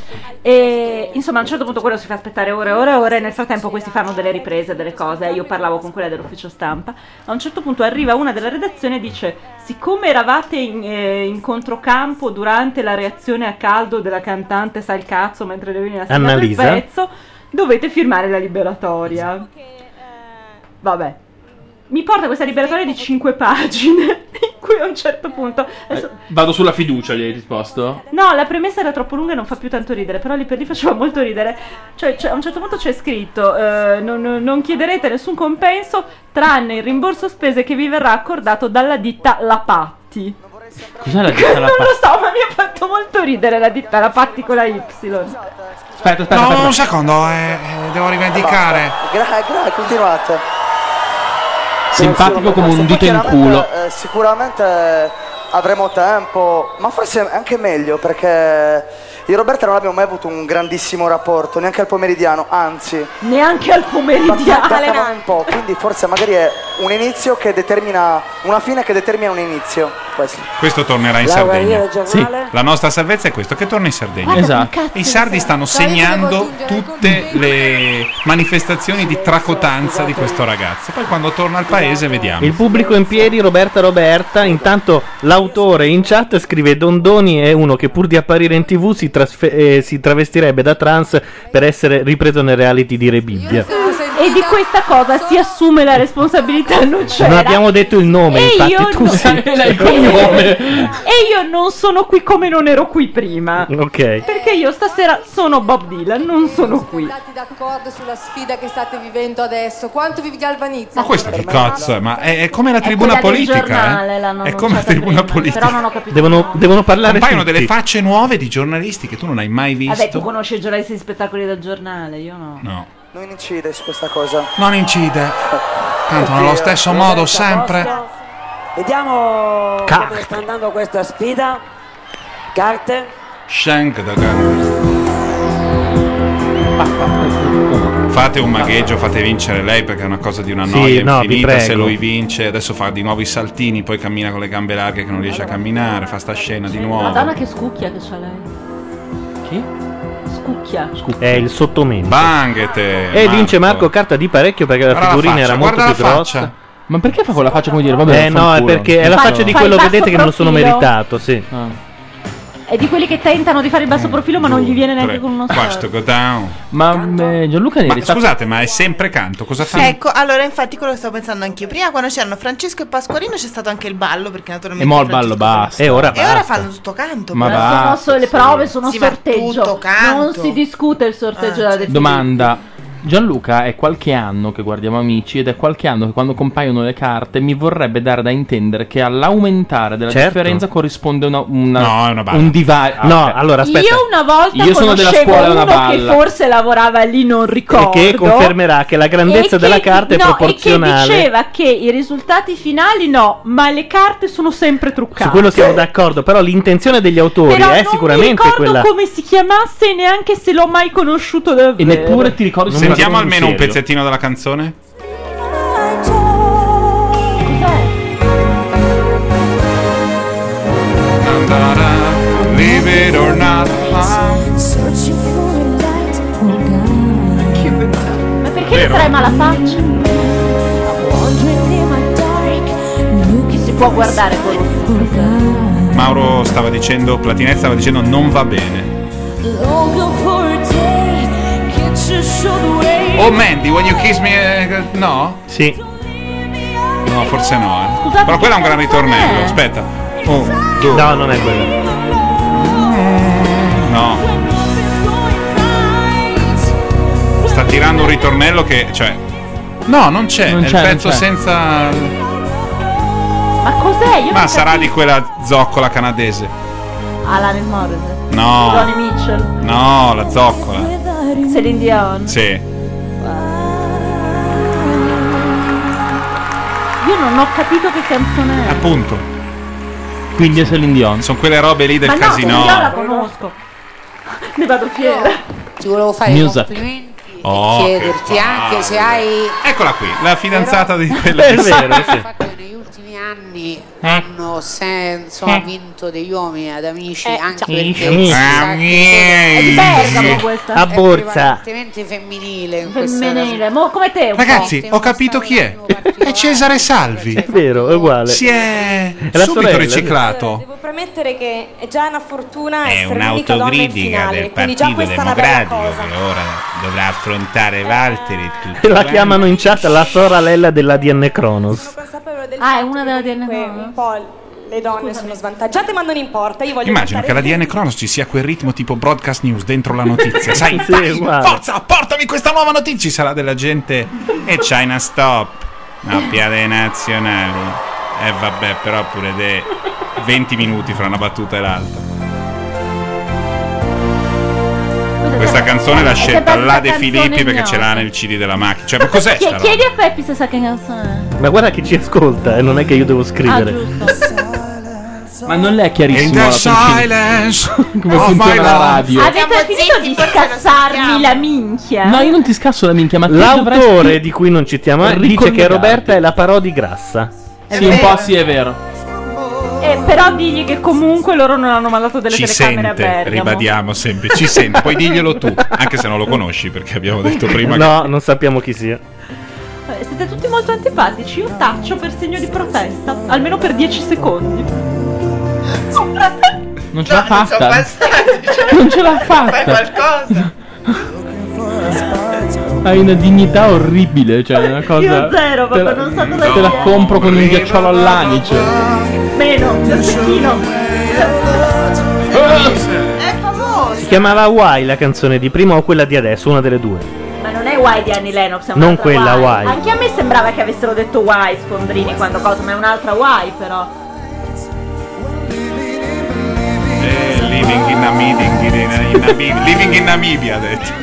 E insomma a un certo punto quello si fa aspettare ore e ore e ore. Nel frattempo questi fanno delle riprese, delle cose. Io parlavo con quella dell'ufficio stampa. A un certo punto arriva una della redazione e dice: siccome eravate in controcampo durante la reazione a caldo della cantante Sa il cazzo mentre le viene assegnato il Annalisa. pezzo, dovete firmare la liberatoria. Vabbè. Mi porta questa liberatoria di 5 pagine in cui a un certo punto Vado sulla fiducia, gli hai risposto? no, la premessa era troppo lunga e non fa più tanto ridere, però lì per lì faceva molto ridere. Cioè, a un certo punto c'è scritto non chiederete nessun compenso tranne il rimborso spese che vi verrà accordato dalla ditta La Patti. Cos'è la ditta La Non lo so, ma mi ha fatto molto ridere la ditta La Patti con la Y. Aspetta. No, un secondo, devo rivendicare. Continuate. Simpatico come un dito in culo. Sicuramente avremo tempo, ma forse anche meglio, perché io e Roberta non abbiamo mai avuto un grandissimo rapporto, neanche al pomeridiano, anzi. Neanche al pomeridiano. Un po', quindi forse magari è un inizio che determina una fine che determina un inizio. Questo tornerà in Sardegna. Sì. La nostra salvezza è questo, che torna in Sardegna. Esatto. I sardi stanno segnando tutte le manifestazioni di tracotanza di questo ragazzo. Poi quando torna al paese vediamo. Il pubblico in piedi, Roberta. Intanto l'autore in chat scrive: Dondoni è uno che pur di apparire in TV si travestirebbe da trans per essere ripreso nel reality di Re Bibbia. E di questa cosa si assume la responsabilità Nocera. Non abbiamo detto il nome, E infatti io tu non- sai il cognome. E io non sono qui come non ero qui prima. Ok. Perché io stasera sono Bob Dylan, non sono qui. Andati d'accordo sulla sfida che state vivendo adesso? Quanto vi galvanizza? Ma questa che cazzo è? Ma è come la tribuna quella del politica, giornale, l'hanno È come la annunciata tribuna prima, politica. però non ho capito. Devono parlare Compaiono tutti. delle facce nuove di giornalisti che tu non hai mai visto. Vabbè, tu conosci i giornalisti di spettacoli del giornale, io no. No. Non incide su questa cosa. Non incide. Tanto nello stesso modo sempre. Vediamo come sta andando questa sfida. Carte. Shank da Fate un magheggio, fate vincere lei, perché è una cosa di una Sì, noia no, vi infinita. prego. Se lui vince, adesso fa di nuovo i saltini, poi cammina con le gambe larghe che non riesce a camminare, fa sta scena di nuovo. Madonna che scucchia che c'ha lei. Chi? Scucchia. È il sottomente. Banghete. E vince Marco carta di parecchio perché la Guarda la figurina faccia, era molto guarda più la grossa. faccia. Ma perché fa quella faccia come dire? Vabbè, No, è perché è la faccia di quello vedete che me lo sono meritato, sì. È di quelli che tentano di fare il basso profilo ma non gli viene neanche con uno Questo sguardo. go down. Ma Gianluca Neri Ma scusate, ma è sempre canto? Cosa fa? Ecco, allora infatti quello che stavo pensando anch'io. Prima quando c'erano Francesco e Pasqualino c'è stato anche il ballo, perché E naturalmente mo' il ballo basta. E ora E ora fanno tutto canto. Ma però. basta, Le prove sono Sì, ma sorteggio. tutto canto. Non si discute il sorteggio della definitiva. Domanda. Gianluca è qualche anno che guardiamo Amici ed è qualche anno che quando compaiono le carte mi vorrebbe dare da intendere che all'aumentare della Certo. differenza corrisponde No, è una balla. un divario. No, allora aspetta. Io una volta Io sono della conoscevo scuola, è una uno che balla. forse lavorava lì, non ricordo. E che confermerà che la grandezza E della che- carta è no, proporzionale. E che diceva che i risultati finali no, ma le carte sono sempre truccate. Su quello siamo d'accordo, però l'intenzione degli autori Però è non sicuramente mi ricordo quella. come si chiamasse, neanche se l'ho mai conosciuto davvero. E neppure ti ricordi se Sentiamo era almeno un serio. pezzettino della canzone. Live it or not. Ma perché le trema la faccia? Si può guardare con Mauro stava dicendo, Platinette stava dicendo non va bene. Oh Mandy, when you kiss me, no? Sì. No, forse no, Scusate, però quello è un gran che ritornello. canzone è? Aspetta. Oh, due. No, non è quella. No. Sta tirando un ritornello che, cioè. No, non c'è. Non è c'è, il non pezzo c'è. senza. Ma cos'è? Io Ma non sarà capisco. di quella zoccola canadese. Alanis Morissette. No. Johnny Mitchell. No, la zoccola. Celine Dion. Sì. Io non ho capito che canzone è. Appunto. Quindi è Celine Dion. Sono quelle robe lì del Ma no, casino. Celine Dion la conosco. Ne vado fiera. Ti volevo fare Music. i complimenti Oh, e chiederti che anche se hai Eccola qui, la fidanzata di quella È che vero, sì. negli ultimi anni hanno insomma, vinto degli uomini ad amici anche perché Amici. È di Bergamo questa. A Borsa. prevalentemente femminile in questa Femminile. Mo come te un Ragazzi, ho capito chi è. È Cesare Salvi. È vero, è uguale. Si è la subito sorella, riciclato. Devo premettere che è già una fortuna È essere l'unica donna in un'autocritica finale, del quindi già Partito questa è una bella Democratico cosa. che ora dovrà affrontare Walter e tutti La quanti. chiamano in chat la sorella della DN Kronos. Consapevole del Ah, è fatto una che della comunque DNA. un po' le donne sono svantaggiate, ma non importa. Io voglio Immagino che alla DN Cronos ci sia quel ritmo tipo broadcast news dentro la notizia. Sai, Sì, dai, guarda. forza, portami questa nuova notizia. Ci sarà della gente. E China Stop. No, piade nazionali. Vabbè, però pure 20 minuti fra una battuta e l'altra. Questa canzone l'ha scelta là De Filippi perché ce l'ha nel CD della macchina. Cioè, ma cos'è sta roba? Chiedi a Peppi se sa che canzone è. Ma guarda che ci ascolta, e non è che io devo scrivere. Ma non è chiarissimo In la the silence come of funziona my la life. radio. Avete finito di scassarmi la minchia? No, io non ti scasso la minchia, ma te L'autore dovresti di cui non citiamo dice che ricollegarti. Roberta è la parodi grassa. Sì, un po' sì, è vero. Però digli che comunque loro non hanno mandato delle Ci telecamere a sente, Bergamo. ribadiamo sempre, ci sente. Poi diglielo tu, anche se non lo conosci, perché abbiamo detto prima No, non sappiamo chi sia. Siete tutti molto antipatici. Io taccio per segno di protesta, almeno per 10 secondi. Non ce l'ha Non sono fatta. passati, Non ce l'ha fai fatta. qualcosa. Hai una dignità orribile, cioè una cosa. Io zero, te proprio non so cosa te la dire. compro con un ghiacciolo all'anice. Meno, un secchino. È famoso. Si chiamava Hawaii la canzone di prima o quella di adesso, una delle due. Ma non è Why di Annie Lennox, è Non un'altra quella Why. Anche a me sembrava che avessero detto Why Sfondrini quando cosa, ma è un'altra Why però. living in Namibia, living in Namibia ha detto.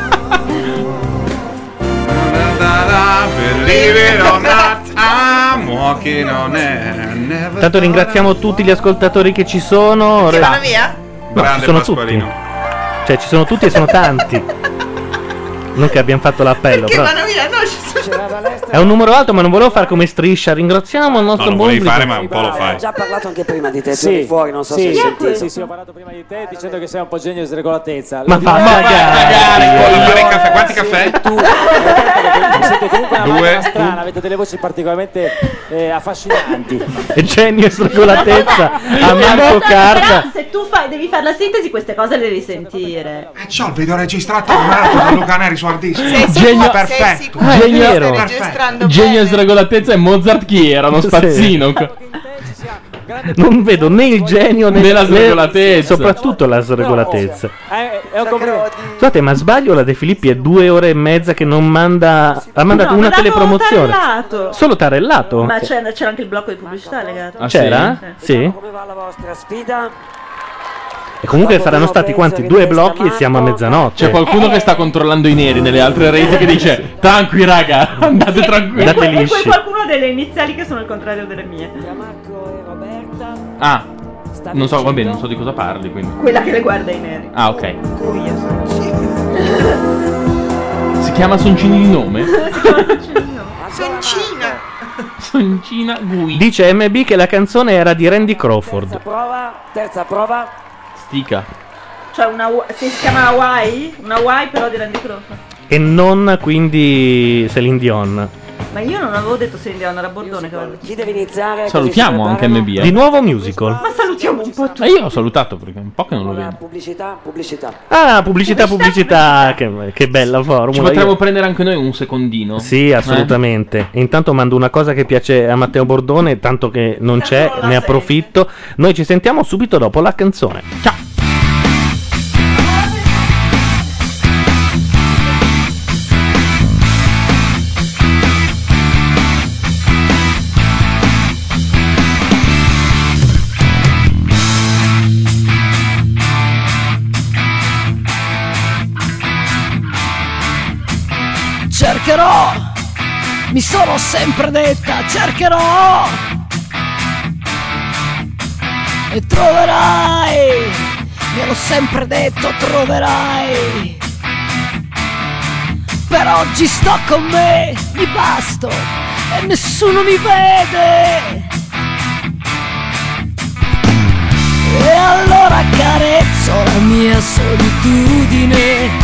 Believe it or not, I'm walking on air. Never Intanto ringraziamo tutti gli ascoltatori che ci sono. Che vanno via? No, Grande ci sono Pasqualino. tutti. Cioè ci sono tutti e sono tanti. Non che abbiamo fatto l'appello, Che però vanno via? No, ci sono. è un numero alto, ma non volevo fare come Striscia. Ringraziamo il No, nostro lo buon volevi fare, pubblico. ma un po' lo fai. Ho già parlato anche prima di te, tu Sì, eri fuori, non so sì, se hai sentito. sì, ho parlato prima di te dicendo che sei un po' genio di sregolatezza. Ma fa cagare. Quanti caffè? Siete comunque una Due. macchina strana, avete delle voci particolarmente affascinanti. E genio e sregolatezza a Marco Carta. Però se tu devi fare la sintesi, queste cose le devi sentire. C'ho il video registrato da Luca Neri su hard disk. Genio perfetto. Genio, registrando genio e sregolatezza e Mozart chi era? Uno spazzino. Non vedo né il genio né la sregolatezza. Soprattutto la sregolatezza. È un complimento. Scusate, ma sbaglio, la De Filippi è 2 ore e mezza che non manda. Ha mandato No, una ma l'avevo telepromozione. tarellato. Solo tarellato? Ma c'era anche il blocco di pubblicità legato. Ah, C'era? Sì. La vostra sfida. E comunque saranno stati quanti? 2 blocchi e siamo a mezzanotte. C'è qualcuno che sta controllando i neri nelle altre reti che dice tranqui raga, andate tranquilli. Andate E poi lisci. qualcuno ha delle iniziali che sono il contrario delle mie. Ah, non so, va bene, non so di cosa parli quindi. Quella che le guarda i neri. Ah, ok. Si chiama Soncini di nome? Soncina. Soncina Gui. Dice MB che la canzone era di Randy Crawford. Terza prova. Stica. Cioè si chiama Hawaii? Una Hawaii però di Randy Crawford. E non quindi Celine Dion. Ma io non avevo detto Celine Dion, era Bordone che aveva detto. Chi deve iniziare? Salutiamo anche MB. Di nuovo musical. Ma salutiamo un po' tutti. Io ho salutato perché è un po' che non lo vedo. Pubblicità. Ah, pubblicità. Che bella formula. Ci potremmo Io- prendere anche noi un secondino? Sì, assolutamente. E intanto mando una cosa che piace a Matteo Bordone, tanto che non c'è, ne approfitto. Noi ci sentiamo subito dopo la canzone. Ciao. Cercherò, mi sono sempre detta, cercherò e troverai, mi ero sempre detto troverai. Per oggi sto con me, mi basto e nessuno mi vede. E allora carezzo la mia solitudine.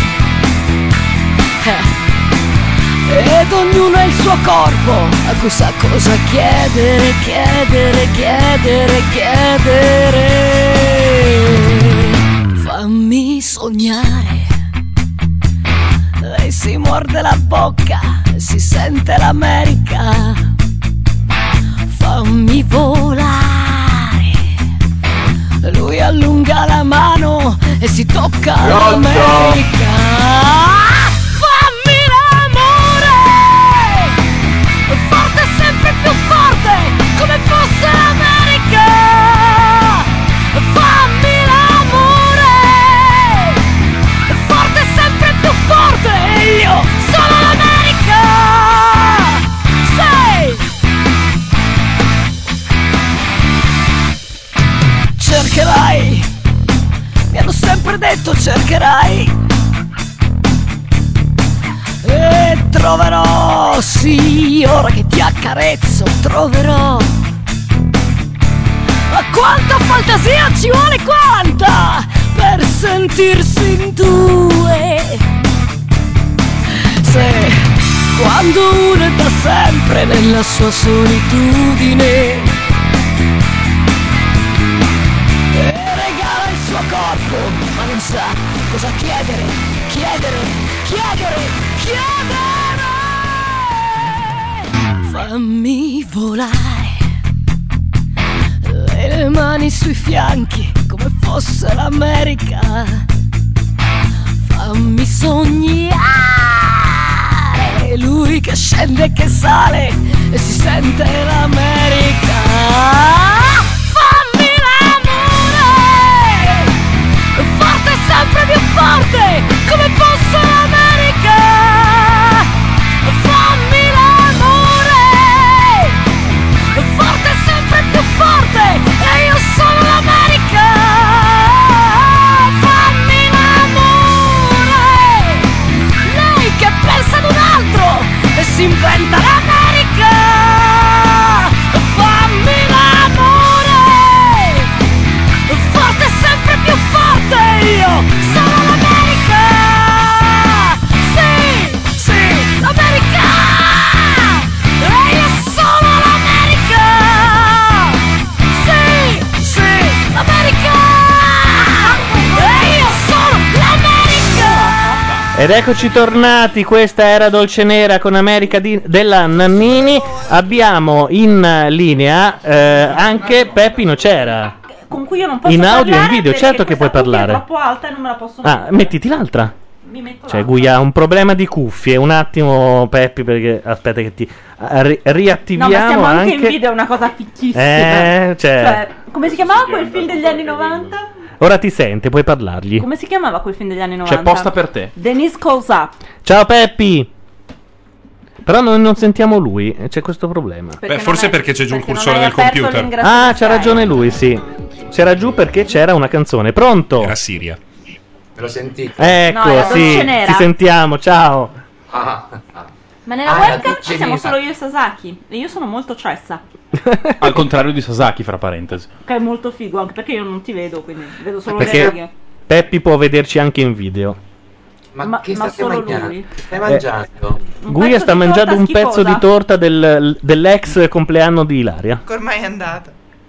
Ed ognuno ha il suo corpo a cui sa cosa chiedere, chiedere, chiedere, chiedere. Fammi sognare. Lei si morde la bocca e si sente l'America. Fammi volare allunga la mano e si tocca l'America. Fammi l'amore, forte, sempre più forte, come fosse l'America. Fammi l'amore, forte, sempre più forte, e io sono l'America. Sei. Cercherai, mi hanno sempre detto cercherai, e troverò, sì, ora che ti accarezzo, troverò. Ma quanta fantasia ci vuole, quanta, per sentirsi in due. Se quando uno è da sempre nella sua solitudine e regala il suo corpo, ma non sa cosa chiedere, chiedere, chiedere, chiedere. Fammi volare, le mani sui fianchi come fosse l'America. Fammi sognare, lui che scende e che sale e si sente l'America. Fammi l'amore, forte, sempre più forte, come fosse l'America. Fammi l'amore, forte, sempre più forte, e io sono l'America. Fammi l'amore, lei che pensa ad un altro e si inventa l'America. Fammi l'amore, forte, sempre più forte, io sono l'America. Sì, sì, l'America. E io sono l'America. Sì, sì, l'America. E io sono l'America. Ed eccoci tornati, questa era Dolce Nera con America della Nannini. Abbiamo in linea anche Peppi Nocera. Con cui io non posso In audio e in parlare video, perché certo che puoi questa cuffia parlare. è troppo alta e non me la posso Ah, mettere. mettiti l'altra. Mi metto Cioè, Guia ha un problema di cuffie. Un attimo, Peppi, perché aspetta che ti riattiviamo No, ma siamo anche anche. in video, è una cosa fichissima. Cioè, come si chiamava quel film degli anni 90? ora ti sente, puoi parlargli. Come si chiamava quel film degli anni 90? C'è posta per te. Denise Calls Up. Ciao Peppi. Però noi non sentiamo lui, c'è questo problema. Beh, forse perché c'è giù il cursore del aperto computer. Ah, c'ha ragione lui, sì. C'era giù perché c'era una canzone. Pronto? Era Siria. Me lo sentite? Ecco, No, era sì, Dolce Nera. ti sentiamo, ciao. Ma nella webcam ci siamo solo io e Sasaki. E io sono molto cessa. Al contrario di Sasaki, fra parentesi. Che è molto figo, anche perché io non ti vedo, quindi vedo solo Perché le righe. Peppi può vederci anche in video. Ma che state solo mangiando? lui. Stai mangiando? Guia sta mangiando un pezzo di torta dell'ex compleanno di Ilaria. Che ormai è andata.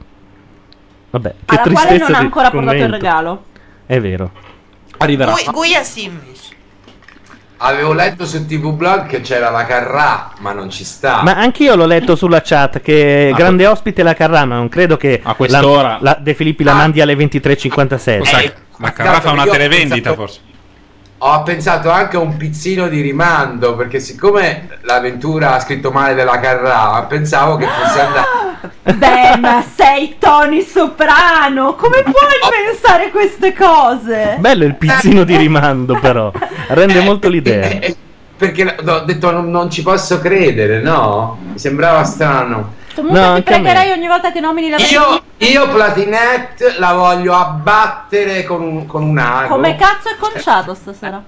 Vabbè, che Alla quale tristezza non ha di ancora portato il commento. regalo. È vero. Arriverà. Guia sì invece. Avevo letto su TV Blog che c'era la Carrà, ma non ci sta. Ma anch'io l'ho letto sulla chat che grande ospite la Carrà, ma non credo che a quest'ora la De Filippi la mandi alle 23:57. La Carrà fa una televendita, forse. Ho pensato anche a un pizzino di rimando, perché siccome l'avventura ha scritto male della Carrà, pensavo che fosse andata. Beh, ma sei Tony Soprano, come puoi pensare queste cose? Bello il pizzino di rimando, però. Rende molto l'idea. Perché ho detto non ci posso credere, no? Mi sembrava strano. Comunque No, ti anche a me. pregherei ogni volta che nomini la Io Platinette la voglio abbattere con un ago. Come cazzo è conciato stasera?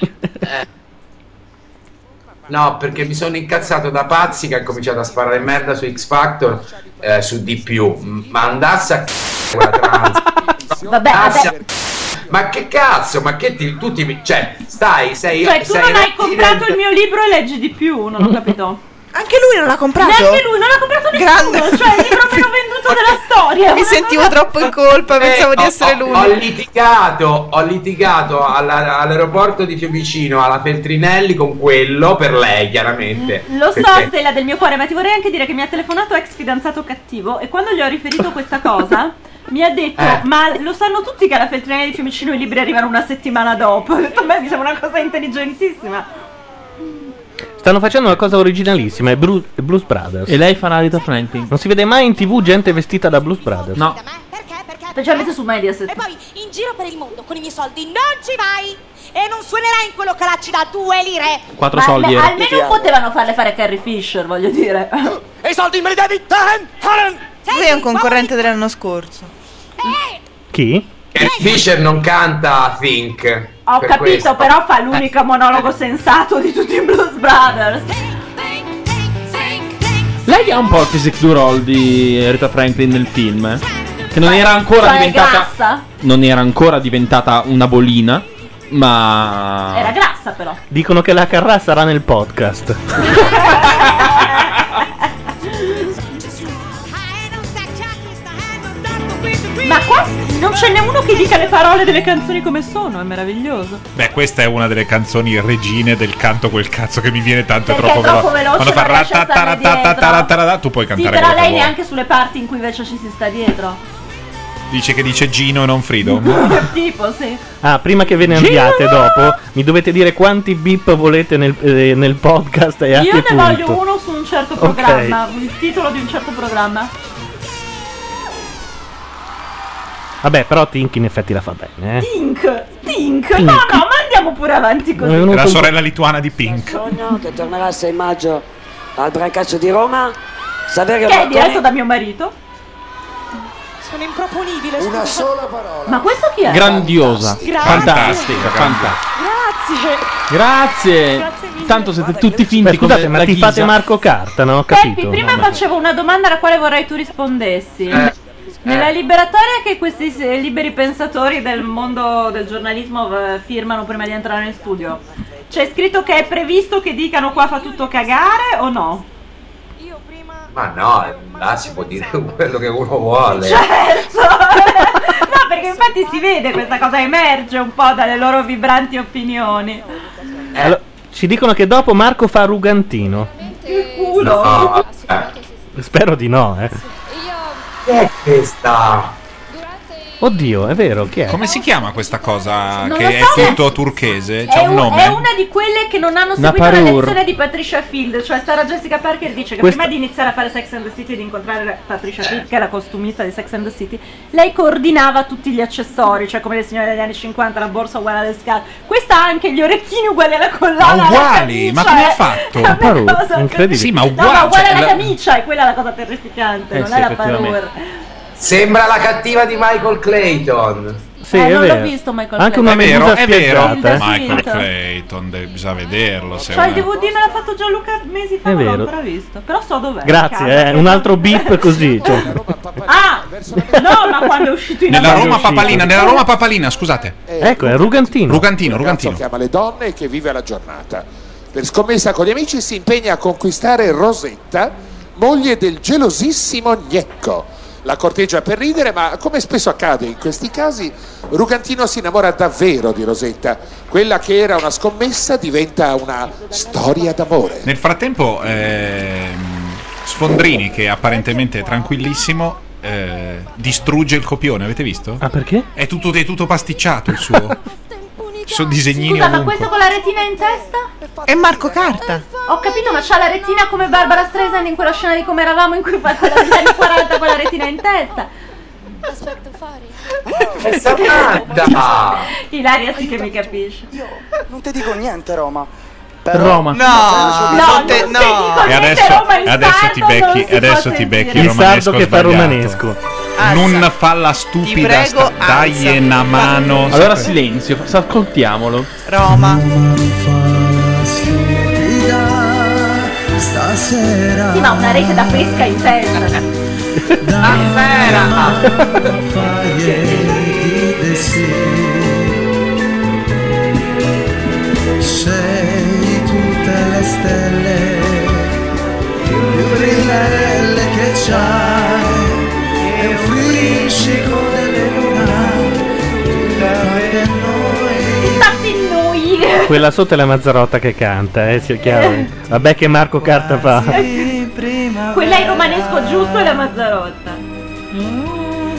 No, perché mi sono incazzato da pazzi che ha cominciato a sparare merda su X Factor, su di più. Ma andasse a quella trans. Vabbè, Ma che cazzo? Ma che tu cioè, sei Cioè, tu non hai comprato il mio libro e leggi di più, non ho capito. Anche lui non l'ha comprato? Neanche lui, non l'ha comprato nessuno. Grande. Cioè, il libro meno venduto della storia. Mi sentivo troppo in colpa, pensavo di essere l'unico. Ho litigato all'aeroporto di Fiumicino alla Feltrinelli con quello per lei, chiaramente. Lo so, Perché- Stella del mio cuore, ma ti vorrei anche dire che mi ha telefonato ex fidanzato cattivo e quando gli ho riferito questa cosa mi ha detto, ma lo sanno tutti che alla Feltrinelli di Fiumicino i libri arrivano una settimana dopo. Ho detto, a me mi sembra una cosa intelligentissima. Stanno facendo una cosa originalissima, è Blues Brothers. E lei farà Rita Franklin. Non si vede mai in TV gente vestita da Blues Brothers. No. Specialmente su Mediaset. E poi in giro per il mondo con i miei soldi non ci vai e non suonerai in quello che ci dà 2 lire. 4 soldi era. Almeno potevano farle fare Carrie Fisher, voglio dire. E i soldi me li devi, Karen! Lui è un concorrente dell'anno scorso. Chi? Carrie Fisher non canta Think. Ho per capito, questo. però fa l'unico monologo sensato di tutti i Blues Brothers. Lei ha un po' il physique du role di Rita Franklin nel film. Che non era ancora Cioè, diventata. grassa? Non era ancora diventata una bolina. Ma. Era grassa però. Dicono che la Carrà sarà nel podcast. Ma qua non ce n'è uno che dica le parole delle canzoni come sono, è meraviglioso. Beh, questa è una delle canzoni regine del canto quel cazzo che mi viene tanto, Perché è troppo veloce, Quando fa non riesce a starne ratatatatatatatata, tu puoi Sì, cantare però quello che lei vuoi. neanche sulle parti in cui invece ci si sta dietro. Dice che dice Gino e non Freedom. Tipo, sì. Ah, prima che ve ne andiate dopo, mi dovete dire quanti beep volete nel podcast e a Io che ne punto. voglio uno su un certo programma, il titolo di un certo programma. Vabbè, però Tink in effetti la fa bene, Tink. No, ma andiamo pure avanti così. È la sorella lituana di Pink. Sogno che tornerà il 6 maggio al Brancaccio di Roma. Saverio Che è Marconi. diretto da mio marito. Sono improponibile. Una sola parola. Ma questo chi è? Grandiosa. Grazie. Fantastica. Grazie. Grazie. Tanto siete tutti finti. Beh, scusate, come ma la ti fate ghisa. Marco Carta, no? Ho Peppi, capito. prima facevo una domanda alla quale vorrei tu rispondessi. Nella liberatoria che questi liberi pensatori del mondo del giornalismo firmano prima di entrare in studio, c'è scritto che è previsto che dicano qua fa tutto cagare o no? Ma no, là si può dire quello che uno vuole. Certo! No, perché infatti si vede questa cosa, emerge un po' dalle loro vibranti opinioni. Allora, ci dicono che dopo Marco fa Rugantino. Il culo! No, Spero di no, Che è questa? Oddio, è vero, chi è? Come si chiama questa cosa Non che lo è so. tutto turchese? È, C'ha un è nome? una di quelle che non hanno Una seguito la parure. lezione di Patricia Field. Cioè Sarah Jessica Parker dice che Questa- prima di iniziare a fare Sex and the City e di incontrare Patricia Field, che è la costumista di Sex and the City, lei coordinava tutti gli accessori, cioè come le signore degli anni 50, la borsa uguale alle scale. Questa ha anche gli orecchini uguali alla collana. Ma alla uguali? camicia, Ma come ha è- fatto? è una cosa- Incredibile. Sì, ma No, uguali. ma uguale cioè, alla la- camicia, è quella la cosa terrificante, non sì, è la effettivamente. parure. Sembra la cattiva di Michael Clayton. Sì, non è l'ho vero. visto Michael Anche Clayton. una È vero, medusa è vero. spiaggiata. Michael Sì. Clayton, bisogna vederlo. Se Cioè il uno- DVD me l'ha fatto Gianluca mesi fa, È non l'ho vero. ancora visto. Però so dov'è. Grazie, un altro beep così. Cioè. Ah! No, ma quando è uscito in Nella America- Roma papalina, nella Roma papalina, scusate. Ecco, è Rugantino. Rugantino, Ragazzo Rugantino. che ama le donne e che vive la giornata. Per scommessa con gli amici si impegna a conquistare Rosetta, moglie del gelosissimo Gnecco. La corteggia per ridere, ma come spesso accade in questi casi, Rugantino si innamora davvero di Rosetta. Quella che era una scommessa diventa una storia d'amore. Nel frattempo, Sfondrini, che apparentemente è tranquillissimo, distrugge il copione, avete visto? Ah, perché? È tutto pasticciato il suo. Ci sono disegnini Scusa, ma ovunque. questo con la retina in testa? È Marco Carta. Ho capito, ma c'ha la retina come Barbara Streisand in quella scena di Come eravamo in cui fa quella degli anni 40 con la retina in testa. Aspetta, fare. È Samantha! Ilaria sì che mi capisce. Non ti dico niente, Roma. Roma. No, non ti dico E niente, adesso, Roma in adesso sardo ti non becchi, si adesso può ti becchi sentire. il Il romanesco sardo che fa sbagliato. romanesco. Non falla stupida, prego, dagli una mano. Allora silenzio, ascoltiamolo. Roma. Stasera Sì, ma una rete da pesca in testa. sei tutte le stelle più brillanti che c'hai e un friscico delle luna tutta per noi. Stati noi. Quella sotto è la Mazzarotta che canta, sia chiaro. Vabbè che Marco Carta fa. Quella in romanesco giusto è la Mazzarotta.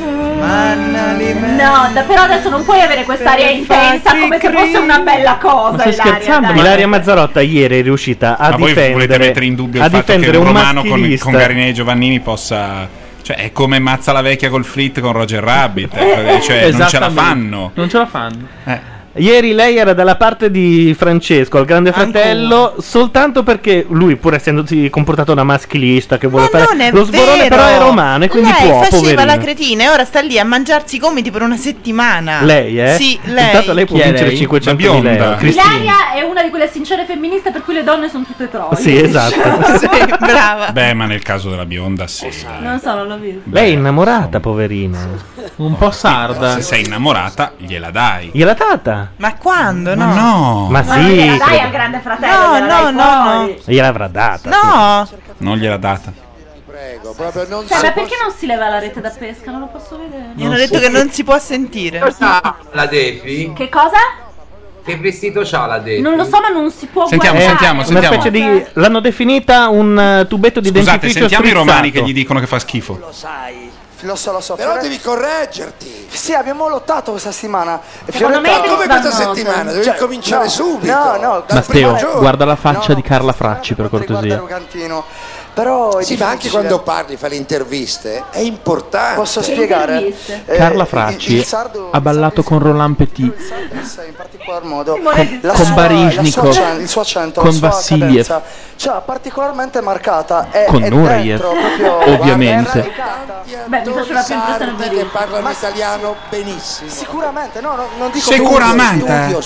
No, però adesso non puoi avere quest'aria intensa come se fosse una bella cosa. Ma stai scherzando? Ilaria Mazzarotta ieri è riuscita a Ma voi volete difendere mettere in dubbio a il fatto che difendere un un romano con maschilista. Garinei e Giovannini possa... Cioè, è come Mazza la vecchia col flit con Roger Rabbit. Cioè, non ce la fanno. Non ce la fanno. Ieri lei era dalla parte di Francesco, al Grande Fratello, soltanto perché lui, pur essendosi comportato da maschilista, che vuole fare Non è lo sborone, vero. però è romano e quindi lei può, faceva poverina. la cretina e ora sta lì a mangiarsi i gomiti per una settimana. Lei, eh? Sì, lei. Intanto lei può Chi è vincere lei? 500.000 euro. Cristina. Ilaria è una di quelle sincere femministe per cui le donne sono tutte troie. Sì, esatto. Sì, brava. Beh, ma nel caso della bionda sì. Non so, non l'ho visto. Lei è innamorata, poverina. Un po' sarda. Se sei innamorata, gliela dai. Gliela data? Ma quando? Ma No. no. Ma Ma sì, gliela dai credo. al Grande Fratello. No, gliela dai no, fuori. Gliel'avrà data. No. Non gliela data. Proprio non Cioè, ma perché non si leva la rete da pesca? Non lo posso vedere. Mi hanno detto che non si può sentire. Cosa la Defi? Che cosa? Che vestito c'ha la Defi? Non lo so, ma non si può Sentiamo, guardare. sentiamo. Una specie di. L'hanno definita un tubetto di Scusate, dentifricio sentiamo i strizzato. romani che gli dicono che fa schifo. Lo so. Però devi correggerti. Sì, abbiamo lottato questa settimana. E Secondo me Fioretta- devi Come questa Vannote. settimana? Devi Cioè, cominciare no, subito. no, dal primo Matteo, giorno. guarda la faccia No, di Carla Fracci, per cortesia. Rugantino. Però è Sì, ma anche difficile. quando parli, fai le interviste, è importante. Posso spiegare? Interviste. Carla Fracci il sardo- ha ballato con Roland Petit, in particolar modo Simone la con sua- Baryshnikov, il suo accento, con la sua Vassiliev. cadenza, cioè particolarmente marcata è, con è Nureyev, dentro proprio ovviamente. Beh, mi faceva più impressione per che parlano italiano benissimo. sicuramente non dico Sicuramente.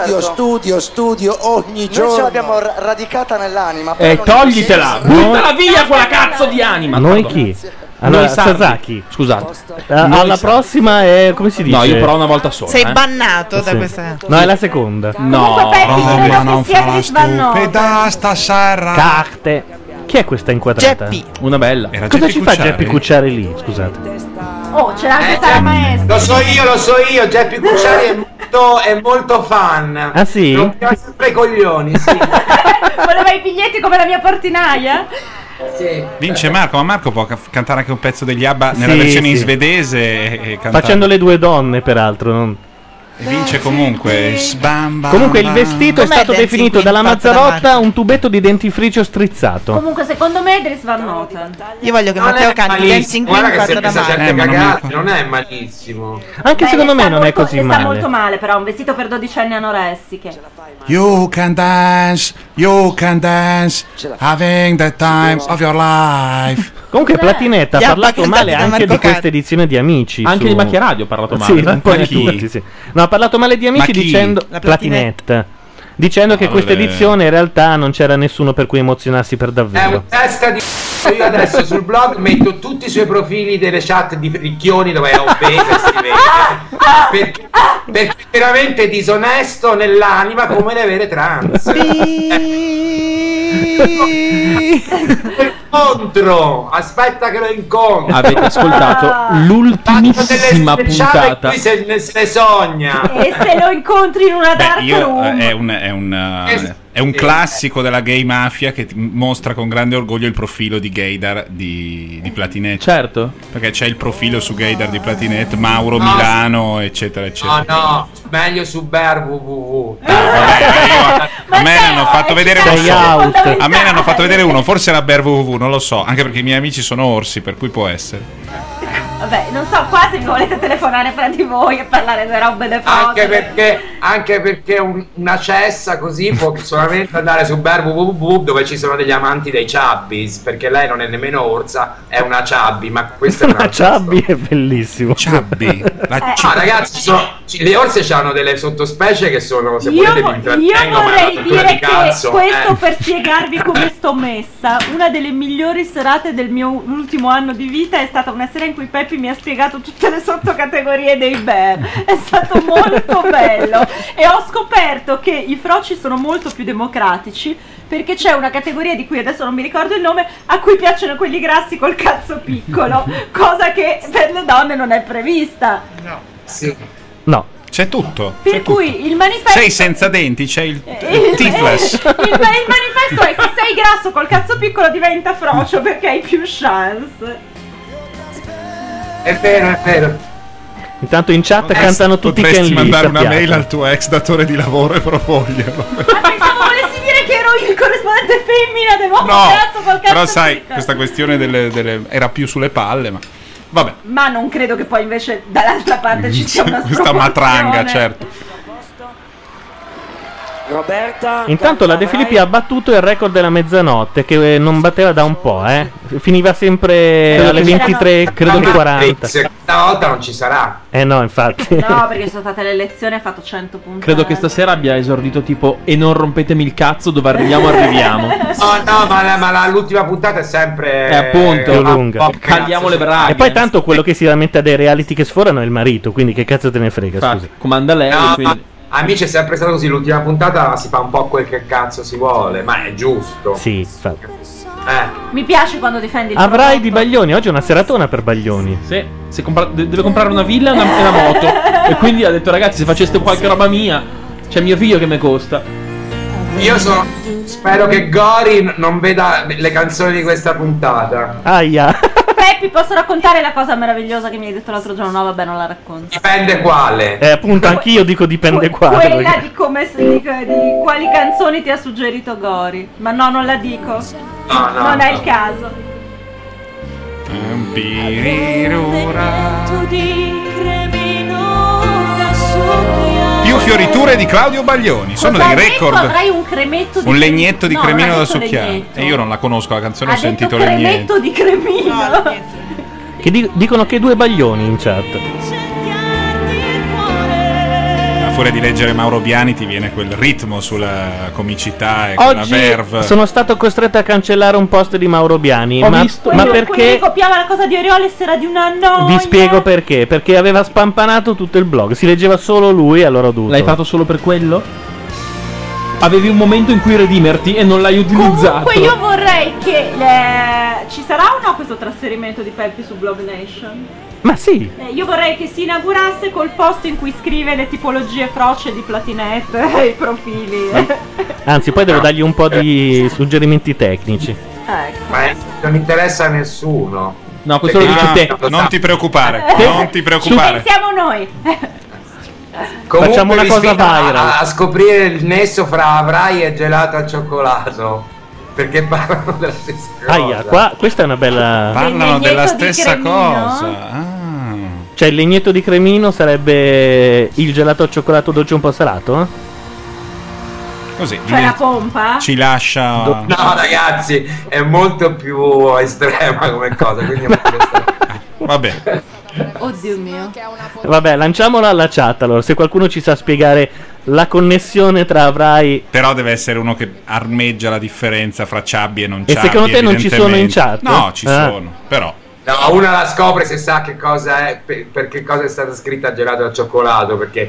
Studio ogni noi giorno. ce l'abbiamo radicata nell'anima però non- Toglitela, buttala via quella cazzo di anima. Noi Pardon. chi? Allora, Noi sardi. Sasaki. Scusate. Alla Noi prossima è. Come si dice? No, io però una volta sola. Sei bannato da Sì. questa. No, è la seconda. No, credo che sia Chris Van Noten. stupida stasera. Carte. Chi è questa inquadrata? Geppi. una bella. Era Cosa Geppi ci fa Cucciari? Geppi Cucciari lì? Scusate. Oh, c'era anche Sara Maestro. Lo so io, Geppi Cucciari è molto fan. Ah, sì? Rompeva sempre i coglioni, sì. Voleva i biglietti come la mia portinaia? Sì. Vince Marco, ma Marco può cantare anche un pezzo degli ABBA nella Sì, versione in sì. svedese e cantare. Facendo le due donne, peraltro. non- E vince comunque. Sbam, bam, Comunque il bam. vestito è Com'è stato Dancing definito Queen dalla fatta da Mazzarotta Marco? un tubetto di dentifricio strizzato. Comunque, secondo me è Dries Van Noten. Io voglio che Non Matteo è canti malissimo. Dancing Queen Guarda che fatta da se Marco. certe ma non mi cagate, ricordo. non è malissimo. Anche Beh, secondo le me sta non è molto- così le sta male. molto male, però, un vestito per dodicenni anoressiche. You can dance, having the time of your life. Comunque Platinetta ha Gli parlato ABBA male cantati da anche Marco di questa Cardi. edizione di Amici. Anche su- di Macchia Radio ha parlato male. Sì, un po' Ma di chi? tutti, sì. No, ha parlato male di Amici Ma chi? dicendo La Platinette. Dicendo che questa Vabbè. edizione in realtà non c'era nessuno per cui emozionarsi per È davvero. un testa di io adesso sul blog metto tutti i suoi profili delle chat di ricchioni dove è obesa e si vede perché è veramente disonesto nell'anima come le vere trans. Incontro, aspetta che lo incontro. Avete ascoltato l'ultimissima Delle speciali puntata. qui se ne sogna. E se lo incontri in una dark Beh, io, room? è un classico della gay mafia che mostra con grande orgoglio il profilo di Gaydar di Platinette. Certo. Perché c'è il profilo su Gaydar di Platinette, Mauro Milano, eccetera, eccetera. No, meglio su Bear www. A me ne hanno fatto vedere uno Sei solo. out. A me ne hanno fatto vedere uno, forse era Bear www, non lo so, anche perché i miei amici sono orsi, per cui può essere. Vabbè, non so, qua se mi volete telefonare fra di voi e parlare delle robe da foto. Anche perché una cessa così può solamente andare su Bear www dove ci sono degli amanti dei Chubbies, perché lei non è nemmeno orsa, è una Chubby, ma questa è Una Chubby è bellissimo. Chubby. Ragazzi, le orse hanno delle sottospecie che sono, se Io, volete vi io intrattengo, ma è una vorrei cultura dire di che cazzo. questo per spiegarvi come sto messa. Una delle migliori serate del mio ultimo anno di vita è stata una sera in cui Peppi mi ha spiegato tutte le sottocategorie dei bear. È stato molto bello e ho scoperto che i froci sono molto più democratici, perché c'è una categoria di cui adesso non mi ricordo il nome, a cui piacciono quelli grassi col cazzo piccolo, cosa che per le donne non è prevista. Sì. No. C'è tutto. Per cui il manifesto Sei senza denti, c'è il il Tifles. manifesto è: se sei grasso col cazzo piccolo diventa frocio perché hai più chance. È vero. Intanto in chat cantano tutti Ken Potresti Lee. mandare una sappiate. mail al tuo ex datore di lavoro e propoglielo. Pensavo volessi dire che ero il corrispondente femmina del nuovo cazzo col cazzo. Però sai, questa questione era più sulle palle, ma vabbè. Ma non credo che poi invece dall'altra parte ci sia una Questa matranga, certo. Roberta. Intanto la De Filippi ha battuto il record della mezzanotte che non batteva da un po', Finiva sempre alle 23, credo che 40. Questa volta non ci sarà. No, infatti. No, perché sono state le elezioni e ha fatto 100 punti. Credo che stasera abbia esordito tipo e non rompetemi il cazzo, dove arriviamo. No, ma l'ultima puntata è sempre appunto più lunga. Cagliamo le braghe. E poi tanto quello che si lamenta dei reality che sforano è il marito, quindi che cazzo te ne frega, scusa. Comanda lei, No, quindi... Amici, è sempre stato così. L'ultima puntata si fa un po' quel che cazzo si vuole, ma è giusto. Sì, infatti. Mi piace quando difendi il Avrai di Baglioni, oggi è una seratona per Baglioni. Sì, deve comprare una villa e una moto. E quindi ha detto ragazzi, se faceste qualche roba mia, c'è mio figlio che mi costa. Io spero che Gori non veda le canzoni di questa puntata. Aia. Peppi, posso raccontare la cosa meravigliosa che mi hai detto l'altro giorno? No, vabbè, non la racconto. Dipende quale. Appunto, anch'io dico dipende quale. Quella perché- di quali canzoni ti ha suggerito Gori. Ma no, non la dico. No, non è il caso. Più fioriture di Claudio Baglioni. Sono Cosa dei ha detto? record. Avrai un cremetto di Un legnetto di No, cremino non ha da detto succhiare. legnetto. E io non la conosco la canzone, Ha ho sentito detto legnetto. cremetto di cremino. Che dicono che 2 Baglioni in chat. A furia di leggere Mauro Biani ti viene quel ritmo sulla comicità e quella Oggi verve. sono stato costretto a cancellare un post di Mauro Biani. Ho ma visto. ma Quelli perché? copiava la cosa di Orioles, era di una noia. Vi spiego perché. Perché aveva spampanato tutto il blog. Si leggeva solo lui e allora ho dovuto. L'hai fatto solo per quello? Avevi un momento in cui redimerti e non l'hai utilizzato. Comunque io vorrei che ci sarà o no questo trasferimento di Peppi su Blog Nation? Ma sì. Io vorrei che si inaugurasse col post in cui scrive le tipologie froce di Platinette e i profili. Anzi, poi devo dargli un po' di suggerimenti tecnici. Ecco. Ma non interessa a nessuno. No, questo lo dice te. Non ti preoccupare. Non ti preoccupare. Pensiamo noi. Comunque Facciamo una vi cosa sfido viral. a scoprire il nesso fra Avrai e gelato al cioccolato. Perché parlano della stessa cosa. Aia, qua, questa è una bella. Parlano della legnetto di stessa cremino? cosa. Cioè, il legnetto di cremino sarebbe il gelato al cioccolato dolce un po' salato? Così. Cioè la pompa? Ci lascia. No, ragazzi, è molto più estrema come cosa. Quindi Va bene. Oddio mio. Vabbè, lanciamola alla chat allora. Se qualcuno ci sa spiegare la connessione tra Avrai. Però deve essere uno che armeggia la differenza fra Ciabbi e non E Ciabbi. secondo te non ci sono in chat? No, ci Ah. sono. Però. No, una la scopre se sa che cosa è, per che cosa è stata scritta gelato al cioccolato, perché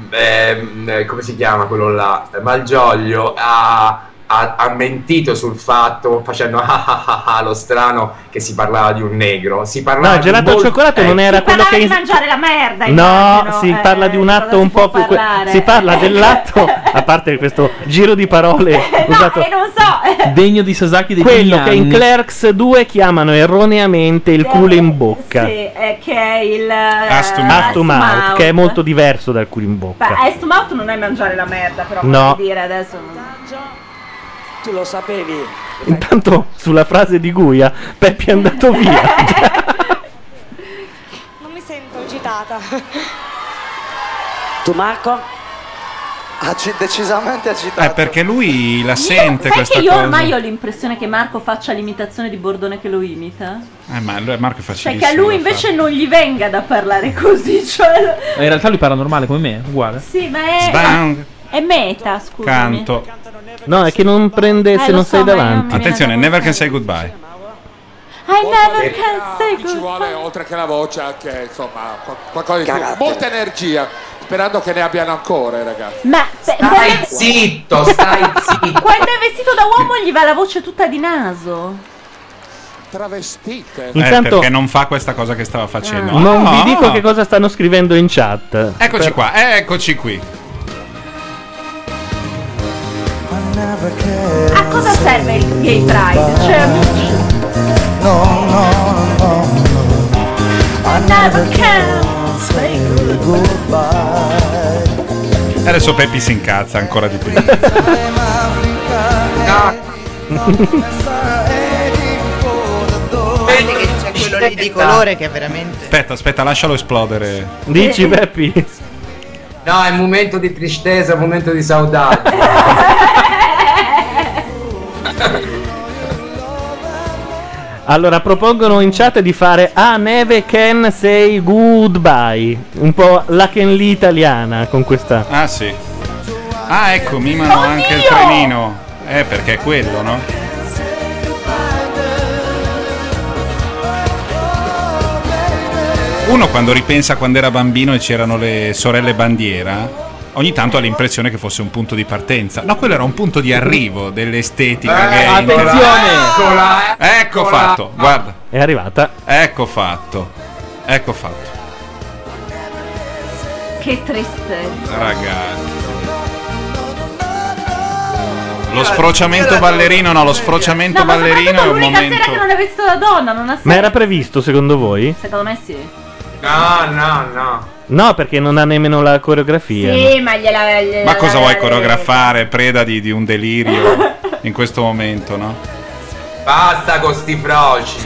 come si chiama quello là? Malgioglio ha mentito sul fatto, facendo lo strano che si parlava di un negro. Si parlava No, gelato al cioccolato non era quello Parlava che. di mangiare la merda. No, immagino. si parla di un atto un po' più. Si parla dell'atto, a parte questo giro di parole usato. Non so. Degno di Sasaki dei Quello primi che in anni. Clerks 2 chiamano erroneamente il culo in bocca. Sì, che è il Ass to mouth, che è molto diverso dal culo in bocca. Ma ass to mouth non è mangiare la merda, però No. voglio dire adesso. Tu lo sapevi? Intanto sulla frase di Guia, Peppi è andato via. Non mi sento agitata. Tu Marco? Decisamente agitato. Perché lui la sente Sai questa che io cosa. ormai ho l'impressione che Marco faccia l'imitazione di Bordone che lo imita? Ma Marco è Cioè facilissimo. che a lui da invece non gli venga da parlare così, cioè. Ma in realtà lui parla normale come me, uguale. Sì, ma Sbang. è meta, scusami. Canto. No, è che non prende se lo non so, sei ma io davanti. mi Attenzione, never can say goodbye. I never can say Ci vuole, oltre che la voce, anche insomma qualcosa di più. Carattere. Molta energia. Sperando che ne abbiano ancora, ragazzi. Ma stai zitto, stai zitto. quando è vestito da uomo gli va la voce tutta di naso. Travestite. Intanto- perché non fa questa cosa che stava facendo. Non No. vi dico che cosa stanno scrivendo in chat. Eccoci qua, eccoci qui. A cosa serve il gay pride? Cioè, No, no, no, no. I never can say goodbye. goodbye. Adesso Peppi si incazza ancora di più. Vedi che c'è quello lì di colore che è veramente. Aspetta, lascialo esplodere. Dici, Peppi? No, è un momento di tristezza, un momento di saudade. Allora, propongono in chat di fare Neve can say goodbye. Un po' la Ken Lee italiana con questa. Ah, sì. Ah, ecco, mimano anche il trenino. Perché è quello, no? Uno quando ripensa quando era bambino e c'erano le sorelle bandiera, ogni tanto ha l'impressione che fosse un punto di partenza. No, quello era un punto di arrivo dell'estetica gay. Attenzione! Ecco fatto, guarda. È arrivata. Ecco fatto. Che tristezza. Ragazzi. Lo sfrociamento ballerino, no, lo sfrociamento ballerino è un l'unica momento. sera che non è vestito da donna, non ha Ma era previsto secondo voi? Secondo me sì. No. No, perché non ha nemmeno la coreografia. Sì, ma Ma cosa vuoi coreografare? Preda di un delirio in questo momento, no? Basta con sti froci.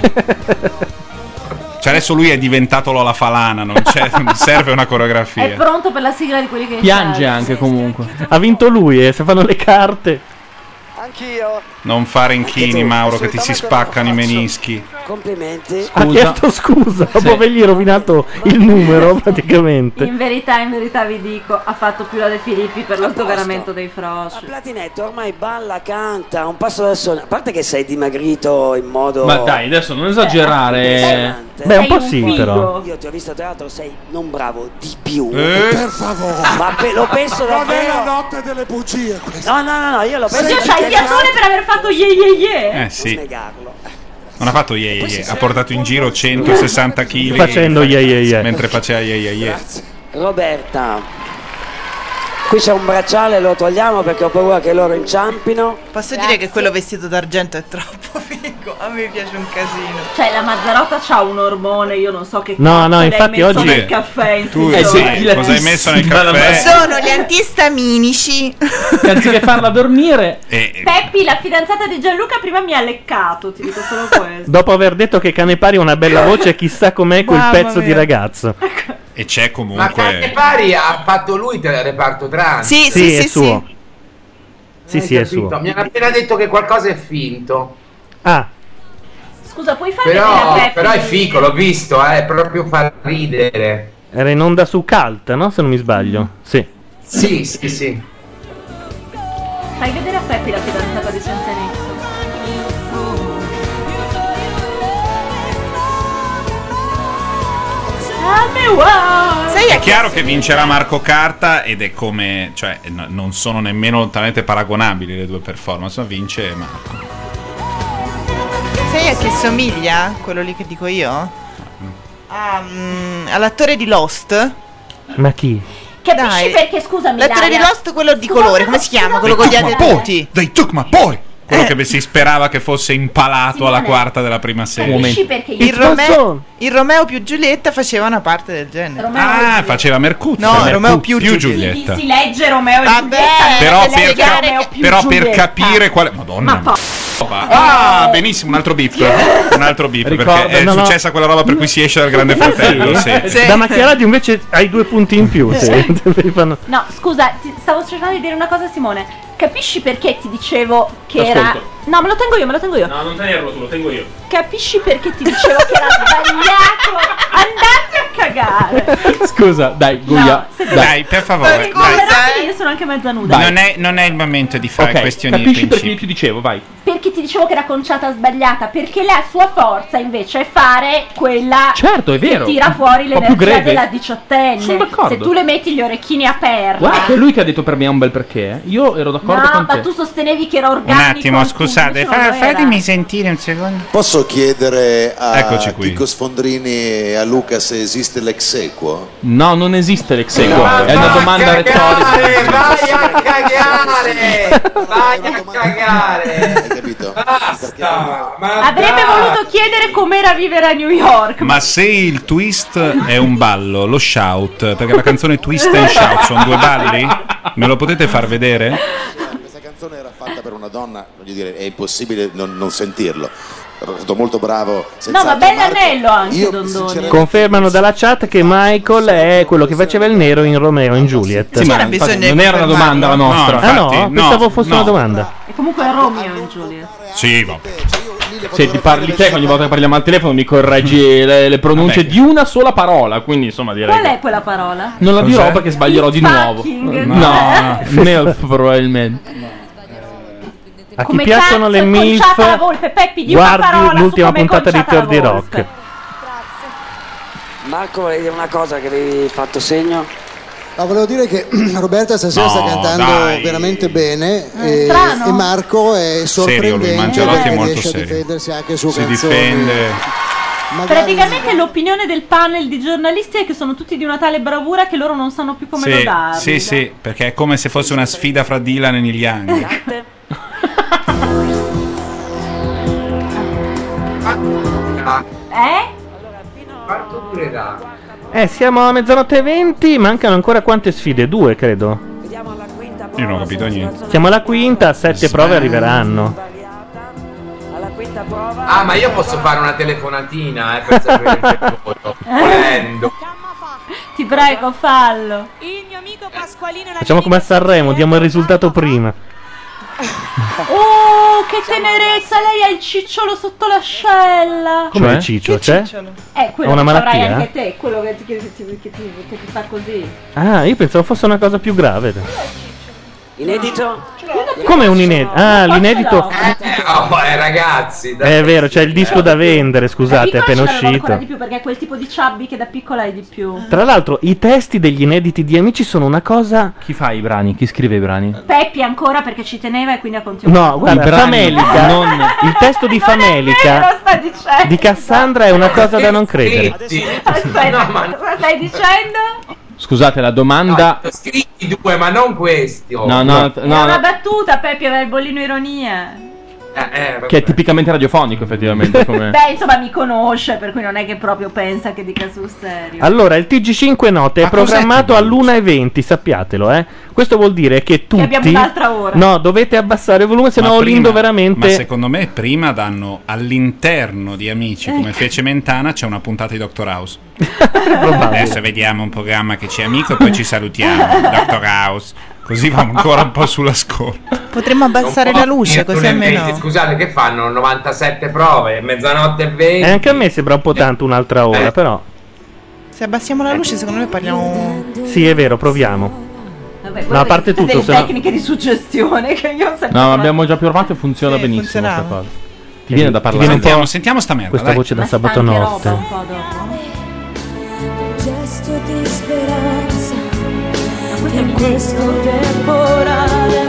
Cioè adesso lui è diventato Lola Falana, non serve una È coreografia. pronto per la sigla di quelli che Piange salgono. anche comunque. Ha vinto lui, se fanno le carte. Anch'io. Non fare inchini, Mauro, che ti si spaccano i menischi. Complimenti. Ha chiesto scusa dopo avergli rovinato il numero praticamente. In verità vi dico, ha fatto più la De Filippi per l'autogaramento dei froci. Platinetto ormai balla, canta, un passo dal sogno. A parte che sei dimagrito in modo. Ma dai, adesso non esagerare. Beh, un po' sì, però. Io ti ho visto tra l'altro, sei non bravo, di più. Per favore. Ma lo penso Non è davvero. la notte delle bugie questa. No, io lo penso. Io c'hai il fiatone per aver fatto ye. Sì. Non ha fatto ye. Ha portato in giro 160 kg Facendo ye. mentre faceva ye. Roberta, qui c'è un bracciale, lo togliamo perché ho paura che loro inciampino. Posso dire che quello vestito d'argento è troppo figo. A me piace un casino. Cioè la Mazzarotta c'ha un ormone, io non so che No, cazzo no, l'hai infatti messo oggi- nel caffè in Tu studio. cosa hai messo nel caffè? Sono gli antistaminici. Anziché farla dormire. Peppi, la fidanzata di Gianluca, prima mi ha leccato, ti dico solo questo. Dopo aver detto che Canepari ha una bella voce, chissà com'è quel Mamma pezzo di mia. ragazzo. E c'è Ma comunque. Canepari ha fatto lui il reparto trans. Sì, è suo. Sì, è suo. Mi hanno appena detto che qualcosa è finto. Ah, Scusa, puoi fare vedere a Peppi? Però è fico, l'ho visto, proprio fa ridere. era in onda su Cult, no? Se non mi sbaglio. Sì. Sì. Fai vedere a Peppi la fidanzata di Centenetto. È chiaro che vincerà Marco Carta ed è come, cioè, non sono nemmeno lontanamente paragonabili le due performance, ma vince Marco. Sai a chi somiglia? Quello lì che dico io? All'attore di Lost. Ma chi? Capisci perché, scusami, L'attore di Ilaria? Lost, quello di colore, come si chiama? Quello con gli addetti. They took my boy! Quello che si sperava che fosse impalato alla quarta della prima serie. Capisci perché Il Romeo più Giulietta faceva una parte del genere. Faceva Mercuzzo. No, Romeo più Giulietta. Si legge Romeo e Vabbè, Giulietta. Però per capire quale. Madonna. Benissimo, un altro beep. Ricordo, perché è no. successa quella roba per cui si esce dal Grande Fratello. Sì. Da Macchiaradio invece hai 2 punti in più. No, scusa, stavo cercando di dire una cosa a Simone. Capisci perché ti dicevo che era... No, me lo tengo io. No, non tenerlo tu, lo tengo io. Capisci perché ti dicevo che era sbagliato? Andate a cagare. Scusa, dai, Guia. Dai, per favore. Scusa, io sono anche mezza nuda. Non è il momento di fare questioni di Capisci principio. perché ti dicevo, vai. Perché ti dicevo che era conciata sbagliata? Perché la sua forza invece è fare quella Certo, è vero. che tira fuori Un po' più l'energia greve. della diciottenne. Sono d'accordo. Se tu le metti gli orecchini a perla. Guarda che è lui che ha detto per me è un bel perché. Io ero d'accordo No, con ma te. tu sostenevi che era Un organico. attimo, scusate, fatemi sentire un secondo. Posso chiedere a Eccoci qui. Chico Sfondrini e a Luca se esiste l'exequo? No, non esiste l'exequo. È una domanda retorica. Vai a cagare! capito? Avrebbe voluto chiedere com'era vivere a New York. Ma se il twist è un ballo, lo shout, perché la canzone Twist and Shout sono due balli? Me lo potete far vedere? Questa canzone era fatta per una donna, voglio dire, è impossibile non sentirlo. È stato molto bravo. No, ma bell'anello anche, Dondoni. Confermano dalla chat che Michael è quello che faceva il nero in Romeo in Juliet. Sì, ma infatti non era una domanda la nostra. Ah no? Pensavo fosse una domanda. E comunque è Romeo in Juliet. Sì, vabbè. Se ti parli di te, ogni volta che parliamo al telefono mi correggi le pronunce di una sola parola, quindi insomma direi Qual è quella parola? non la dirò perché sbaglierò di nuovo. Fucking. No, MILF probabilmente. A chi Come piacciono cazzo le è MILF, conciata la volpe, Peppi, di una parola guardi su l'ultima come è puntata di conciata la 30 volpe. Rock. Marco, volevi dire una cosa che avevi fatto segno? No, volevo dire che Roberta stasera No, sta cantando dai. veramente bene strano. e Marco è Serio lui, sorprendente Mangiarotti è perché molto riesce a serio. difendersi anche su Si canzoni. difende. Praticamente l'opinione del panel di giornalisti è che sono tutti di una tale bravura che loro non sanno più come Sì, lodarli. sì, sì, perché è come se fosse una sfida fra Dylan e Neil Young. Parto pure là. Siamo a mezzanotte e 20, mancano ancora quante sfide? 2 credo. Io non ho capito niente. Siamo alla quinta, 7 prove arriveranno. Ah, ma io posso fare una telefonatina per sapere il voto. Volendo. Ti prego, fallo. Il mio amico Pasqualino Facciamo come a Sanremo, diamo il risultato prima. Oh, che tenerezza, lei ha il cicciolo sotto l'ascella. Come il ciccio, c'è? Quello È una che avrai malattia? anche te, quello che ti fa così. Ah, io pensavo fosse una cosa più grave. Inedito? Come un inedito? Ah, l'inedito. Ragazzi, dai. È vero, c'è il disco da vendere, scusate, è appena ancora di uscito. più perché è quel tipo di ciabbi che da piccola hai di più. Tra l'altro, i testi degli inediti di Amici sono una cosa. Chi fa i brani? Chi scrive i brani? Peppi ancora perché ci teneva e quindi ha continuato. No, guarda, I brani, Famelica, non- il testo di Famelica sta dicendo. di Cassandra è una cosa da non credere. Aspetta, cosa stai dicendo? Scusate, la domanda. Scritti due, ma non questi. oh. No, È una battuta, Peppi, aveva il bollino ironia. che è tipicamente radiofonico, effettivamente. Come... Beh, insomma, mi conosce, per cui non è che proprio pensa che dica sul serio. Allora, il TG5 Note è Ma cos'è programmato all'1:20, sappiatelo, Questo vuol dire che tutti. abbiamo un'altra ora. No, dovete abbassare il volume, se no Olindo veramente. Ma secondo me prima danno all'interno di Amici, come fece Mentana, c'è una puntata di Dr. House. Adesso vediamo un programma che c'è amico e poi ci salutiamo. Dr. House. Così va ancora un po' sulla scorta. Potremmo abbassare la luce così almeno. Scusate, che fanno? 97 prove, mezzanotte e 20. Anche a me sembra un po' tanto un'altra ora, però. Se abbassiamo la luce secondo me parliamo. Sì, è vero, proviamo. Vabbè, No, a parte tutto, delle se no- tecniche di suggestione che io ho sempre No, abbiamo già provato e funziona benissimo funzionava. questa cosa. Ti viene da parlare. viene un po' Sentiamo sta merda. questa dai. voce da Ma sta sabato anche roba notte. un po' dopo. Gesto di speranza in questo temporale,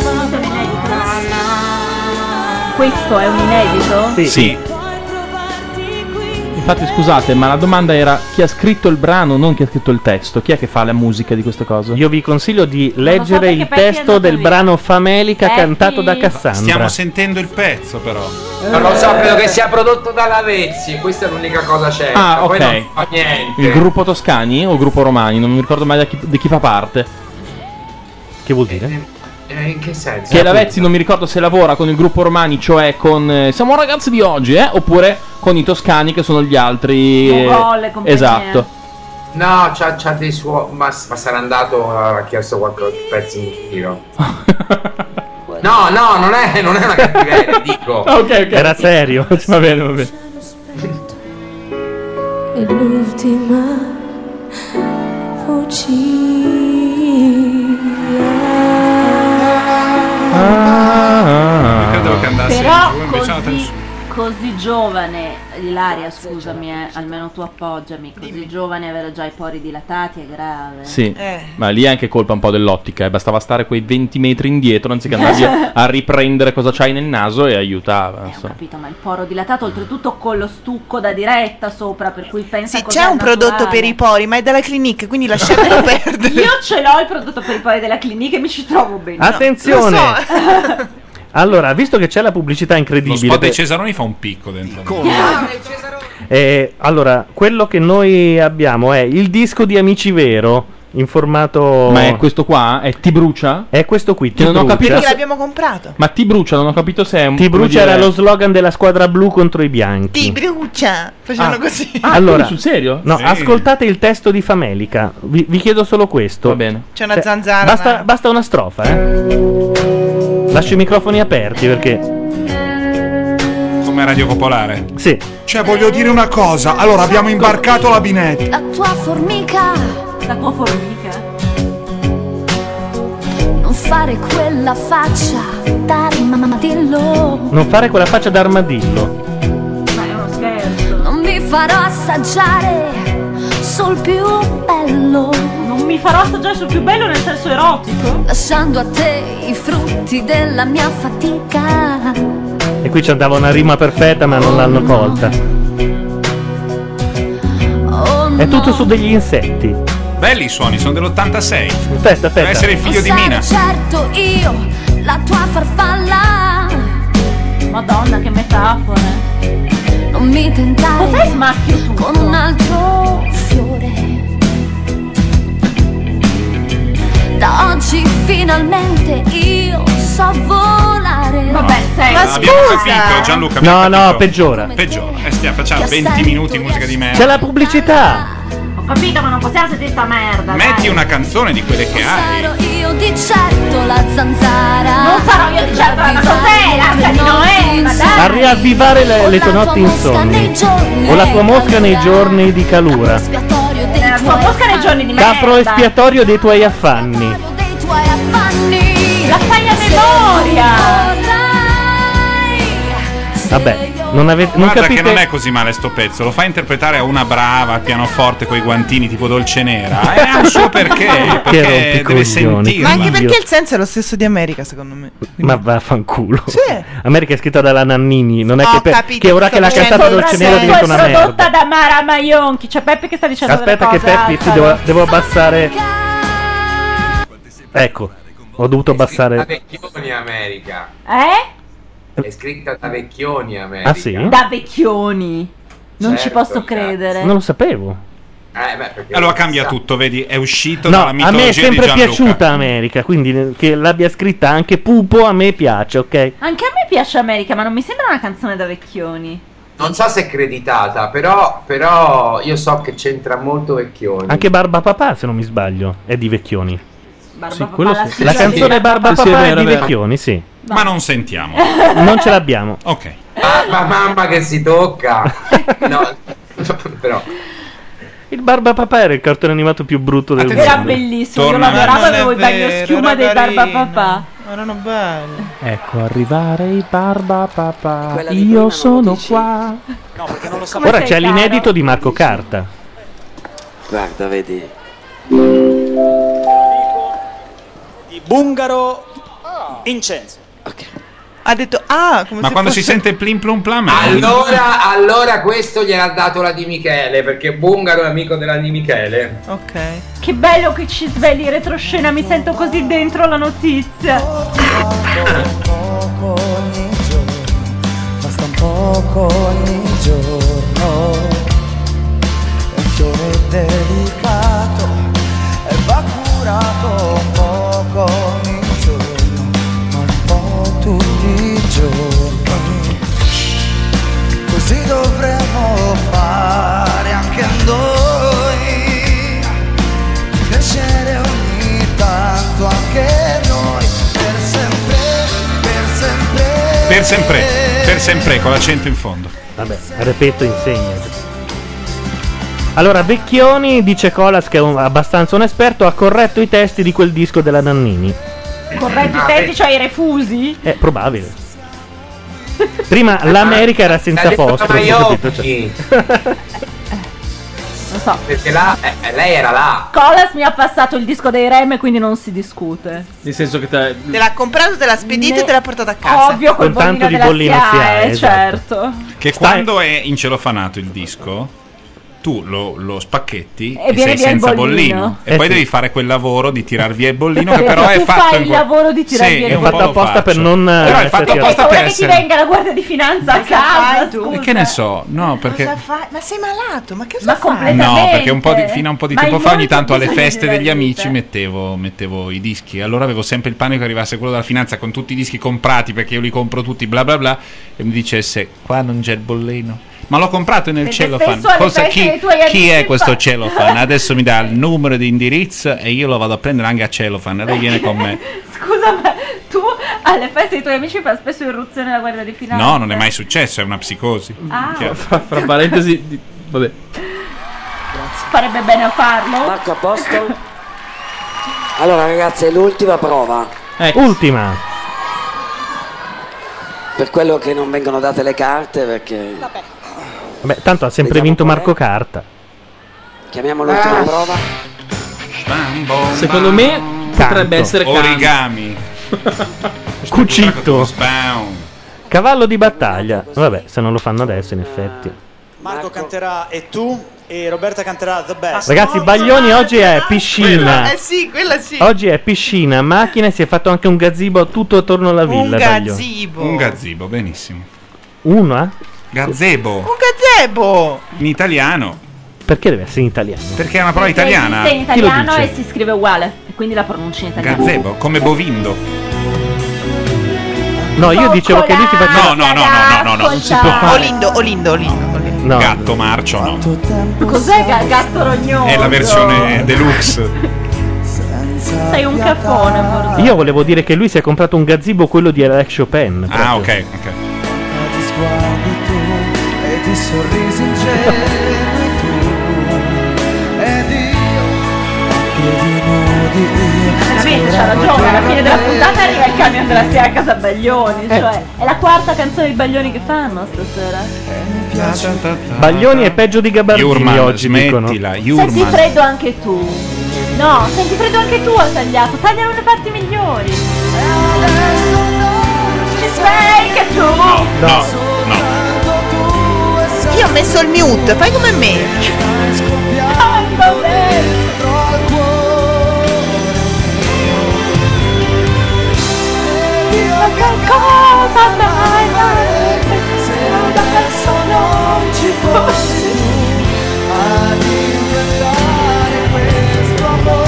Questo è un inedito? Sì. Infatti, scusate, ma la domanda era chi ha scritto il brano, non chi ha scritto il testo. Chi è che fa la musica di queste cose? Io vi consiglio di leggere perché il Peppi è testo andato del via. brano Famelica cantato da Cassandra. Stiamo sentendo il pezzo, però. Non lo so, credo che sia prodotto da Lavezzi. Questa è l'unica cosa certa. Ah, Poi ok. non fa niente. Il gruppo Toscani o gruppo Romani? Non mi ricordo mai di chi fa parte. Che vuol dire? In che senso? Che Lavezzi non mi ricordo se lavora con il gruppo Romani, cioè con siamo ragazzi di oggi, oppure con i Toscani che sono gli altri. Mogol e compagnia. Esatto. No, c'ha dei suoi. Ma sarà andato. Ha chiesto qualche pezzo in giro. No, non è una cattiveria, dico. Ok. Era serio. Va bene, va bene. è l'ultima Credevo che andasse Però giù, invece è andata in su. così giovane, Ilaria, scusami, almeno tu appoggiami, così giovane avere già i pori dilatati è grave. Sì, ma lì è anche colpa un po' dell'ottica, bastava stare quei 20 metri indietro anziché andargli a riprendere cosa c'hai nel naso e aiutava. Ho insomma. capito, ma il poro dilatato oltretutto con lo stucco da diretta sopra, per cui pensa Sì, cos'è c'è un prodotto naturale. per i pori, ma è dalla Clinique, quindi lasciatelo perdere. Io ce l'ho il prodotto per i pori della Clinique e mi ci trovo bene. Attenzione! Lo so. Allora, visto che c'è la pubblicità Lo incredibile, spot dei Cesaroni fa un picco dentro. allora, quello che noi abbiamo è il disco di Amici Vero in formato. Ma è questo qua? È Ti brucia? È questo qui. Ti non ho brucia. capito Perché l'abbiamo comprato. Ma Ti brucia, non ho capito se è un. Ti come brucia dire- era lo slogan della squadra blu contro i bianchi. Ti brucia. Facevano così. Allora, sul serio? No, Sì. ascoltate il testo di Famelica. Vi chiedo solo questo. Va bene. C'è una zanzara. Basta una strofa, Lascio i microfoni aperti perché. Come Radio Popolare. Sì. Cioè, voglio dire una cosa. Allora, abbiamo imbarcato la Binetti. La tua formica. La tua formica. Non fare quella faccia d'armadillo. Non fare quella faccia d'armadillo. Ma è uno scherzo. Non mi farò assaggiare sul più bello. Non mi farò assaggiare sul più bello nel senso erotico. Lasciando a te i frutti della mia fatica. E qui ci andava una rima perfetta, ma non l'hanno colta. È tutto su degli insetti. Belli i suoni, sono dell'86. Aspetta. Deve essere il figlio di Sarò Mina. certo io, la tua farfalla. Madonna, che metafore. Non mi tentare. Cos'è smacchio tutto? Con un altro fiore. Da oggi finalmente io so volare. Vabbè, sei. Ma Abbiamo capito, Gianluca. abbiamo No, capito. peggiora. Facciamo 20 minuti di musica di merda. C'è la pubblicità. Ho capito, ma non possiamo sentire sta merda. Metti dai. una canzone di quelle che hai. Sarò io di certo la zanzara. Non sarò io di certo, ma cos'è? L'arca di Noè, ma dai. A riavvivare le tue notti insonni. O la tua mosca nei giorni di calura. La tua mosca nei giorni di merda. Capro espiatorio dei tuoi affanni. La fai a memoria. Vabbè, non Guarda capite. che non è così male sto pezzo, lo fa interpretare a una brava al pianoforte coi guantini tipo Dolce Nera. E ha un suo perché deve rompicoglioni. sentirla. Ma anche perché il senso è lo stesso di America, secondo me. Ma vaffanculo. Sì. America è scritta dalla Nannini. Non è Ho che, capito, che ora che l'ha sto cantata dicendo Dolce Nera diventa una merda. prodotta da Mara Maionchi. C'è Peppe che sta dicendo Aspetta che delle cose. Peppi, sì, alzalo. devo abbassare. Ecco, ho dovuto Da abbassare. Vecchioni America. Eh? È scritta da Vecchioni America. Ah sì? Da vecchioni. Non ci Certo, posso cazzo. credere. Non lo sapevo. Perché Allora cambia tutto, vedi? È uscito No, dalla a mitologia me è di sempre Gianluca. piaciuta America, quindi che l'abbia scritta anche Pupo a me piace, ok? Anche a me piace America, ma non mi sembra una canzone da vecchioni. Non so se è creditata, però io so che c'entra molto Vecchioni. Anche Barba Papà, se non mi sbaglio, è di Vecchioni. Barba Sì, Papà, quello la sì. La sigla canzone di- Barba Sì, sì, è Papà è vero, di è vero. Vecchioni, sì. Ma non sentiamo. Non ce l'abbiamo. Ok. Ma mamma che si tocca. No, però. Il Barba Papà era il cartone animato più brutto del mondo. Era bellissimo, io lo Torna- adoravo, non è avevo i bagno vero, schiuma era dei Barba carino. Papà. Erano belli. Ecco arrivare i Barba Papà. Quella di prima Io non sono lo dici? qua. No, perché non lo so. Ora c'è l'inedito di Marco Carta. Guarda, vedi. Di Bungaro Vincenzo. Ha detto come Ma se quando fosse... si sente plim plum plam Allora questo gliel'ha dato la Di Michele, perché Bungaro è amico della Di Michele. Ok. Che bello che ci sveli retroscena, mi sento così dentro la notizia. Poco ogni giorno, basta un poco ogni giorno. È un fiore delicato e va curato un poco ogni giorno, ma un po' tutti i giorni. Così dovremmo fare anche noi, crescere ogni tanto anche noi, per sempre, per sempre. per sempre con l'accento in fondo. Vabbè, ripeto, insegna. Allora, Vecchioni dice Colas che è abbastanza un esperto, ha corretto i testi di quel disco della Nannini. Corretti i testi, cioè i refusi? È probabile. Prima l'America era senza apostrofo, capito? Cioè. Non so. Perché lei era là. Colas mi ha passato il disco dei Rem, quindi non si discute. Nel senso che Te l'ha comprato, te l'ha spedito e te l'ha portato a casa. Ovvio, col Con tanto bollino di della bollino SIAE, SIAE, esatto. certo. Che quando è incelofanato il disco tu lo spacchetti E e viene sei via il senza bollino. bollino. E poi sì. devi fare quel lavoro di tirar via il bollino, che Perché però è tu fatto fai in il quel- lavoro di tirar Sì, via io il un bollino. po' lo apposta per faccio. non, Però è fatto esserti apposta Ora per che ti essere. venga la guardia di finanza a casa, tu? scusa. E che ne so, no, perché. Cosa fai? Ma sei malato? Ma che Ma cosa fai? completamente. No, perché fino a un po' di Ma tempo in fa ogni molti tanto alle bisogni feste della degli vita. amici mettevo i dischi. Allora avevo sempre il panico che arrivasse quello della finanza con tutti i dischi comprati, perché io li compro tutti, bla bla bla, e mi dicesse: qua non c'è il bollino. Ma l'ho comprato nel Perché cellophane. spesso alle Cosa, feste chi dei tuoi chi amici è questo fa- cellophane? Adesso mi dà il numero di indirizzo e io lo vado a prendere anche a cellophane. Lei viene con me. Scusa, ma tu alle feste dei tuoi amici fai spesso irruzione alla guardia di finanza? No, non è mai successo, è una psicosi. Ah. Chiaro. Fra parentesi, vabbè. Farebbe bene a farlo? Marco, a posto? Allora ragazzi, è l'ultima prova. Ultima. Per quello che non vengono date le carte, perché Vabbè, tanto ha sempre Vediamo vinto qual è. Marco Carta. chiamiamo l'ultima prova. Secondo me potrebbe essere origami. Cucito. Cavallo di battaglia. Vabbè, se non lo fanno adesso, in effetti. Marco canterà E tu e Roberta canterà The Best. Ragazzi, Baglioni oggi è piscina. Sì, quella sì. Oggi è piscina, macchina e si è fatto anche un gazebo tutto attorno alla villa. Baglioni. Un gazebo, benissimo. Uno, Gazebo. Un gazebo. In italiano. Perché deve essere in italiano? Perché è una parola Perché italiana. esiste in italiano e si scrive uguale, e quindi la pronuncia in italiano. Gazebo, come bovindo. No, io dicevo che lui si faceva. No, non si può fare. Olindo. No. Gatto marcio, no. Cos'è gatto rognoso? È la versione deluxe. Sei un cafone, Bordeaux. Io volevo dire che lui si è comprato un gazebo, quello di Alex Chopin. Ah, proprio. ok. Ti sguardi tu e ti sorrisi ingenui tu ed io a piedi nudi Veramente c'ha ragione, alla fine della puntata arriva il camion della Sia a casa Baglioni, cioè è la quarta canzone di Baglioni che fanno stasera. Baglioni è peggio di Gabardini Jurman, oggi, dicono. smettila, Senti freddo anche tu. No, senti freddo anche tu ha tagliato, tagliano le parti migliori. Ci sei che tu. No. Io ho messo il mute, fai come me. Qualcosa dai, se adesso non ci fossi tu ad inventare questo amore.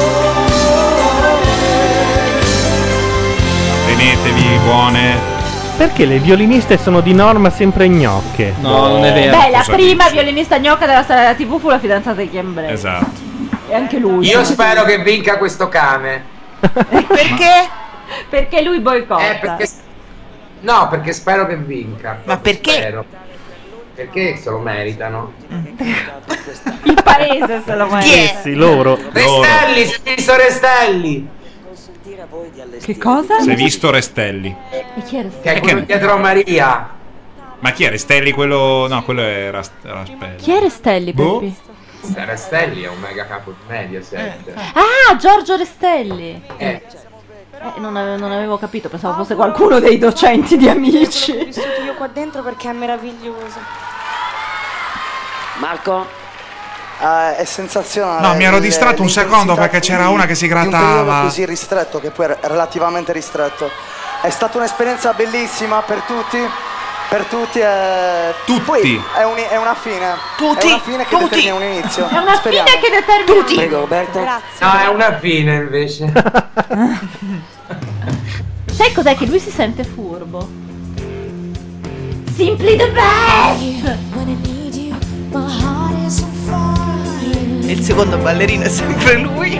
Tenetevi buone. Perché le violiniste sono di norma sempre gnocche? No, non è vero. Beh, la prima violinista gnocca della storia della TV fu la fidanzata di Chiambrelli. Esatto. E anche lui. Io spero che vinca questo cane. Perché? Perché lui boicotta. No, perché spero che vinca. Ma perché? Spero. Perché se lo meritano. Il paese se lo merita. Sì, loro. Restelli, si è visto Restelli. Che cosa? Si è visto Restelli. E chi era? Che è quello dietro a Maria. Ma chi è Restelli? Quello. No, quello è Raspelli. Chi è Restelli, Boh. Peppi? Restelli è un mega capo di Mediaset. Ah, Giorgio Restelli. Non avevo capito, pensavo fosse qualcuno dei docenti di Amici. Ho vissuto io qua dentro perché è meraviglioso. Marco? È sensazionale. No, mi ero distratto un secondo perché c'era una che si Di un periodo grattava. così ristretto, che poi è relativamente ristretto. È stata un'esperienza bellissima per tutti. Per tutti. Poi è una fine. Tutti, È una fine che determina un inizio. È una Speriamo. fine che determina Tutti. Prego Roberta. Grazie. No, è una fine invece. Sai cos'è? Che lui si sente furbo. Simply the best! E il secondo ballerino è sempre lui.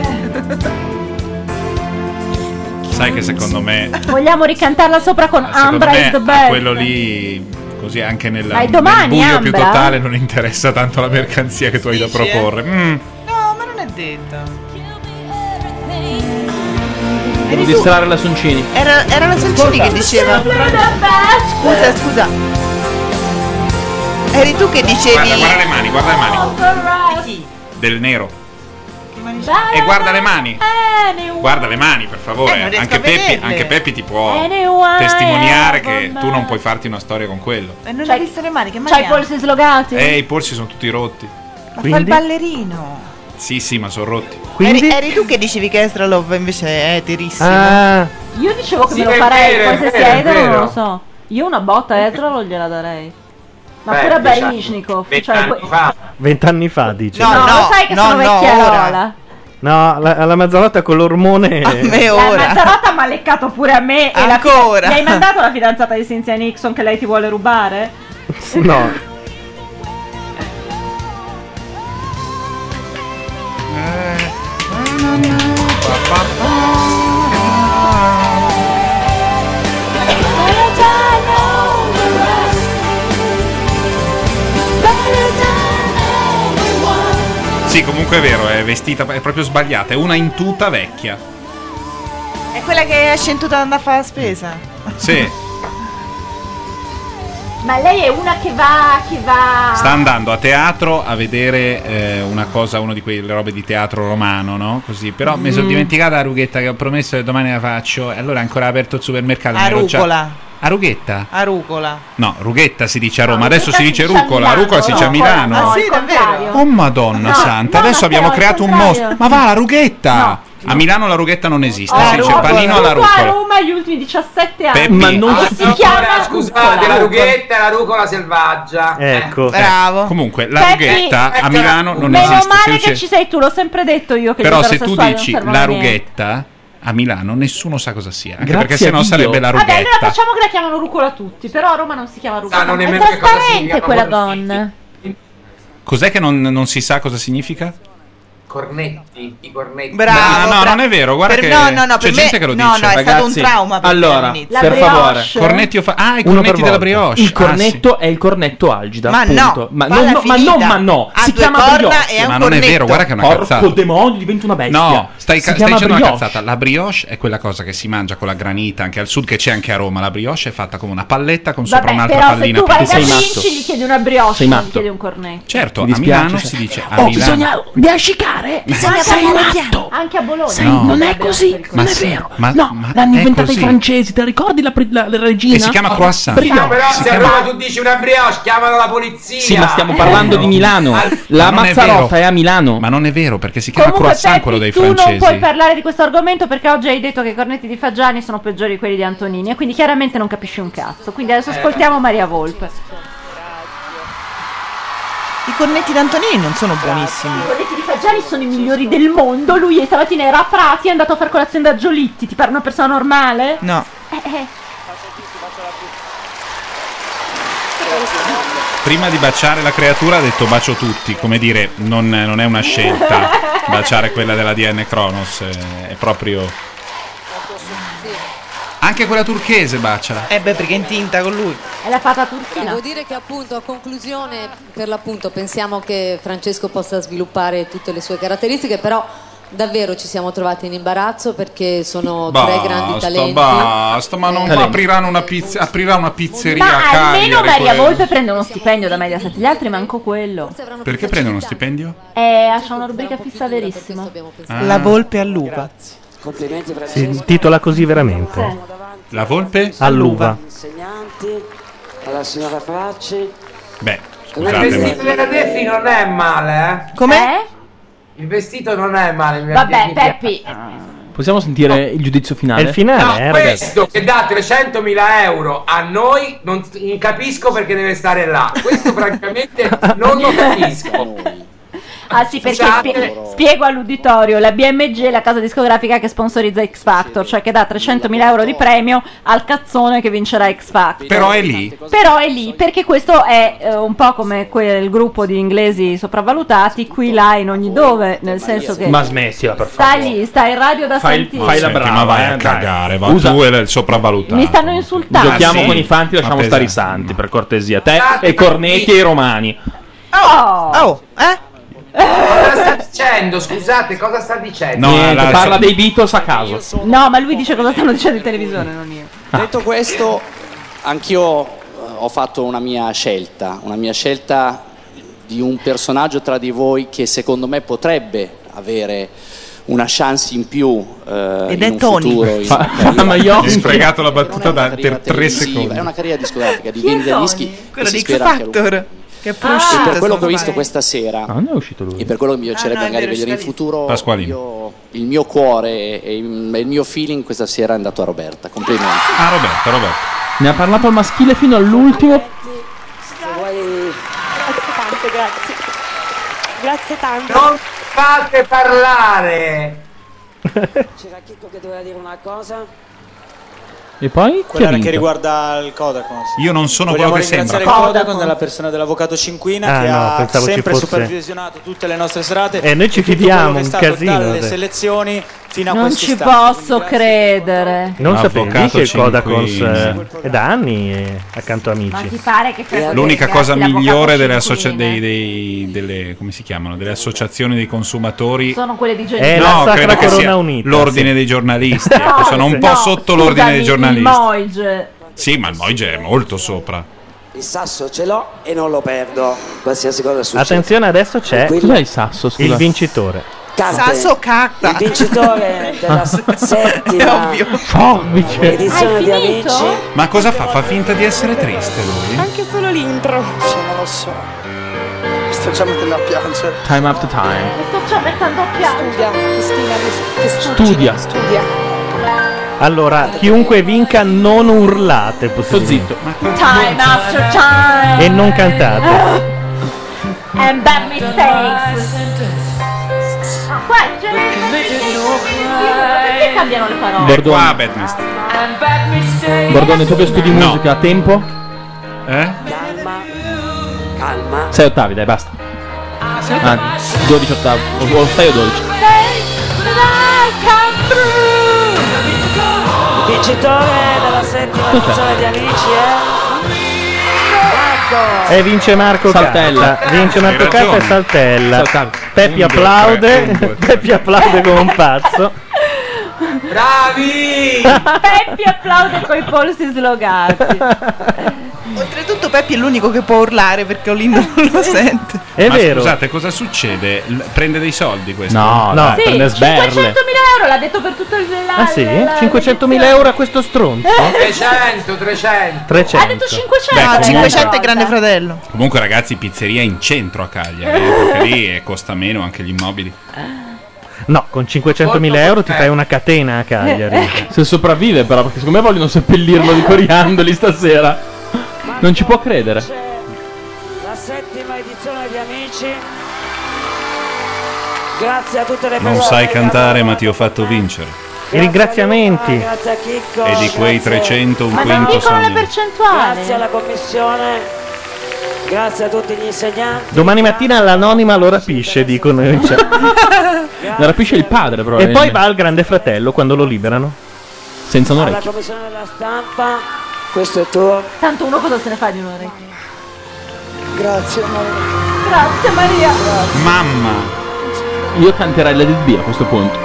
Sai che secondo me. Vogliamo ricantarla sopra con Secondo Ambra me is the a best. quello lì. Così anche nel domani, buio più Ambra? totale non interessa tanto la mercanzia che tu hai da Dici, proporre. No, ma non è detto. Devo distrarre la Soncini. Era la Soncini che diceva. Scusa. Eri tu che dicevi. Guarda le mani, guarda le mani. Del nero. E guarda le mani. Guarda le mani, per favore. non riesco Anche a vederle. Anche Peppi ti può Anyone testimoniare che ever tu non puoi farti una storia con quello. E non hai visto le mani, che mani C'hai i ha? polsi slogati? I polsi sono tutti rotti. Ma fa il ballerino. Sì, ma sono rotti. Eri tu che dicevi che Ezra Love invece è eterissimo. Io dicevo che Sì, me lo è farei, vero, poi se è si vero, è etero non vero. lo so. Io una botta a Ezra non gliela darei. Ma Beh, pure a diciamo, Baryshnikov. 20 anni fa. 20 anni fa, dice. No, lo sai che sono vecchierola. No, alla Mazzarotta con l'ormone. La Mazzarotta mi ha leccato pure a me. E Ancora? Mi hai mandato la fidanzata di Cynthia Nixon che lei ti vuole rubare? No. Sì, comunque è vero, è vestita, è proprio sbagliata, è una in tuta vecchia. È quella che esce in tutta andare a fare la spesa. Sì, Ma lei è una che va. sta andando a teatro a vedere una cosa, uno di quelle robe di teatro romano, no? Così, però mi sono dimenticata la rughetta che ho promesso che domani la faccio e allora è ancora aperto il supermercato. mi ero già- Arucola. A rughetta? Arucola. No, rughetta si dice a Roma, No, adesso si rughetta dice si dice a rucola, Milano, rucola si dice a rucola. Milano. Ah, sì, davvero? Oh madonna santa, adesso abbiamo creato un mostro. Ma va, la rughetta! A Milano la rughetta non esiste, si dice panino alla Tutto a rucola. Roma gli ultimi 17 anni. Peppi. Ma non E si chiama Scusate, la rughetta e la rucola selvaggia. Ecco. Bravo. Comunque, la Peppi, rughetta a Milano non Meno esiste. male si che dice- ci sei tu, l'ho sempre detto io che Però gli se tu eterosessuali non dici servono la a niente. rughetta a Milano nessuno sa cosa sia, anche Grazie perché sennò a Dio. sarebbe la Vabbè, allora rughetta. facciamo che la chiamano rucola tutti, però a Roma non si chiama rucola. Ah, non è nemmeno che cosa trasparente significa quella rucola. donna. Cos'è che non si sa cosa significa? Cornetti, i cornetti. No, non è vero, guarda che c'è gente che lo dice. è stato un trauma per me allora, all'inizio. per favore. Cornetti i Uno per cornetti della volta. brioche. Il cornetto è il cornetto algida. Ma no, appunto. ma palla no, finita. Ha si due chiama corna brioche. e è un Ma non è vero, guarda che è una Porco cazzata. demonio, diventa una bestia. No, stai Si stai chiama dicendo una brioche. cazzata. La brioche è quella cosa che si mangia con la granita anche al sud, che c'è anche a Roma. La brioche è fatta come una palletta con sopra Vabbè, un'altra però se pallina tu vai da piccola. Vinci gli chiedi una brioche, Sei non gli matto. chiedi un cornetto. Certo, Mi a dispiace, Milano se- si dice a Oh, Milano. bisogna biascicare. Bisogna Sei fare matto. anche a Bologna. Sei- No. non è così, Ma non è sì, vero. ma- no, ma l'hanno è inventata i così. francesi. Te la ricordi la regina? E si chiama croissant. Brioche. No, però Si se a chiama- Roma tu dici una brioche, chiamano la polizia. Sì, ma stiamo parlando di Milano. La Ma non è Mazzarotta vero. è a Milano. Ma non è vero, perché si chiama Comunque croissant Peppi, quello dei tu non francesi. puoi parlare di questo argomento perché oggi hai detto che i cornetti di Fagiani sono peggiori di quelli di Antonini e quindi chiaramente non capisci un cazzo. Quindi adesso ascoltiamo Maria Volpe. I cornetti d'Antonini non sono buonissimi. I cornetti di Fagiani sono i migliori del mondo. Lui stamattina era a Prati, è andato a fare colazione da Giolitti. Ti pare una persona normale? No. Prima di baciare la creatura ha detto bacio tutti, come dire, non è una scelta baciare quella della DN Kronos, è proprio... Anche quella turchese bacia. Beh, perché è in tinta con lui. È la fata turchina. Devo dire che appunto a conclusione, per l'appunto, pensiamo che Francesco possa sviluppare tutte le sue caratteristiche, però davvero ci siamo trovati in imbarazzo perché sono tre grandi talenti. Basta, ma non aprirà una pizzeria a Ma almeno Cagliari. Maria Volpe prende uno stipendio da Mediaset, gli altri manco quello. Perché prende uno stipendio? Ha una rubrica fissa verissima. La Volpe all'uva. Complimenti Si Francesco. intitola così veramente. La volpe? All'uva. Insegnanti, alla signora Fracci. Beh, Il scusate, vestito della Deffi non è male, Com'è? Il vestito non è male. Vabbè, Peppi. Possiamo sentire il giudizio finale? È il finale, No, ragazzi. questo che dà 300.000 euro a noi non capisco perché deve stare là. Questo francamente non lo capisco. Ah sì, perché Scusate. spiego all'uditorio, la BMG è la casa discografica che sponsorizza X Factor, cioè che dà 300.000 euro di premio al cazzone che vincerà X Factor. Però è lì. Però è lì, perché questo è un po' come quel gruppo di inglesi sopravvalutati, qui, là, in ogni dove, nel senso che Ma smettila, per sta favore. lì, sta in radio da sentire. fai la Senti, brava, ma vai a dai. cagare, va Usa- tu e il sopravvalutato. Mi stanno insultando. Giochiamo sì? con i fanti, lasciamo Ma stare i pesante. santi, per cortesia. Te e Cornetti e i romani. Oh! Cosa sta dicendo? Scusate, cosa sta dicendo? Niente, parla dei Beatles a caso. No, ma lui dice cosa stanno dicendo in televisione, non io. Detto questo, anch'io ho fatto una mia scelta di un personaggio tra di voi che secondo me potrebbe avere una chance in più Ed in è un Tony. futuro in Fa- una carriera- ma io- Hai sprecato la battuta Non è una per carriera 3 televisiva, secondi. È una carriera discografica di Chi è vendere Tony? dischi. Quello e di si X spera anche a lungo. Factor. Che e per quello che ho visto questa sera non è uscito lui. e per quello che mi piacerebbe no, è magari vero, vedere in uscita futuro, Pasqualini. il mio cuore e il mio feeling questa sera è andato a Roberta. Complimenti. Ah, Roberto. Ne ha parlato al maschile fino all'ultimo. Grazie tante, grazie. Grazie tante. Non fate parlare. C'era Chicco che doveva dire una cosa. E poi? Quella che riguarda il Codacons. Io non sono Vogliamo quello che ringraziare sembra. il Codacons della persona dell'avvocato Cinquina Ah, che no, ha pensavo ci sempre fosse- supervisionato tutte le nostre serate. Noi ci e tutto fidiamo, quello che è un stato casino, dalle dai. selezioni fino a Non questo ci istante. posso credere. Non sapevi Avvocato che il Codacons Cinquini. è da anni accanto a Ma Amici. ti pare che per L'unica quelli cosa ragazzi, migliore l'avvocato delle, Cinquini delle come si chiamano? Delle associazioni dei consumatori. sono quelle di È Genova. la No, Sacra credo che Corona sia Unita, l'ordine sì. dei giornalisti. ecco, sono un po' No, sotto l'ordine dei scusami, giornalisti. Il Moige. Sì, ma il Moige è molto sopra. Il sasso ce l'ho e non lo perdo. Qualsiasi cosa succeda. Attenzione, adesso c'è Tranquillo. Cos'è il sasso, scusa? il vincitore. Carte. Sasso cacta. Il vincitore della settima edizione di Amici. Ma cosa fa? Fa finta di essere triste lui? Anche solo l'intro. Non lo so. Mi sto già mettendo a piangere. Time after time. Mi sto già mettendo a piangere. Cristina, che Studia. Allora, chiunque vinca non urlate, Sto zitto. Time after time. E non cantate. And bad mistakes. Ma qua c'è perché cambiano le parole? Bordone. Qua, Batmist. Bordone, tu che studi No. musica a tempo? Calma. 6 ottavi, dai, basta. Ah, 12 ottavi. O 6 o 12. Il vincitore della settima edizione di Amici è E vince Marco Saltella. Catta. Vince Marco Hai Catta e ragione. Saltella. Saltella. Peppi 1, 2, applaude. 3, 1, 2, 3. Peppi applaude come un pazzo. Bravi! Peppi applaude coi polsi slogati. Oltretutto Peppi è l'unico che può urlare perché Olindo non lo sente. È Ma vero. scusate, cosa succede? Prende dei soldi questo? No, No. dai, Sì, prende 500.000 sberle. euro, l'ha detto per tutto il Ah sì? 500.000 euro a questo stronzo? 300. 300. Ha detto 500. Beh, No, comunque- 500 è Grande Fratello. Comunque, ragazzi, pizzeria in centro a Cagliari, perché lì costa meno anche gli immobili. No, con 500.000 euro ti fai una catena a Cagliari. Se sopravvive però, perché secondo me vogliono seppellirlo di coriandoli stasera. Non ci può credere. la settima edizione di Amici. Grazie a tutte le persone. Non sai che cantare, hanno- ma ti ho fatto vincere. I ringraziamenti. Grazie a Chicco. E di quei grazie- 300 un Ma non quinto dicono le sono io. percentuali. Grazie alla commissione. Grazie a tutti gli insegnanti. Domani mattina l'anonima lo rapisce, dicono. Ne rapisce il padre E probabilmente. poi va al Grande Fratello quando lo liberano. Senza un Alla orecchio. commissione della stampa. Questo è tuo. Tanto uno cosa se ne fa di un orecchio? Grazie, Maria. Grazie Maria. Mamma. Io canterei Let It Be a questo punto.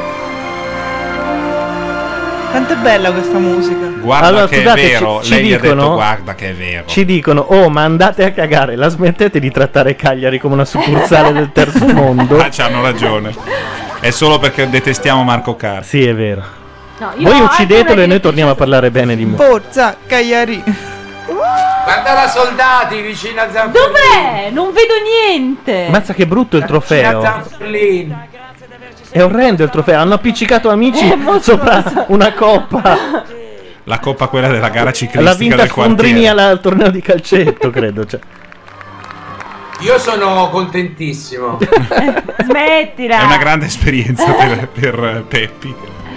Quanto è bella questa musica. Guarda Allora, che scusate, è vero. ci Lei gli ha dicono- detto guarda che è vero. Ci dicono, oh ma andate a cagare, la smettete di trattare Cagliari come una succursale del terzo mondo? Ah, c'hanno ragione. È solo perché detestiamo Marco Carpi. Sì, è vero. No, io Voi ho uccidetelo anche e una- noi torniamo a parlare bene di me. Forza, Cagliari. Guarda la soldati vicino a Zanfrlin. Dov'è? Non vedo niente. Mazza che brutto il Vicino a trofeo. Zanfrlin. È orrendo il trofeo. Hanno appiccicato Amici sopra una coppa. La coppa quella della gara L'ha ciclistica vinta del Sfondrini quartiere. al torneo di calcetto, credo. Cioè. Io sono contentissimo. Smettila. È una grande esperienza per Peppi.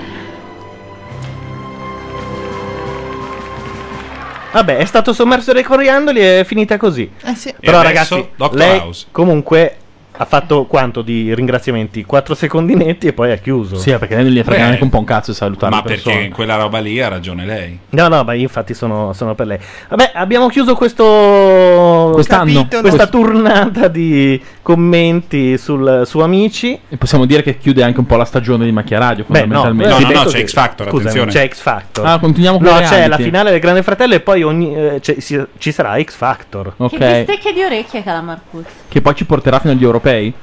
Vabbè, è stato sommerso dai coriandoli e è finita così. Sì. Però E adesso, ragazzi, Dr. lei House. comunque ha fatto quanto di ringraziamenti? 4 secondinetti e poi ha chiuso. Sì, perché lei non gli frega Beh, neanche un po' un cazzo di salutare Ma le persone. perché quella roba lì ha ragione lei. No, ma io infatti sono per lei. Vabbè, abbiamo chiuso quest'anno questa turnata di commenti su Amici. E possiamo dire che chiude anche un po' la stagione di Macchia Radio, Beh, no, fondamentalmente. no, c'è X Factor, Scusami, attenzione. c'è X Factor. Ah, continuiamo con No, i c'è reality. la finale del Grande Fratello e poi ci sarà X Factor. Ok. Che bistecche di orecchie che ha la Marcuzzi. Che poi ci porterà fino agli europei?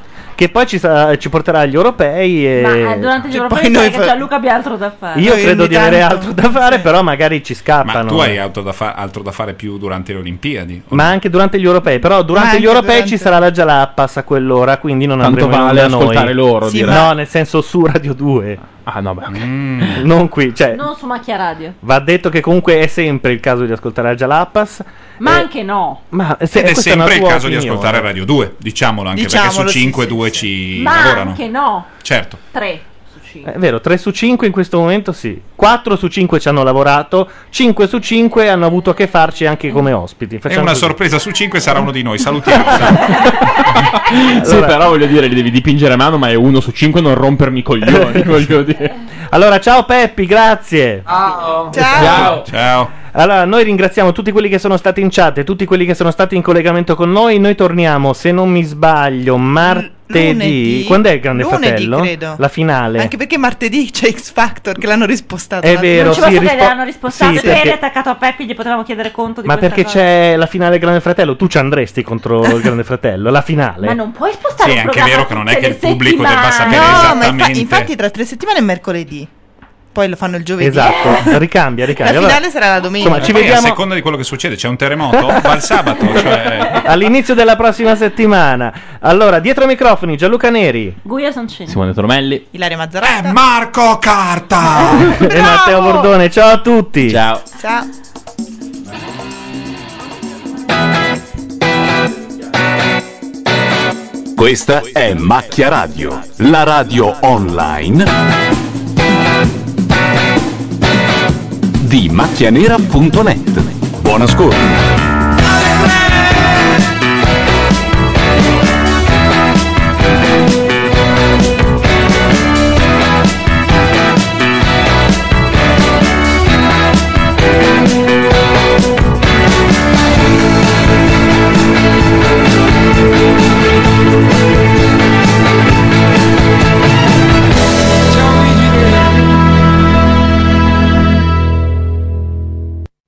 che poi ci porterà agli europei. E... Ma durante gli europei sai che Gianluca abbia altro da fare. Io credo di avere altro da fare, però magari ci scappano. Ma tu hai altro da fare più durante le Olimpiadi? Ma anche durante gli europei. Però durante gli europei ci sarà la Jalapas a quell'ora, quindi non Tanto andremo vale da noi. ascoltare loro, Sì, direi. no, nel senso su Radio 2. Ah, no, beh, ok. Non qui, cioè. Non su Macchia Radio. Va detto che comunque è sempre il caso di ascoltare la Jalapas. Ma anche no. Ma Ed è questa sempre una il tua caso di opinione. ascoltare Radio 2, diciamolo, anche Diciamolo, perché su sì, 5 sì, 2 ci Ma lavorano. anche no. Certo. 3 su 5. È vero, 3 su 5 in questo momento sì. 4 su 5 ci hanno lavorato, 5 su 5 hanno avuto a che farci anche come ospiti. E Facciamo una così. sorpresa su 5 sarà uno di noi, salutiamo. Sì, però voglio dire, li devi dipingere a mano, ma è 1 su 5, non rompermi i coglioni, voglio dire. Allora, ciao Peppi, grazie. Ciao. Allora, noi ringraziamo tutti quelli che sono stati in chat e tutti quelli che sono stati in collegamento con noi. Noi torniamo, se non mi sbaglio, martedì. Lunedì. Quando è il Grande Lunedì, Fratello? credo. La finale. Anche perché martedì c'è X Factor che l'hanno rispostato. È vero, Non ci posso sì, credere, l'hanno rispostato sì, perché perché- eri attaccato a Peppi, gli potevamo chiedere conto di Ma questa perché cosa. c'è la finale del Grande Fratello? Tu ci andresti contro il Grande Fratello? La finale? Ma non puoi spostare Sì, il è anche programma vero che non è tutte che le il pubblico debba settimane. sapere No, ma esattamente. infatti tra 3 settimane è mercoledì. Poi lo fanno il giovedì. Esatto, ricambia. La Allora, finale sarà la domenica. insomma, ci Poi vediamo a seconda di quello che succede, c'è un terremoto? Va il sabato, cioè... all'inizio della prossima settimana. Allora, dietro ai microfoni Gianluca Neri Guia Soncini. Simone Tormelli. Ilaria Mazzarotta. Marco Carta. e Matteo Bordone. Ciao a tutti. Ciao. Ciao. Questa è Macchia Radio, la radio online di macchianera.net. Buon ascolto.